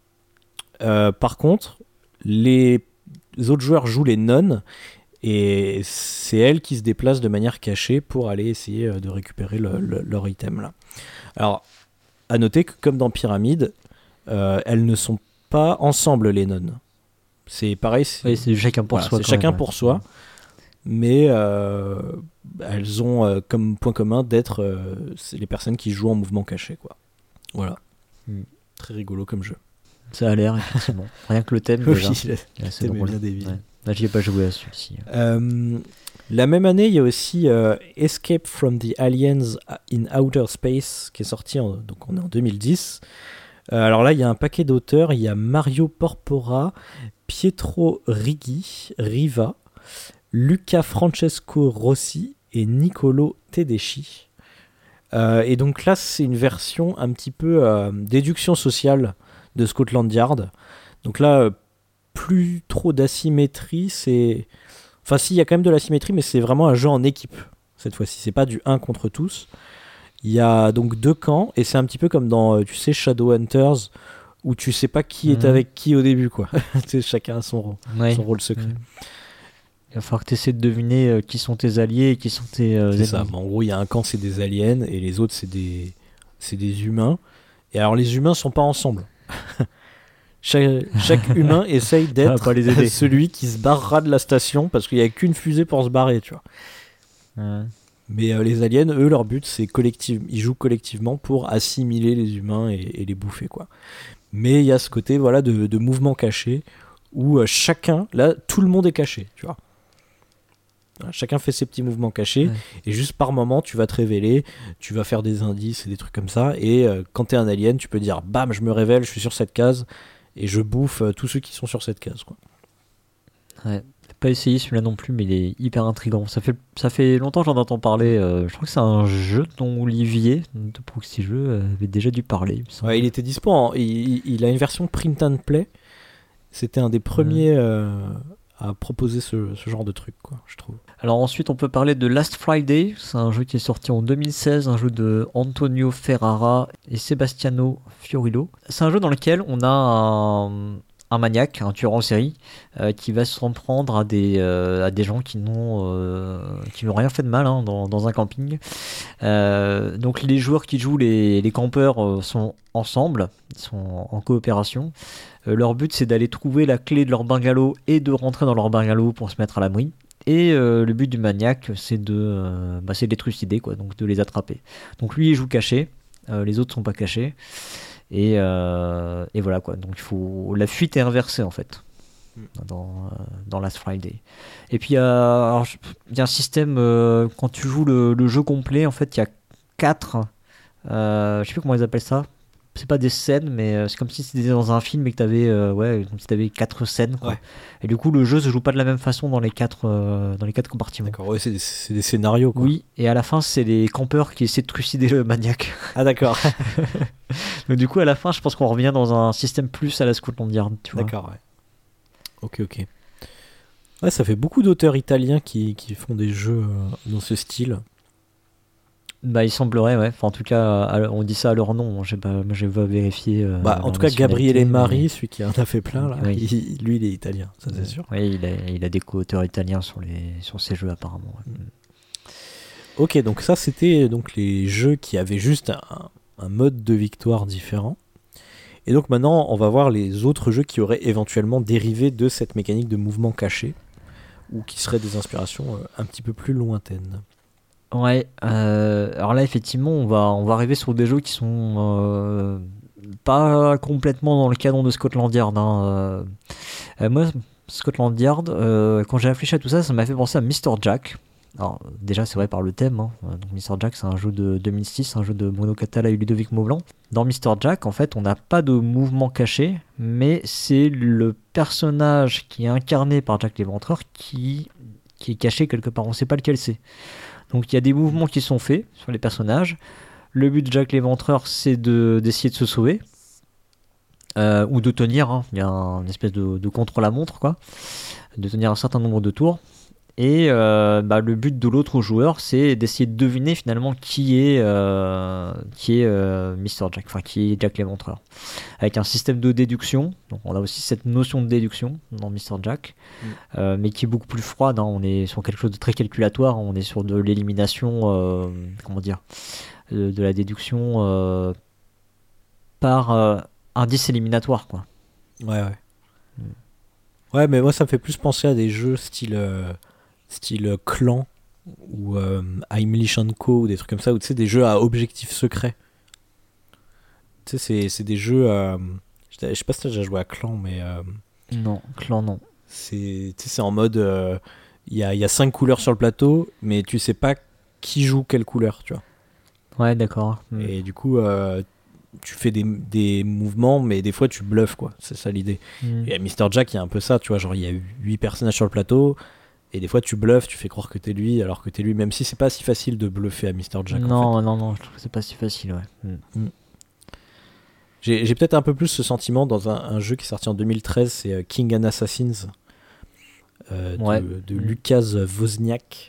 Euh, par contre, les autres joueurs jouent les nonnes, et c'est elles qui se déplacent de manière cachée pour aller essayer de récupérer le, le, leur item. Là. Alors, à noter que comme dans Pyramide, euh, elles ne sont pas ensemble, les nonnes. C'est pareil. C'est, oui, c'est chacun pour voilà, soi. C'est chacun même, pour ouais. soi. Mais euh, elles ont euh, comme point commun d'être euh, c'est les personnes qui jouent en mouvement caché, quoi. Voilà. Mm. Très rigolo comme jeu. Ça a l'air, effectivement. Rien que le thème, déjà. Oui, le c'est thème est bien débile. Ouais. Là, j'y ai pas joué à celui-ci. Euh, la même année, il y a aussi euh, Escape from the Aliens in Outer Space qui est sorti, en, donc on est en deux mille dix. Euh, alors là, il y a un paquet d'auteurs. Il y a Mario Porpora, Pietro Righi, Riva, Luca Francesco Rossi et Niccolò Tedeschi. Euh, et donc là, c'est une version un petit peu euh, déduction sociale de Scotland Yard. Donc là, euh, plus trop d'asymétrie, c'est... Enfin si, il y a quand même de l'asymétrie, mais c'est vraiment un jeu en équipe, cette fois-ci. C'est pas du un contre tous. Il y a donc deux camps, et c'est un petit peu comme dans, tu sais, Shadowhunters, où tu sais pas qui est mmh. avec qui au début, quoi. Chacun a son rôle, ouais. son rôle secret. Mmh. Il va falloir que tu essaies de deviner euh, qui sont tes alliés et qui sont tes euh, c'est ennemis. ça, mais en gros, il y a un camp, c'est des aliens, et les autres, c'est des, c'est des humains. Et alors, les humains sont pas ensemble. chaque, chaque humain essaye d'être pas les aider. celui qui se barrera de la station, parce qu'il n'y a qu'une fusée pour se barrer, tu vois. Ouais. Mais euh, les aliens, eux, leur but, c'est collectif. Ils jouent collectivement pour assimiler les humains et, et les bouffer, quoi. Mais il y a ce côté, voilà, de, de mouvement caché, où euh, chacun, là, tout le monde est caché, tu vois. Voilà, chacun fait ses petits mouvements cachés, ouais. Et juste par moment, tu vas te révéler, tu vas faire des indices et des trucs comme ça, et euh, quand t'es un alien, tu peux dire, bam, je me révèle, je suis sur cette case, et je bouffe euh, tous ceux qui sont sur cette case, quoi. Ouais. Pas essayé celui-là non plus, mais il est hyper intriguant. Ça fait, ça fait longtemps que j'en entends parler. Euh, je crois que c'est un jeu dont Olivier de Proxy Jeux avait déjà dû parler. Il, ouais, il était dispo. En, il, il a une version print and play. C'était un des premiers ouais. euh, à proposer ce, ce genre de truc, quoi, je trouve. Alors ensuite, on peut parler de Last Friday. C'est un jeu qui est sorti en deux mille seize, un jeu de Antonio Ferrara et Sebastiano Fiorillo. C'est un jeu dans lequel on a un un maniaque, un tueur en série, euh, qui va s'en prendre à des, euh, à des gens qui n'ont, euh, qui n'ont rien fait de mal hein, dans, dans un camping. Euh, donc les joueurs qui jouent les, les campeurs euh, sont ensemble, ils sont en coopération. Euh, leur but c'est d'aller trouver la clé de leur bungalow et de rentrer dans leur bungalow pour se mettre à l'abri. Et euh, le but du maniaque c'est de, euh, bah, c'est de les trucider, quoi, donc de les attraper. Donc lui il joue caché, euh, les autres sont pas cachés. Et, euh, et voilà quoi, donc il faut... la fuite est inversée en fait dans, euh, dans Last Friday. Et puis il y a, y a un système, euh, quand tu joues le, le jeu complet, en fait il y a quatre, euh, je sais plus comment ils appellent ça, c'est pas des scènes, mais euh, c'est comme si c'était dans un film et que t'avais, euh, ouais, comme si t'avais quatre scènes, quoi. Ouais. Et du coup le jeu se joue pas de la même façon dans les quatre, euh, dans les quatre compartiments. D'accord, ouais, c'est des, c'est des scénarios, quoi. Oui, et à la fin c'est les campeurs qui essaient de trucider le maniaque. Ah d'accord. Donc du coup à la fin je pense qu'on revient dans un système plus à la Scotland Yard, tu vois. D'accord, ouais. Ok, ok. Ouais, ça fait beaucoup d'auteurs italiens qui, qui font des jeux euh, dans ce style. Bah il semblerait, ouais. Enfin en tout cas on dit ça à leur nom, j'ai pas, j'ai pas vérifié. Euh, bah en tout cas Gabriele Mari, mais... celui qui en a fait plein là, oui. il, lui il est italien, ça c'est oui. sûr. Oui, il a, il a des co-auteurs italiens sur, les, sur ces jeux apparemment. Ouais. Mm. Ok, donc ça c'était donc les jeux qui avaient juste un, un mode de victoire différent. Et donc maintenant on va voir les autres jeux qui auraient éventuellement dérivé de cette mécanique de mouvement caché, ou qui seraient des inspirations un petit peu plus lointaines. Ouais, euh, alors là effectivement on va, on va arriver sur des jeux qui sont euh, pas complètement dans le canon de Scotland Yard. Hein. Euh, moi Scotland Yard, euh, quand j'ai réfléchi à tout ça, ça m'a fait penser à mister Jack. Alors, déjà, c'est vrai par le thème. Hein. Donc, mister Jack, c'est un jeu de deux mille six, un jeu de Bruno Cathala et Ludovic Maublanc. Dans mister Jack, en fait, on n'a pas de mouvement caché, mais c'est le personnage qui est incarné par Jack l'Éventreur qui, qui est caché quelque part. On ne sait pas lequel c'est. Donc, il y a des mouvements qui sont faits sur les personnages. Le but de Jack l'Éventreur, c'est de, d'essayer de se sauver. Euh, ou de tenir. Hein. Il y a un, une espèce de, de contre-la-montre, quoi. De tenir un certain nombre de tours. Et euh, bah, le but de l'autre joueur, c'est d'essayer de deviner finalement qui est, euh, qui est euh, mister Jack, enfin qui est Jack l'Éventreur. Avec un système de déduction, donc on a aussi cette notion de déduction dans mister Jack, mm. euh, mais qui est beaucoup plus froide. Hein. On est sur quelque chose de très calculatoire, on est sur de l'élimination, euh, comment dire, de, de la déduction euh, par euh, indice éliminatoire, quoi. Ouais, ouais. Mm. Ouais, mais moi ça me fait plus penser à des jeux style. Euh... style Clan ou euh, Heimlich and Co ou des trucs comme ça, ou tu sais, des jeux à objectifs secrets. Tu sais, c'est, c'est des jeux à... je sais pas si t'as déjà joué à Clan, mais euh, non, Clan non. C'est, tu sais, c'est en mode il euh, y, a, y a cinq couleurs sur le plateau, mais tu sais pas qui joue quelle couleur, tu vois. Ouais, d'accord. Et du coup euh, tu fais des, des mouvements, mais des fois tu bluffes, quoi. C'est ça l'idée. Mm. Et à mister Jack, il y a un peu ça, tu vois, genre il y a huit personnages sur le plateau. Et des fois tu bluffes, tu fais croire que t'es lui alors que t'es lui, même si c'est pas si facile de bluffer à mister Jack. Non, en fait. non, non, je trouve que c'est pas si facile, ouais. Mm. Mm. J'ai, j'ai peut-être un peu plus ce sentiment dans un, un jeu qui est sorti en deux mille treize, c'est King and Assassins, euh, ouais. de, de mm. Lucas Wozniak,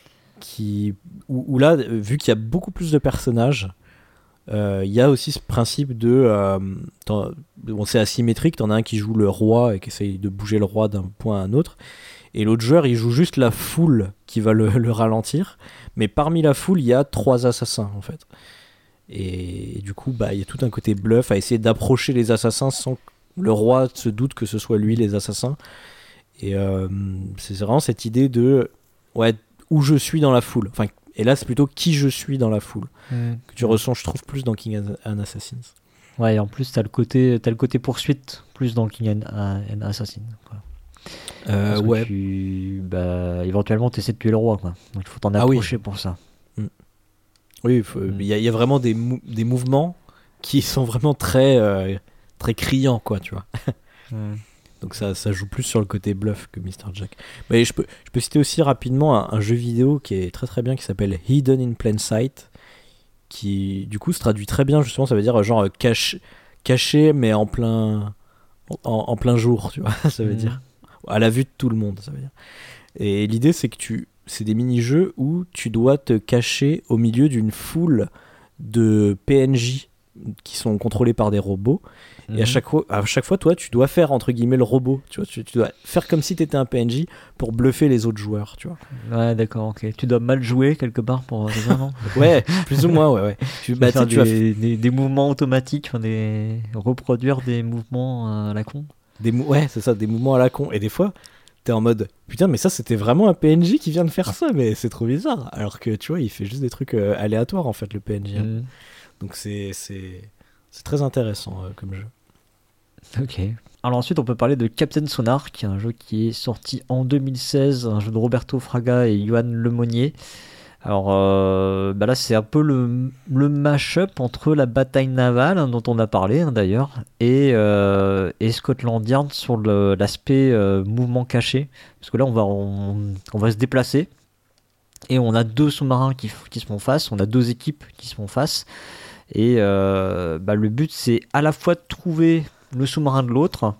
qui, où, où là, vu qu'il y a beaucoup plus de personnages, il euh, y a aussi ce principe de... Euh, bon, c'est asymétrique, t'en as un qui joue le roi et qui essaye de bouger le roi d'un point à un autre. Et l'autre joueur, il joue juste la foule qui va le, le ralentir. Mais parmi la foule, il y a trois assassins, en fait. Et, et du coup, bah, il y a tout un côté bluff à essayer d'approcher les assassins sans que le roi se doute que ce soit lui, les assassins. Et euh, c'est vraiment cette idée de... Ouais, où je suis dans la foule. Enfin, et là, c'est plutôt qui je suis dans la foule. Mmh. Que tu mmh. ressens, je trouve, plus dans King and Assassins. Ouais, et en plus, t'as le côté, t'as le côté poursuite, plus dans King and Assassin, quoi. Euh, ouais. Tu, bah, éventuellement, tu essaies de tuer le roi, quoi. Donc il faut t'en approcher ah oui. pour ça. Mm. Oui, il mm. y, y a vraiment des, mou- des mouvements qui sont vraiment très, euh, très criants, quoi, tu vois. mm. Donc ça, ça joue plus sur le côté bluff que mister Jack. Mais je peux, je peux citer aussi rapidement un, un jeu vidéo qui est très très bien, qui s'appelle Hidden in Plain Sight, qui du coup se traduit très bien, justement, ça veut dire genre caché, caché mais en plein, en, en plein jour, tu vois, ça veut mm. dire. À la vue de tout le monde, ça veut dire. Et l'idée, c'est que tu, c'est des mini-jeux où tu dois te cacher au milieu d'une foule de P N J qui sont contrôlés par des robots. Mmh. Et à chaque fois, à chaque fois, toi, tu dois faire entre guillemets le robot. Tu vois, tu, tu dois faire comme si tu étais un P N J pour bluffer les autres joueurs. Tu vois. Ouais, d'accord. Ok. Tu dois mal jouer quelque part pour ça, non? Ouais, plus ou moins. Ouais, ouais. Tu, bah, faire tu des, vas... des, des mouvements automatiques, enfin, des reproduire des mouvements à la con. Des mou- ouais, c'est ça, des mouvements à la con. Et des fois, t'es en mode putain, mais ça c'était vraiment un P N J qui vient de faire ça, mais c'est trop bizarre. Alors que tu vois, il fait juste des trucs euh, aléatoires en fait, le P N J. Mm. Donc c'est, c'est, c'est très intéressant euh, comme jeu. Ok. Alors ensuite, on peut parler de Captain Sonar, qui est un jeu qui est sorti en deux mille seize, un jeu de Roberto Fraga et Johan Lemonnier. Alors euh, bah là c'est un peu le, le mash-up entre la bataille navale, hein, dont on a parlé hein, d'ailleurs, et, euh, et Scotland Yard sur le, l'aspect euh, mouvement caché, parce que là on va, on, on va se déplacer et on a deux sous-marins qui, qui se font face, on a deux équipes qui se font face, et euh, bah, le but c'est à la fois de trouver le sous-marin de l'autre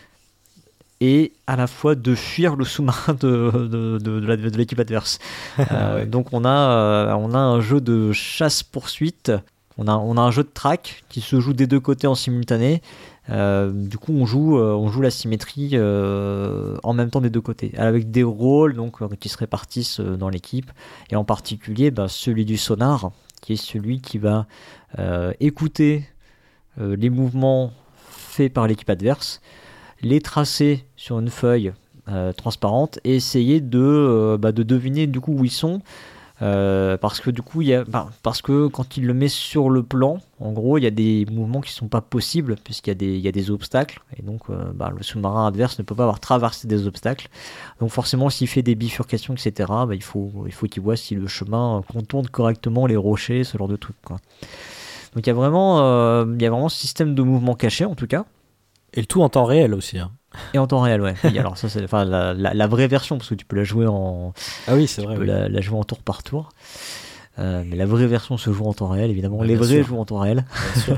et à la fois de fuir le sous-marin de, de, de, de, la, de l'équipe adverse. euh, ouais. Donc on a, euh, on a un jeu de chasse-poursuite, on a, on a un jeu de track qui se joue des deux côtés en simultané. Euh, du coup on joue, euh, on joue la symétrie euh, en même temps des deux côtés, avec des rôles donc, euh, qui se répartissent euh, dans l'équipe, et en particulier bah, celui du sonar, qui est celui qui va euh, écouter euh, les mouvements faits par l'équipe adverse, les tracer sur une feuille euh, transparente et essayer de, euh, bah, de deviner du coup où ils sont, Euh, parce que du coup, il y a, bah, parce que quand il le met sur le plan, en gros, il y a des mouvements qui sont pas possibles puisqu'il y a des, il y a des obstacles et donc euh, bah, le sous-marin adverse ne peut pas avoir traversé des obstacles. Donc forcément, s'il fait des bifurcations, et cetera, bah, il faut, il faut qu'il voit si le chemin contourne correctement les rochers, ce genre de trucs, quoi. Donc il y a vraiment, euh, il y a vraiment ce système de mouvement caché en tout cas. Et le tout en temps réel aussi. Hein. Et en temps réel, ouais. Oui, alors ça, c'est enfin, la, la, la vraie version, parce que tu peux la jouer en, ah oui, c'est tu vrai, peux oui. la, la jouer en tour par tour. Euh, mais la vraie version se joue en temps réel, évidemment. Ouais, les vrais sûr. jouent en temps réel. Bien sûr.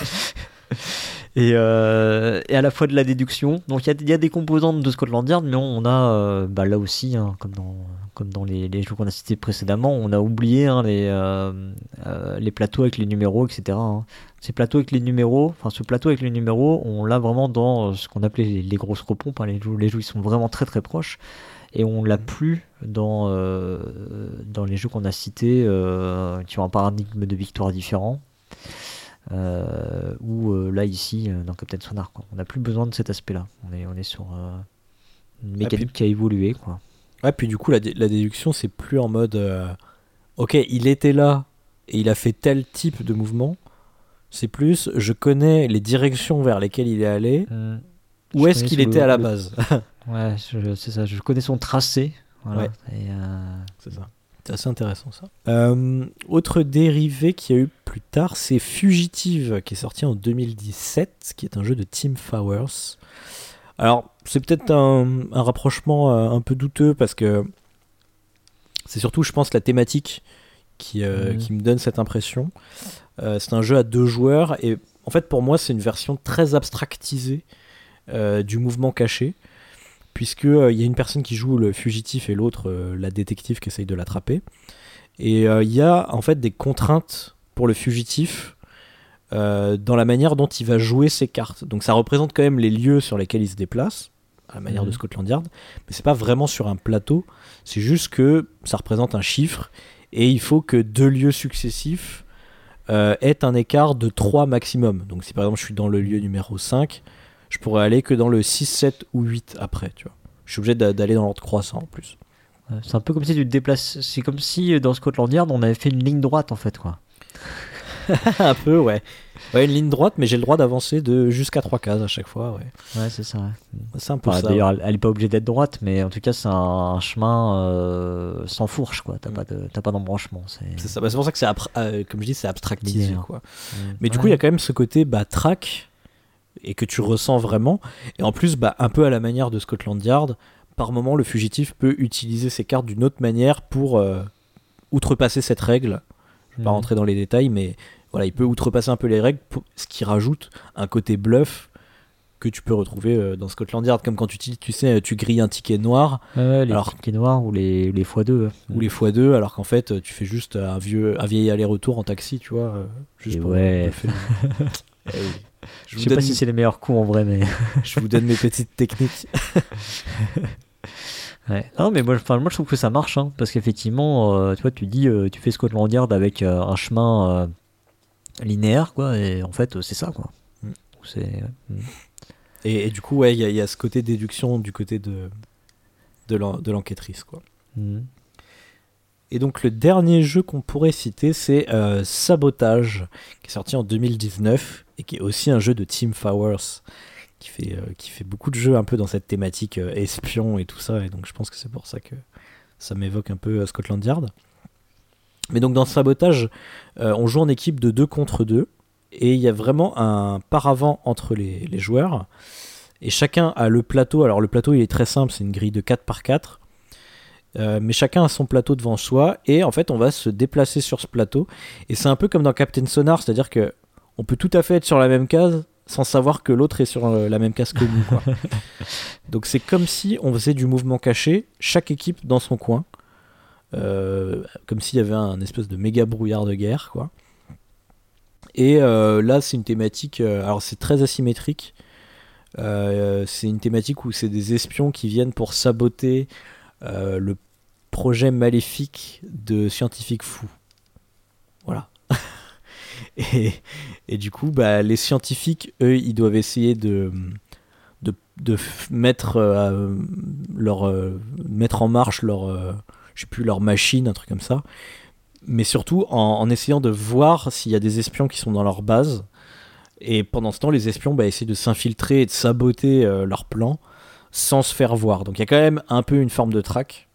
et, euh, et à la fois de la déduction. Donc il y, y a des composantes de Scotland Yard, mais on, on a euh, bah, là aussi, hein, comme dans, comme dans les, les jeux qu'on a cités précédemment, on a oublié hein, les, euh, euh, les plateaux avec les numéros, et cetera. Hein. Ces plateaux avec les numéros, enfin ce plateau avec les numéros, on l'a vraiment dans ce qu'on appelait les, les grosses repompes. Hein, les jeux, les jeux ils sont vraiment très très proches. Et on l'a plus dans, euh, dans les jeux qu'on a cités, euh, qui ont un paradigme de victoire différent. Euh, ou euh, là ici euh, dans Captain Sonar quoi. On n'a plus besoin de cet aspect là, on est, on est sur euh, une mécanique puis, qui a évolué quoi. Ouais puis du coup la, dé- la déduction c'est plus en mode euh, ok il était là et il a fait tel type de mouvement, c'est plus je connais les directions vers lesquelles il est allé, Mmh. où est-ce qu'il était le, à la le... base. Ouais je, c'est ça, je connais son tracé voilà. Ouais. Et euh... c'est ça. C'est assez intéressant ça. Euh, autre dérivé qu'il y a eu plus tard, c'est Fugitive qui est sorti en deux mille dix-sept, qui est un jeu de Tim Fowers. Alors c'est peut-être un, un rapprochement euh, un peu douteux parce que c'est surtout je pense la thématique qui, euh, mmh. qui me donne cette impression. Euh, c'est un jeu à deux joueurs et en fait pour moi c'est une version très abstractisée euh, du mouvement caché. Puisqu'il euh, y a une personne qui joue le fugitif et l'autre euh, la détective qui essaye de l'attraper. Et il euh, y a en fait des contraintes pour le fugitif euh, dans la manière dont il va jouer ses cartes. Donc ça représente quand même les lieux sur lesquels il se déplace, à la manière mmh. de Scotland Yard, mais c'est pas vraiment sur un plateau, c'est juste que ça représente un chiffre et il faut que deux lieux successifs euh, aient un écart de trois maximum. Donc si par exemple je suis dans le lieu numéro cinq, je pourrais aller que dans le six, sept ou huit après, tu vois. Je suis obligé d'aller dans l'ordre croissant en plus. C'est un peu comme si tu te déplaces. C'est comme si dans Scotland Yard on avait fait une ligne droite en fait, quoi. Un peu, ouais. Ouais, une ligne droite, mais j'ai le droit d'avancer de jusqu'à trois cases à chaque fois, ouais. Ouais, c'est ça. Ouais. C'est un peu enfin, ça. D'ailleurs, ouais. Elle n'est pas obligée d'être droite, mais en tout cas, c'est un, un chemin euh, sans fourche, quoi. T'as mmh. pas de, t'as pas d'embranchement. C'est, c'est ça. Bah, c'est pour ça que c'est, abra- euh, comme je dis, c'est abstractisé, linéaire. Quoi. Mmh. Mais du ouais. coup, il y a quand même ce côté bah, track et que tu ressens vraiment. Et en plus, bah, un peu à la manière de Scotland Yard, par moment, le fugitif peut utiliser ses cartes d'une autre manière pour euh, outrepasser cette règle. Je ne vais mmh. pas rentrer dans les détails, mais voilà, il peut outrepasser un peu les règles, pour, ce qui rajoute un côté bluff que tu peux retrouver euh, dans Scotland Yard, comme quand tu, tu sais, tu grilles un ticket noir. Ouais, ouais, les alors, tickets noirs ou les, les fois deux. Ou les fois deux, alors qu'en fait, tu fais juste un, vieux, un vieil aller-retour en taxi, tu vois. Euh, juste Et pour ouais. Le eh oui. Je, Je sais pas si c'est les meilleurs coups en vrai, mais. Je vous donne mes petites techniques. Ouais. Non, mais moi, moi je trouve que ça marche, hein, parce qu'effectivement, euh, tu vois, tu dis, euh, tu fais Scotland Yard avec euh, un chemin euh, linéaire, quoi, et en fait, euh, c'est ça, quoi. Mm. C'est. Mm. Et, et du coup, ouais, il y, y a ce côté déduction du côté de de, l'en, de l'enquêtrice, quoi. Mm. Et donc le dernier jeu qu'on pourrait citer, c'est euh, Sabotage, qui est sorti en deux mille dix-neuf et qui est aussi un jeu de Tim Fowers, qui fait, euh, qui fait beaucoup de jeux un peu dans cette thématique euh, espion et tout ça, et donc je pense que c'est pour ça que ça m'évoque un peu euh, Scotland Yard. Mais donc dans Sabotage, euh, on joue en équipe de deux contre deux, et il y a vraiment un paravent entre les, les joueurs, et chacun a le plateau. Alors le plateau il est très simple, c'est une grille de quatre par quatre, Euh, mais chacun a son plateau devant soi et en fait on va se déplacer sur ce plateau et c'est un peu comme dans Captain Sonar, c'est-à-dire que on peut tout à fait être sur la même case sans savoir que l'autre est sur la même case que nous, quoi. Donc c'est comme si on faisait du mouvement caché, chaque équipe dans son coin, euh, comme s'il y avait un espèce de méga brouillard de guerre, quoi. Et euh, là c'est une thématique, euh, alors c'est très asymétrique, euh, c'est une thématique où c'est des espions qui viennent pour saboter Euh, le projet maléfique de scientifiques fous. Voilà. et, et du coup, bah, les scientifiques, eux, ils doivent essayer de, de, de mettre, euh, leur, euh, mettre en marche leur, euh, je sais plus, leur machine, un truc comme ça. Mais surtout en, en essayant de voir s'il y a des espions qui sont dans leur base. Et pendant ce temps, les espions bah, essaient de s'infiltrer et de saboter euh, leur plan sans se faire voir. Donc il y a quand même un peu une forme de track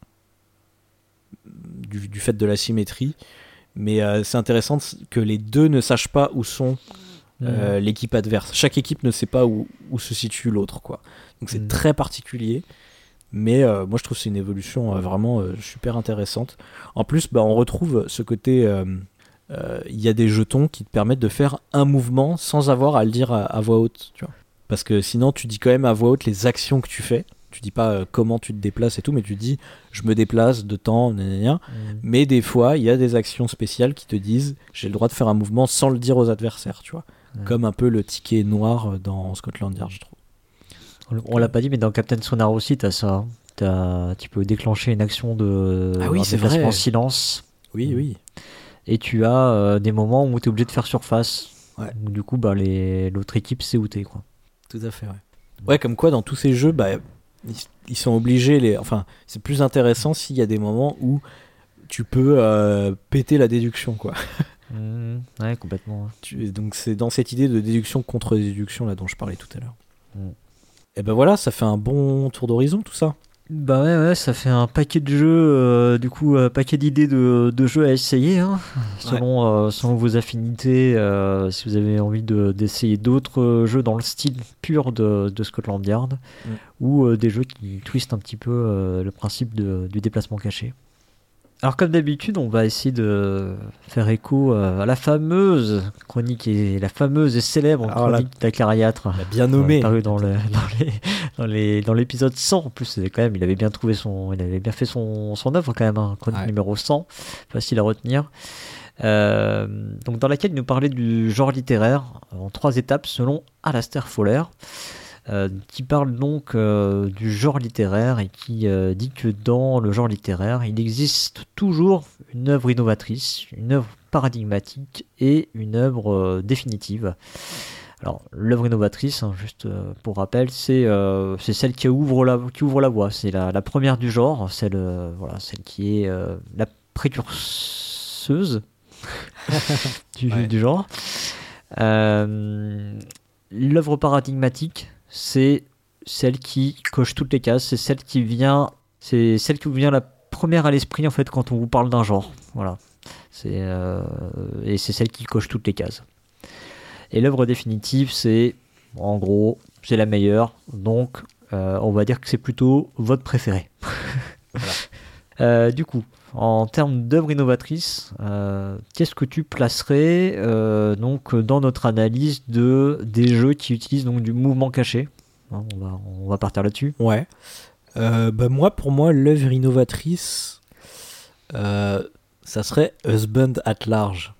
du, du fait de la symétrie. Mais euh, c'est intéressant que les deux ne sachent pas où sont euh, mmh. l'équipe adverse. Chaque équipe ne sait pas où, où se situe l'autre, quoi. Donc c'est mmh. très particulier. Mais euh, moi je trouve que c'est une évolution euh, vraiment euh, super intéressante. En plus, bah, on retrouve ce côté... Il euh, euh, y a des jetons qui te permettent de faire un mouvement sans avoir à le dire à, à voix haute. Tu vois. Parce que sinon tu dis quand même à voix haute les actions que tu fais. Tu dis pas euh, comment tu te déplaces et tout, mais tu dis je me déplace de temps, gna gna gna. Mmh. Mais des fois, il y a des actions spéciales qui te disent j'ai le droit de faire un mouvement sans le dire aux adversaires, tu vois. Mmh. Comme un peu le ticket noir dans Scotland Yard, je trouve. On l'a pas dit, mais dans Captain Sonar aussi, t'as ça. Hein. T'as, tu peux déclencher une action de ah oui, un c'est déplacement vrai. silence. Oui, oui. Et tu as euh, des moments où tu es obligé de faire surface. Ouais. Où, du coup, bah, les, l'autre équipe sait où t'es, quoi. Tout à fait, ouais. Ouais, comme quoi, dans tous ces jeux, bah, ils, ils sont obligés... Les... Enfin, c'est plus intéressant s'il y a des moments où tu peux euh, péter la déduction, quoi. Mmh, ouais, complètement. Tu, donc, c'est dans cette idée de déduction contre déduction, là, dont je parlais tout à l'heure. Mmh. Et ben voilà, ça fait un bon tour d'horizon, tout ça. Bah ouais, ouais, ça fait un paquet de jeux, euh, du coup, un paquet d'idées de, de jeux à essayer, hein, selon, ouais. euh, selon vos affinités. Euh, si vous avez envie de, d'essayer d'autres jeux dans le style pur de, de Scotland Yard, mm. ou euh, des jeux qui twistent un petit peu euh, le principe de, du déplacement caché. Alors comme d'habitude, on va essayer de faire écho à la fameuse chronique et la fameuse et célèbre Alors chronique la, d'Acariâtre. Bien nommé. Paru dans, le, dans, les, dans, les, dans l'épisode cent. En plus, c'est quand même, il avait bien trouvé son, il avait bien fait son, son œuvre quand même. Hein, chronique ouais. numéro cent, facile à retenir. Euh, donc dans laquelle il nous parlait du genre littéraire en trois étapes selon Alasdair Fowler. Euh, qui parle donc euh, du genre littéraire et qui euh, dit que dans le genre littéraire, il existe toujours une œuvre innovatrice, une œuvre paradigmatique et une œuvre euh, définitive. Alors, l'œuvre innovatrice, hein, juste euh, pour rappel, c'est, euh, c'est celle qui ouvre la, qui ouvre la voie. C'est la, la première du genre, celle, euh, voilà, celle qui est euh, la précurseuse du, ouais. du genre. Euh, l'œuvre paradigmatique, c'est celle qui coche toutes les cases, c'est celle qui vient, c'est celle qui vous vient la première à l'esprit en fait quand on vous parle d'un genre. Voilà, c'est euh, et c'est celle qui coche toutes les cases. Et l'œuvre définitive, c'est en gros, c'est la meilleure, donc euh, on va dire que c'est plutôt votre préféré. Voilà. euh, du coup, en termes d'œuvre innovatrice, euh, qu'est-ce que tu placerais euh, donc dans notre analyse de des jeux qui utilisent donc du mouvement caché? Hein, on va on va partir là-dessus. Ouais. Euh, bah moi, pour moi, l'œuvre innovatrice, euh, ça serait Husband at Large.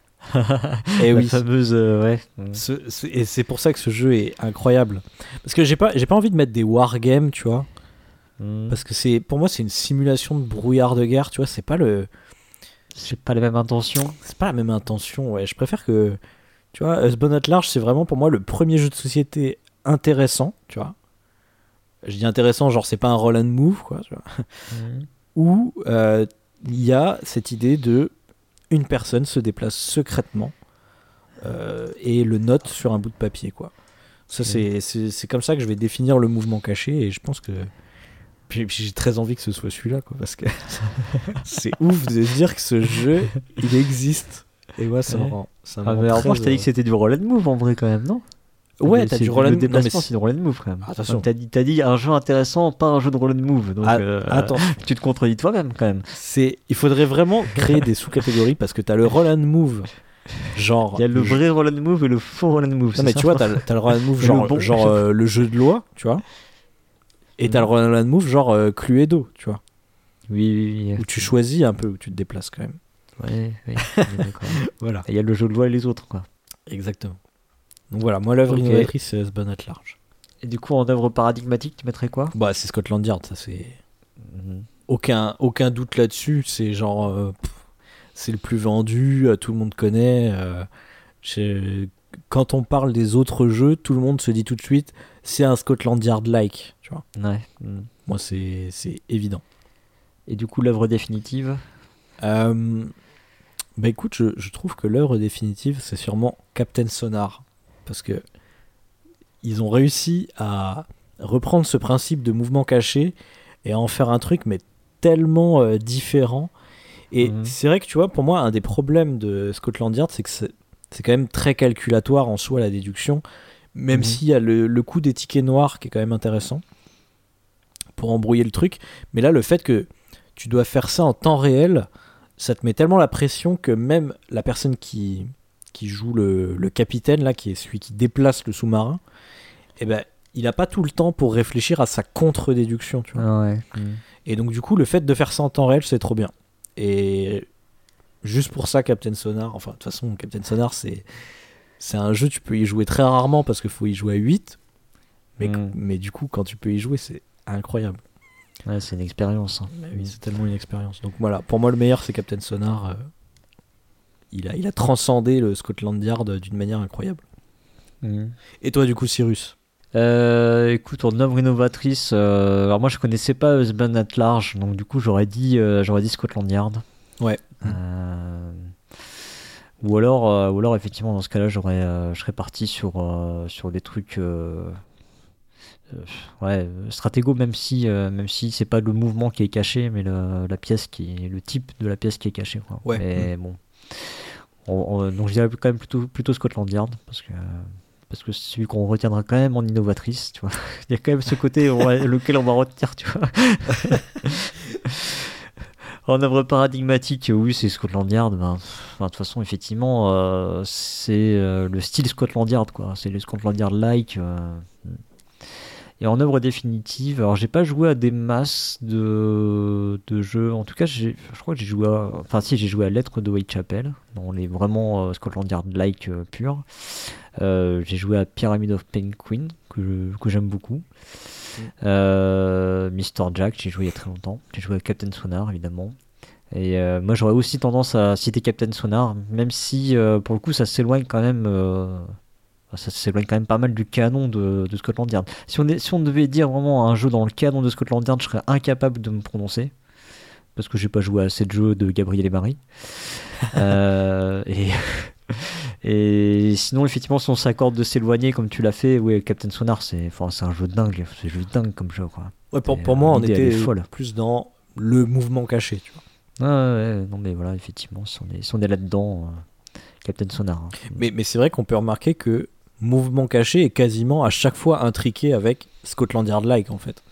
Et la oui, fameuse, euh, ouais. Ce, ce, et c'est pour ça que ce jeu est incroyable. Parce que j'ai pas j'ai pas envie de mettre des wargames, tu vois. Mm. Parce que c'est, pour moi, c'est une simulation de brouillard de guerre, tu vois, c'est pas le... C'est pas la même intention. C'est pas la même intention, ouais. Je préfère que, tu vois, Husband at Large, c'est vraiment pour moi le premier jeu de société intéressant, tu vois. Je dis intéressant, genre c'est pas un roll and move, quoi, tu vois. Mm. Où il euh, y a cette idée de une personne se déplace secrètement euh, et le note sur un bout de papier, quoi. Ça, mm. c'est, c'est, c'est comme ça que je vais définir le mouvement caché et je pense que... Puis, puis j'ai très envie que ce soit celui-là, quoi, parce que c'est ouf de dire que ce jeu, il existe. Et moi, ça me rend, ça me ah, rend mais alors très moi, je t'ai dit que c'était du roll and move en vrai, quand même, non? Ouais, mais t'as du roll and move. Le déplacement, c'est du roll and move, quand même. Ah, attention. T'as dit, t'as dit un jeu intéressant, pas un jeu de roll and move. Donc, ah, euh, attends. Tu te contredis toi-même, quand même. C'est, il faudrait vraiment créer des sous-catégories parce que t'as le roll and move. Genre. Il y a le vrai roll and move et le faux roll and move. Non, mais ça tu vois, t'as, t'as le roll and move, genre, le, bon, genre euh, le jeu de loi, tu vois. Et t'as le roll and move genre euh, Cluedo, tu vois. Oui, oui, oui. Où tu choisis un peu, où tu te déplaces quand même. Ouais, oui, d'accord. Voilà. Il y a le jeu de loi et les autres, quoi. Exactement. Donc voilà, moi l'œuvre okay. innovatrice, c'est Husband at Large. Et du coup, en œuvre paradigmatique, tu mettrais quoi? Bah, c'est Scotland Yard, ça c'est... Mm-hmm. Aucun, aucun doute là-dessus, c'est genre... Euh, pff, c'est le plus vendu, euh, tout le monde connaît. Euh, quand on parle des autres jeux, tout le monde se dit tout de suite, c'est un Scotland Yard-like, tu vois. Ouais. Mm. Moi, c'est, c'est évident. Et du coup, l'œuvre définitive euh, Bah écoute, je, je trouve que l'œuvre définitive, c'est sûrement Captain Sonar. Parce que ils ont réussi à reprendre ce principe de mouvement caché et à en faire un truc, mais tellement euh, différent. Et Mhm. c'est vrai que tu vois, pour moi, un des problèmes de Scotland Yard, c'est que c'est, c'est quand même très calculatoire en soi, la déduction. Même Mhm. s'il y a le, le coup des tickets noirs qui est quand même intéressant pour embrouiller le truc. Mais là, le fait que tu dois faire ça en temps réel, ça te met tellement la pression que même la personne qui, qui joue le, le capitaine, là, qui est celui qui déplace le sous-marin, eh ben, il n'a pas tout le temps pour réfléchir à sa contre-déduction, tu vois. Ah ouais. Mhm. Et donc, du coup, le fait de faire ça en temps réel, c'est trop bien. Et juste pour ça, Captain Sonar, enfin, de toute façon, Captain Sonar, c'est, c'est un jeu, tu peux y jouer très rarement parce qu'il faut y jouer à huit. Mais, Mhm. mais du coup, quand tu peux y jouer, c'est incroyable. Ouais, c'est une expérience. Hein. Mais oui, c'est tellement une expérience. Donc voilà, pour moi, le meilleur, c'est Captain Sonar. Euh, il, a, il a transcendé le Scotland Yard d'une manière incroyable. Mhm. Et toi, du coup, Cyrus? Euh, écoute, en œuvre innovatrice, euh, alors moi je connaissais pas Husband at Large, donc du coup j'aurais dit, euh, j'aurais dit Scotland Yard. Ouais. Euh, ou alors, euh, ou alors effectivement dans ce cas-là, j'aurais, euh, je serais parti sur euh, sur des trucs, euh, euh, ouais, stratégo, même si euh, même si c'est pas le mouvement qui est caché, mais le, la pièce qui, est- le type de la pièce qui est caché, quoi. Ouais. Mais bon, on- on- donc je dirais quand même plutôt plutôt Scotland Yard parce que parce que c'est celui qu'on retiendra quand même en innovatrice, tu vois. Il y a quand même ce côté on va- lequel on va retenir, tu vois. En œuvre paradigmatique, oui, c'est Scotland Yard. Ben, pff, ben, de toute façon, effectivement, euh, c'est euh, le style Scotland Yard, quoi. C'est le Scotland Yard-like. euh. Et en œuvre définitive, alors j'ai pas joué à des masses de, de jeux. En tout cas, j'ai- je crois que j'ai joué à. Enfin, si, j'ai joué à Lettres de Whitechapel, dans les vraiment euh, Scotland Yard-like euh, purs. Euh, j'ai joué à Pyramid of Penguin, que, je- que j'aime beaucoup. Euh, Mister Jack, j'ai joué il y a très longtemps. J'ai joué à Captain Sonar, évidemment. Et euh, moi, j'aurais aussi tendance à citer Captain Sonar, même si euh, pour le coup, ça s'éloigne quand même. euh, ça s'éloigne quand même pas mal du canon de, de Scotland Yard. Si on, est, si on devait dire vraiment un jeu dans le canon de Scotland Yard, je serais incapable de me prononcer. Parce que j'ai pas joué à assez de jeux de Gabriel et Marie. Euh, et, et sinon, effectivement, si on s'accorde de s'éloigner comme tu l'as fait, oui, Captain Sonar, c'est, enfin, c'est un jeu dingue. C'est un jeu dingue comme jeu, quoi. Ouais, pour, Et, pour euh, moi, on l'idée, elle est était folle. plus dans le mouvement caché, tu vois. Ah, ouais, ouais, non, mais voilà, effectivement, si on est, si on est là-dedans, euh, Captain Sonar. Hein. Mais, mais c'est vrai qu'on peut remarquer que mouvement caché est quasiment à chaque fois intriqué avec Scotland Yard-like, en fait.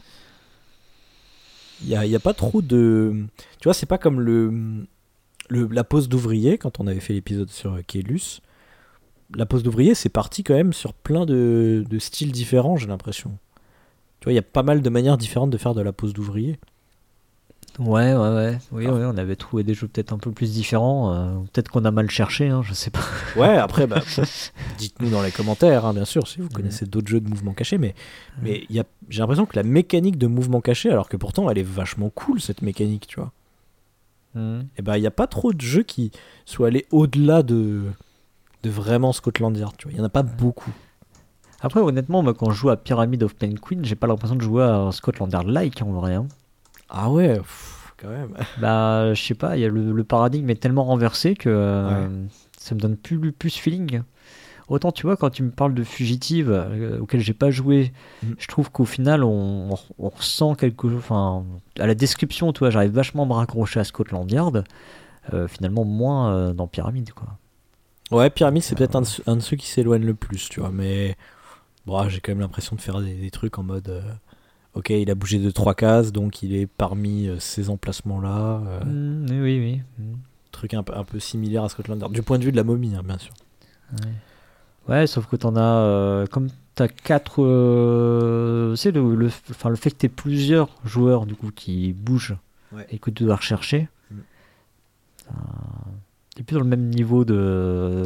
Il n'y a, y a pas trop de... Tu vois, c'est pas comme le, le, la pose d'ouvrier, quand on avait fait l'épisode sur Kélus. La pose d'ouvrier, c'est parti quand même sur plein de, de styles différents, j'ai l'impression. Tu vois, il y a pas mal de manières différentes de faire de la pose d'ouvrier. Ouais, ouais, ouais. Oui, Alors, oui, on avait trouvé des jeux peut-être un peu plus différents. euh, peut-être qu'on a mal cherché, hein, je sais pas. ouais, après, bah, dites-nous dans les commentaires, hein, bien sûr, si vous Ouais. connaissez d'autres jeux de mouvement caché, mais, mais y a, j'ai l'impression que la mécanique de mouvement caché, alors que pourtant elle est vachement cool, cette mécanique, tu vois. Mhm. Et bah, il n'y a pas trop de jeux qui soient allés au-delà de, de vraiment Scotland Yard, tu vois. Il n'y en a pas beaucoup. Après, honnêtement, moi, quand je joue à Pyramid of Penguin, j'ai pas l'impression de jouer à Scotland Yard-like en vrai. Hein. Ah ouais, pff, quand même. Bah, je sais pas, il y a le, le paradigme est tellement renversé que euh, Ouais. ça me donne plus, plus ce feeling. Autant, tu vois, quand tu me parles de Fugitive, euh, auquel j'ai pas joué, Mhm. je trouve qu'au final, on, on, on ressent quelque chose. Enfin, à la description, tu vois, j'arrive vachement à me raccrocher à Scotland Yard. Euh, finalement, moins euh, dans Pyramide, quoi. Ouais, Pyramide, c'est peut-être un de, ceux- un de ceux qui s'éloignent le plus, tu vois, mais bon, j'ai quand même l'impression de faire des, des trucs en mode... euh, ok, il a bougé de trois cases, donc il est parmi euh, ces emplacements-là. euh, Mm, oui, oui, oui. Mm. truc un, peu- un peu similaire à Scotland Yard. Du point de vue de la momie, hein, bien sûr. Ouais, sauf que t'en as. Euh, comme t'as quatre. Euh, c'est le, le, enfin, le fait que t'aies plusieurs joueurs, du coup, qui bougent Ouais. et que tu dois rechercher. Mm. euh, T'es plus dans le même niveau de.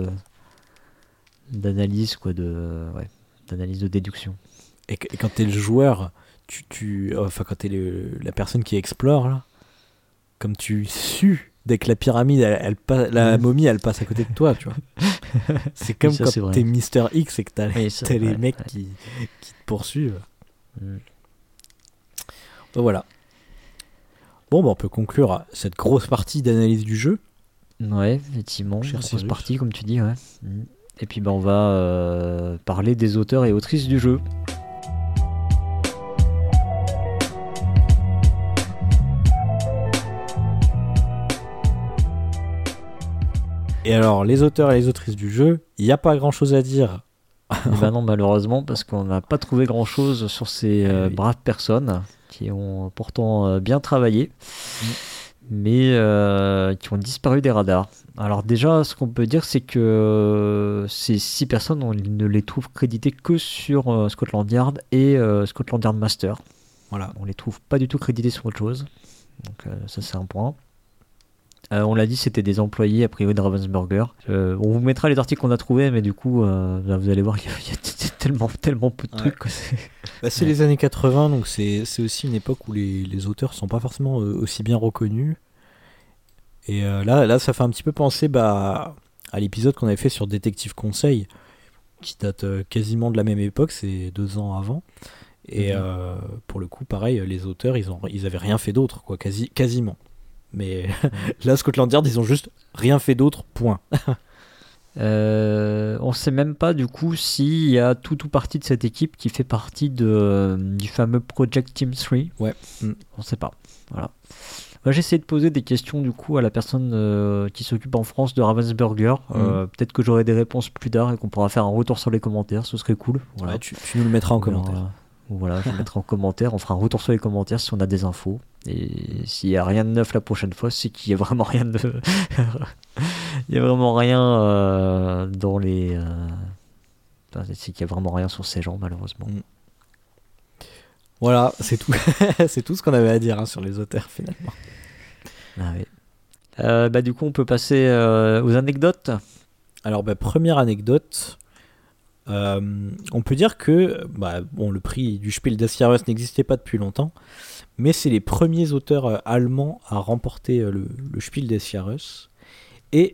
D'analyse, quoi, de. Ouais, d'analyse de déduction. Et, que- et quand t'es le joueur, tu, tu, enfin quand t'es le, la personne qui explore là, comme tu sues dès que la pyramide, elle, elle passe, la Mhm. momie, elle passe à côté de toi, tu vois. C'est comme ça, quand c'est vrai. t'es Mister X et que t'as, Oui, ça, t'as les ouais, mecs ouais. qui, qui te poursuivent. Mm. Ben voilà. Bon, bah, on peut conclure cette grosse partie d'analyse du jeu. Ouais, effectivement, Cher grosse Cyrus. partie comme tu dis, ouais. Mm. Et puis bah, on va euh, parler des auteurs et autrices du jeu. Et alors, les auteurs et les autrices du jeu, il n'y a pas grand chose à dire. Et bah non, malheureusement, parce qu'on n'a pas trouvé grand chose sur ces euh, Eh oui. braves personnes qui ont pourtant euh, bien travaillé, mais euh, qui ont disparu des radars. Alors, déjà, ce qu'on peut dire, c'est que euh, ces six personnes, on ne les trouve créditées que sur euh, Scotland Yard et euh, Scotland Yard Master. Voilà. On les trouve pas du tout crédités sur autre chose. Donc, euh, ça, c'est un point. Euh, on l'a dit, c'était des employés a priori de Ravensburger. Euh, on vous mettra les articles qu'on a trouvés, mais du coup, euh, là, vous allez voir qu'il y a, il y a tellement, tellement peu de Ouais. trucs. Que c'est... Bah, c'est Ouais. les années quatre-vingts, donc c'est, c'est aussi une époque où les, les auteurs sont pas forcément euh, aussi bien reconnus. Et euh, là, là, ça fait un petit peu penser bah, à l'épisode qu'on avait fait sur Détective Conseil, qui date euh, quasiment de la même époque, c'est deux ans avant. Et Mhm. euh, pour le coup, pareil, les auteurs, ils, ont, ils avaient rien fait d'autre, quoi, quasi, quasiment. Mais là, Scotland Yard, ils ont juste rien fait d'autre, point. Euh, on sait même pas du coup s'il y a tout ou partie de cette équipe qui fait partie de, du fameux Project Team trois. Ouais. Mm. On sait pas. Voilà. Moi, j'ai essayé de poser des questions du coup à la personne euh, qui s'occupe en France de Ravensburger. Euh, Mhm. peut-être que j'aurai des réponses plus tard et qu'on pourra faire un retour sur les commentaires. Ce serait cool. Voilà. Ouais, tu, tu nous le mettras en On verra, commentaire. euh, Voilà, je le mettrai en commentaire. On fera un retour sur les commentaires si on a des infos. Et s'il n'y a rien de neuf la prochaine fois, c'est qu'il n'y a vraiment rien de. Il n'y a vraiment rien euh, dans les. Euh... enfin, c'est qu'il n'y a vraiment rien sur ces gens, malheureusement. Mm. Voilà, c'est tout. C'est tout ce qu'on avait à dire hein, sur les auteurs, finalement. Ah oui. Euh, bah, du coup, on peut passer euh, aux anecdotes. Alors, bah, première anecdote. Euh, on peut dire que bah, bon, le prix du Spiel des Jahres n'existait pas depuis longtemps, mais c'est les premiers auteurs euh, allemands à remporter euh, le, le Spiel des Jahres. Et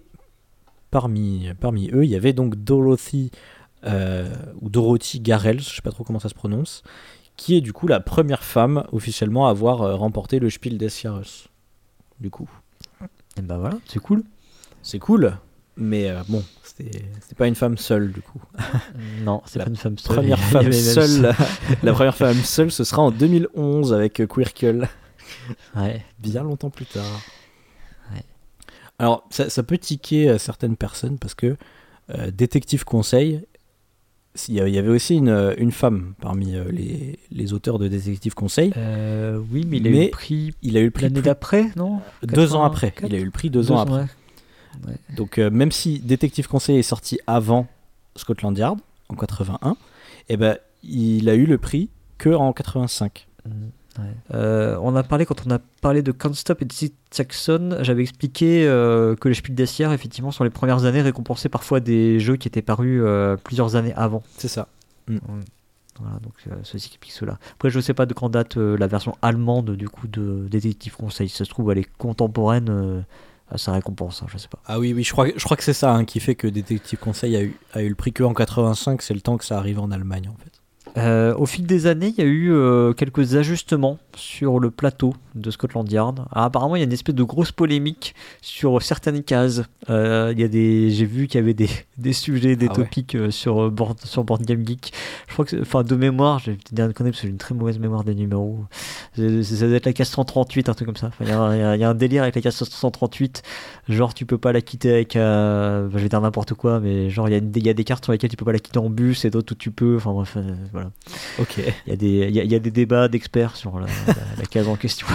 parmi, parmi eux, il y avait donc Dorothy, euh, ou Dorothy Garrels, je sais pas trop comment ça se prononce, qui est du coup la première femme officiellement à avoir euh, remporté le Spiel des Jahres. Du coup, Et bah voilà, c'est cool. c'est cool, mais euh, bon, c'était, c'était pas une femme seule du coup. Non, c'est La pas une femme seule. Première Il y femme avait même seule, la première femme seule, ce sera en deux mille onze avec euh, Quirkel, ça. Ouais. bien longtemps plus tard. Ouais. Alors, ça, ça peut tiquer à certaines personnes parce que euh, Détective Conseil, il y avait aussi une, une femme parmi euh, les, les auteurs de Détective Conseil. Euh, oui, mais il a eu Mais le prix Il a eu le prix l'année plus- d'après, non deux ans après. quatre-vingt-quatre Il a eu le prix deux, ans après. ouais. Ouais. Donc, euh, même si Détective Conseil est sorti avant Scotland Yard, en quatre-vingt-un, eh ben, il a eu le prix que en quatre-vingt-cinq. Mm, ouais. Euh, on a parlé, quand on a parlé de Can't Stop et de Sid Saxon, j'avais expliqué euh, que les Spiel des Jahres, effectivement, sur les premières années, récompensaient parfois des jeux qui étaient parus euh, plusieurs années avant. C'est ça. Voilà, donc euh, ceci qui explique cela. Après, je sais pas de quand date euh, la version allemande du coup de Détective Conseil. Si ça se trouve, elle est contemporaine euh, à sa récompense, hein, je sais pas. Ah oui, oui, je crois, je crois que c'est ça hein, qui fait que Détective Conseil a eu, a eu le prix que en quatre-vingt-cinq, c'est le temps que ça arrive en Allemagne en fait. Euh, au fil des années, il y a eu euh, quelques ajustements sur le plateau de Scotland Yard. Ah, apparemment, il y a une espèce de grosse polémique sur certaines cases. Euh, il y a des, j'ai vu qu'il y avait des, des sujets, des Ah ouais. topics euh, sur, euh, board, sur Board Game Geek. Je crois que, c'est- enfin, de mémoire, je vais te dire une connerie parce que j'ai une très mauvaise mémoire des numéros. C'est- c'est- Ça doit être la case cent trente-huit, un truc comme ça. Enfin, il y a un- il y, a- il y a un délire avec la case cent trente-huit. Genre, tu peux pas la quitter avec. Euh, je vais dire n'importe quoi, mais genre, il y, a une- il y a des cartes sur lesquelles tu peux pas la quitter en bus et d'autres où tu peux. Enfin, bref, euh, voilà. Ok. Il y a des, il y a, il y a des débats d'experts sur la, la, la case en question.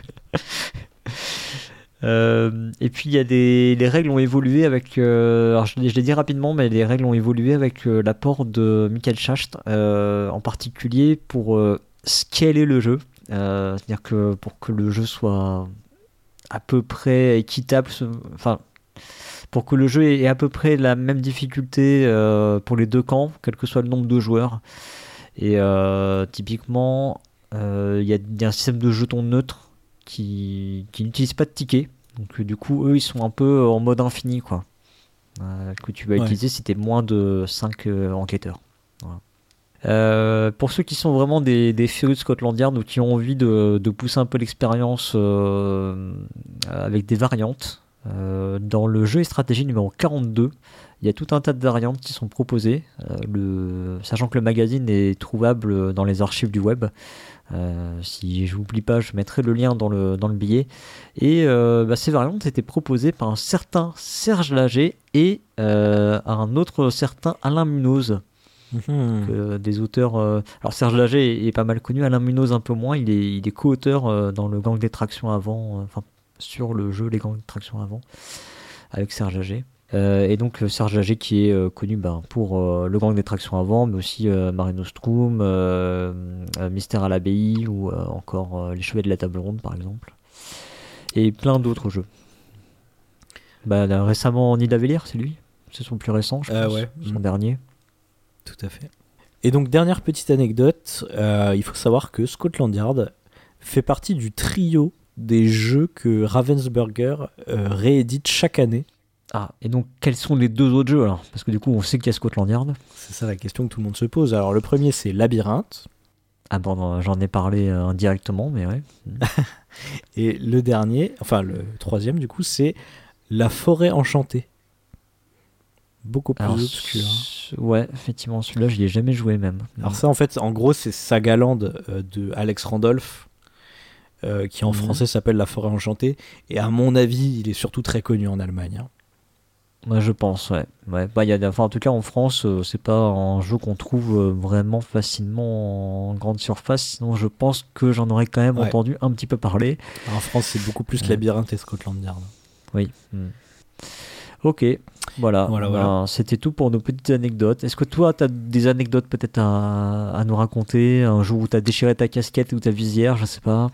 Euh, et puis il y a des, les règles ont évolué avec. Euh, alors je, l'ai- je l'ai dit rapidement, mais les règles ont évolué avec euh, l'apport de Michael Schacht, euh, en particulier pour euh, scaler le jeu. Euh, c'est-à-dire que pour que le jeu soit à peu près équitable, ce- enfin pour que le jeu ait ait à peu près la même difficulté euh, pour les deux camps, quel que soit le nombre de joueurs. Et euh, typiquement, euh, il y, a- il y a un système de jetons neutres qui, qui n'utilise pas de tickets. Donc euh, du coup, eux, ils sont un peu en mode infini, quoi. Euh, que tu vas Ouais. utiliser si t'es moins de cinq euh, enquêteurs. Voilà. Euh, pour ceux qui sont vraiment des, des férus de Scotland Yard ou qui ont envie de, de pousser un peu l'expérience euh, avec des variantes, euh, dans le jeu et stratégie numéro quarante-deux, il y a tout un tas de variantes qui sont proposées, euh, le, sachant que le magazine est trouvable dans les archives du web. Euh, si je n'oublie pas, je mettrai le lien dans le, dans le billet. Et euh, bah, ces variantes étaient proposées par un certain Serge Lager et euh, un autre certain Alain Munoz. Mmh. Euh, des auteurs. Euh... Alors Serge Lager est, est pas mal connu, Alain Munoz un peu moins. Il est, il est co-auteur euh, dans le Gang des Tractions avant, enfin euh, sur le jeu Les Gangs des Tractions avant, avec Serge Lager. Euh, et donc Serge Lager qui est euh, connu ben, pour euh, le Gang des Tractions avant, mais aussi euh, Mare Nostrum, euh, euh, Mystère à l'abbaye ou euh, encore euh, Les Chevaliers de la Table Ronde par exemple, et plein d'autres jeux. Bah, là, récemment Nidavellir, c'est lui, c'est son plus récent, je pense, euh, ouais. son mmh. dernier. Tout à fait. Et donc, dernière petite anecdote, euh, il faut savoir que Scotland Yard fait partie du trio des jeux que Ravensburger euh, réédite chaque année. Ah, et donc quels sont les deux autres jeux alors ? Parce que du coup, on sait qu'il y a Scotland Yard. C'est ça la question que tout le monde se pose. Alors, le premier, c'est Labyrinthe. Ah bon, j'en ai parlé euh, indirectement, mais ouais. Et le dernier, enfin le troisième du coup, c'est La Forêt Enchantée. Beaucoup plus Alors, obscur. c- Ouais, effectivement, celui-là, je n'y ai jamais joué même. Alors ça, en fait, en gros, c'est Sagaland euh, de Alex Randolph, euh, qui en Mhm. français s'appelle La Forêt Enchantée. Et à mon avis, il est surtout très connu en Allemagne. hein. Ouais, je pense, ouais. Ouais. Bah, y a, enfin, en tout cas, en France, euh, c'est pas un jeu qu'on trouve euh, vraiment facilement en grande surface. Sinon, je pense que j'en aurais quand même Ouais. entendu un petit peu parler. En France, c'est beaucoup plus Ouais. Labyrinthe et Scotland Yard. Oui. Mm. Ok, voilà. Voilà, Ben, voilà. c'était tout pour nos petites anecdotes. Est-ce que toi, tu as des anecdotes peut-être à, à nous raconter ? Un jour où tu as déchiré ta casquette ou ta visière, je sais pas.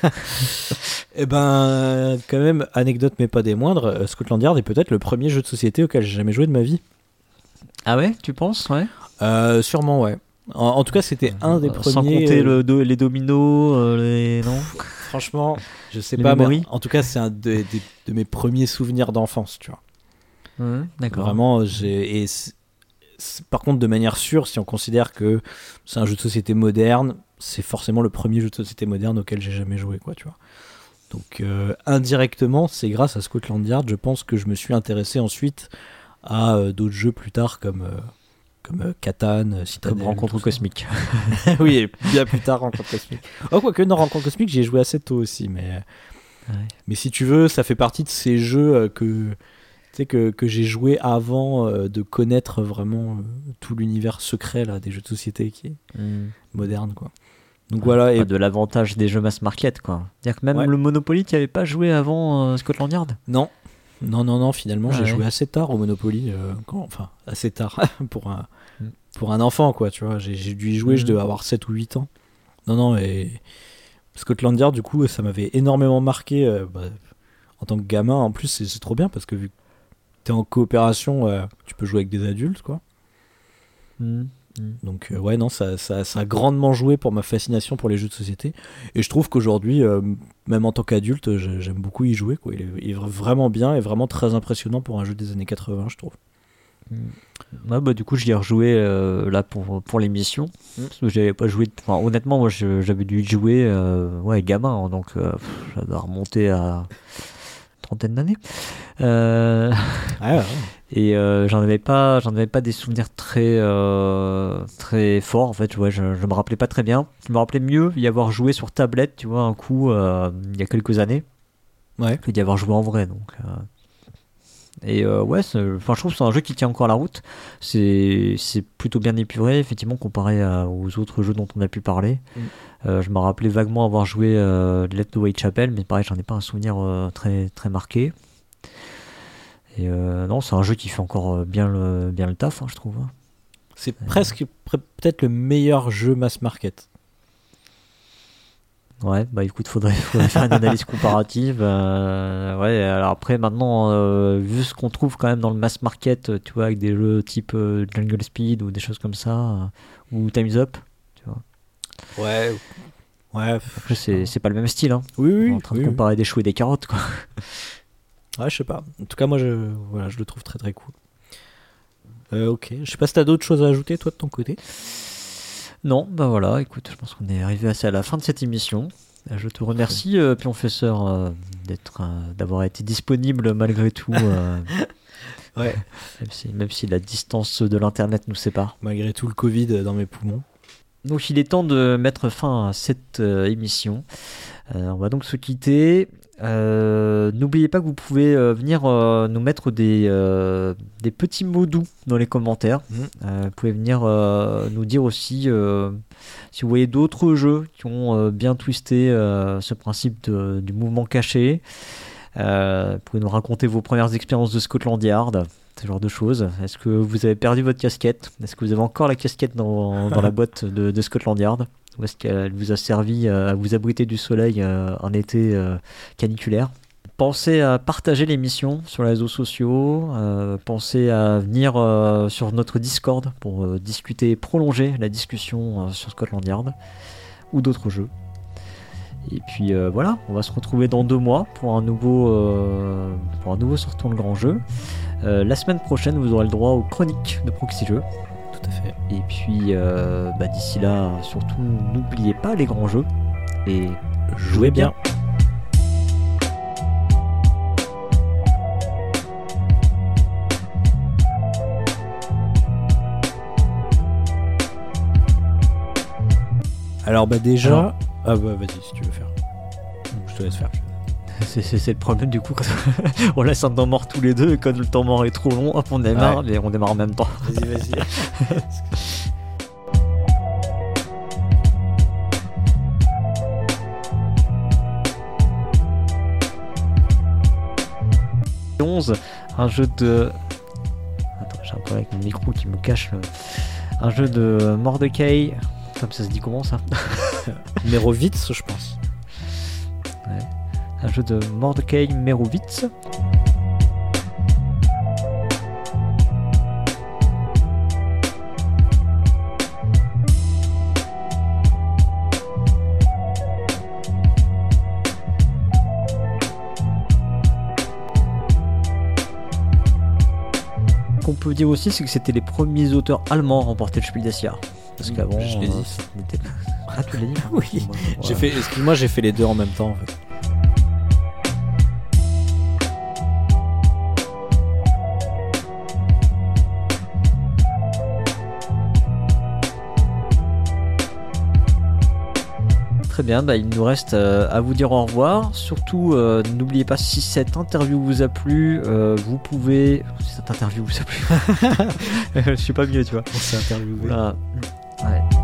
Eh ben, quand même, anecdote mais pas des moindres, euh, Scotland Yard est peut-être le premier jeu de société auquel j'ai jamais joué de ma vie. Ah ouais, tu penses ? Ouais. Euh, sûrement, ouais. En, en tout cas, c'était un des Euh, premiers. Sans compter euh, le do- les dominos, euh, les... non ? Franchement, je sais Les pas, mais memories en tout cas, c'est un de, de- de mes premiers souvenirs d'enfance, tu vois. Ouais, d'accord. Vraiment, j'ai. Et c'est- c'est- par contre, de manière sûre, si on considère que c'est un jeu de société moderne, c'est forcément le premier jeu de société moderne auquel j'ai jamais joué, quoi, tu vois. Donc, euh, indirectement, c'est grâce à Scotland Yard, je pense que je me suis intéressé ensuite à euh, d'autres jeux plus tard, comme, euh, comme euh, Catan, euh, Citadel. Comme Rencontre tout ça. Cosmique. Oui, et bien plus tard, Rencontre Cosmique. Oh, quoique, non, Rencontre Cosmique, j'y ai joué assez tôt aussi, mais. Ouais. Mais si tu veux, ça fait partie de ces jeux euh, que, tu sais, que, que j'ai joué avant euh, de connaître vraiment euh, tout l'univers secret là, des jeux de société qui est Hmm. moderne, quoi. Donc voilà, et Ah, de l'avantage des jeux mass market, quoi. C'est-à-dire que même Ouais. le Monopoly, tu avais pas joué avant euh, Scotland Yard ? non, non, non, non, finalement, Ah j'ai ouais. joué assez tard au Monopoly, euh, quand- enfin, assez tard pour un, Mm. pour un enfant, quoi, tu vois. J'ai, j'ai dû y jouer, je Mm. devais avoir sept ou huit ans. Non, non, et Scotland Yard, du coup, ça m'avait énormément marqué euh, bah, en tant que gamin. En plus, c'est, c'est trop bien parce que vu que t'es en coopération, euh, tu peux jouer avec des adultes, quoi. Hmm. Hmm. Donc euh, ouais, non, ça, ça, ça a grandement joué pour ma fascination pour les jeux de société. Et je trouve qu'aujourd'hui, euh, même en tant qu'adulte, je- j'aime beaucoup y jouer, quoi. Il est, il est vraiment bien et vraiment très impressionnant pour un jeu des années quatre-vingts, je trouve. Ouais, bah, du coup, j'y ai rejoué euh, là pour, pour l'émission. Mm. Parce que j'avais pas joué. Enfin, honnêtement, moi, je- j'avais dû y jouer euh, ouais, gamin. hein, donc, euh, pff, ça doit remonter à une trentaine d'années. Euh, Ouais, ouais. et euh, j'en avais pas, j'en avais pas des souvenirs très, euh, très forts. En fait, ouais, je, je me rappelais pas très bien. Je me rappelais mieux y avoir joué sur tablette, tu vois, un coup, euh, il y a quelques années, Ouais. que d'y avoir joué en vrai. Donc. Euh, Et euh, ouais, c'est- enfin, je trouve que c'est un jeu qui tient encore la route. C'est c'est plutôt bien épuré, effectivement, comparé à- aux autres jeux dont on a pu parler. Mm. Euh, je me rappelais vaguement avoir joué euh, Let the Whitechapel, mais pareil, j'en ai pas un souvenir euh, très, très marqué. Et euh, non, c'est un jeu qui fait encore euh, bien le, bien le taf, hein, je trouve. hein. C'est presque pre- peut-être le meilleur jeu mass market. Ouais, bah écoute, faudrait, faudrait faire une analyse comparative. euh, ouais, alors après, maintenant, euh, vu ce qu'on trouve quand même dans le mass market, euh, tu vois, avec des jeux type euh, Jungle Speed ou des choses comme ça, euh, ou Time's Up, tu vois. Ouais. Ouais. Après, c'est, c'est pas le même style, hein. Oui, On est oui. en train oui, de oui. comparer des choux et des carottes, quoi. Ouais, je sais pas. En tout cas, moi, je, voilà, je le trouve très très cool. Euh, ok. Je sais pas si t'as d'autres choses à ajouter, toi, de ton côté. Non, bah voilà, écoute, je pense qu'on est arrivé assez à la fin de cette émission. Je te remercie, euh, Pionfesseur, euh, d'être, euh, d'avoir été disponible malgré tout. Euh, ouais. Même si, même si la distance de l'internet nous sépare. Malgré tout le Covid dans mes poumons. Donc il est temps de mettre fin à cette euh, émission. Euh, on va donc se quitter. Euh, n'oubliez pas que vous pouvez euh, venir euh, nous mettre des, euh, des petits mots doux dans les commentaires. Mmh. Euh, vous pouvez venir euh, nous dire aussi euh, si vous voyez d'autres jeux qui ont euh, bien twisté euh, ce principe de, du mouvement caché. Euh, vous pouvez nous raconter vos premières expériences de Scotland Yard, ce genre de choses. Est-ce que vous avez perdu votre casquette ? Est-ce que vous avez encore la casquette dans, dans la boîte de, de Scotland Yard ? Ou est-ce qu'elle vous a servi à vous abriter du soleil euh, un été euh, caniculaire ? Pensez à partager l'émission sur les réseaux sociaux. Euh, pensez à venir euh, sur notre Discord pour euh, discuter et prolonger la discussion euh, sur Scotland Yard ou d'autres jeux. Et puis euh, voilà, on va se retrouver dans deux mois pour un nouveau, euh, pour un nouveau sortant de grand jeu. Euh, la semaine prochaine, vous aurez le droit aux chroniques de Proxy Jeux. Tout à fait. Et puis euh, bah, d'ici là, surtout, n'oubliez pas les grands jeux et jouez bien. Alors bah déjà... Alors... Ah bah vas-y si tu veux faire. Je te laisse faire. C'est, c'est, c'est le problème du coup quand on laisse un temps mort tous les deux et quand le temps mort est trop long, hop on démarre ouais. Et on démarre en même temps. Vas-y vas-y. onze, un jeu de... Attends, j'ai un problème avec mon micro qui me cache le... Un jeu de Mordecai... Comme ça se dit comment ça ? Merovitz, je pense. Ouais. Un jeu de Mordecai Merovitz. Ce qu'on peut dire aussi, c'est que c'était les premiers auteurs allemands à remporter le Spiel des Jahres. Parce qu'avant, je l'ai dit. Euh, était... Ah, tu l'as dit ? Oui. Moi, j'ai fait, excuse-moi, j'ai fait les deux en même temps en fait. Très bien, bah, il nous reste euh, à vous dire au revoir. Surtout, euh, n'oubliez pas, si cette interview vous a plu, euh, vous pouvez... Si cette interview vous a plu... Je suis pas mieux, tu vois. On s'est interviewé. Voilà. Ouais.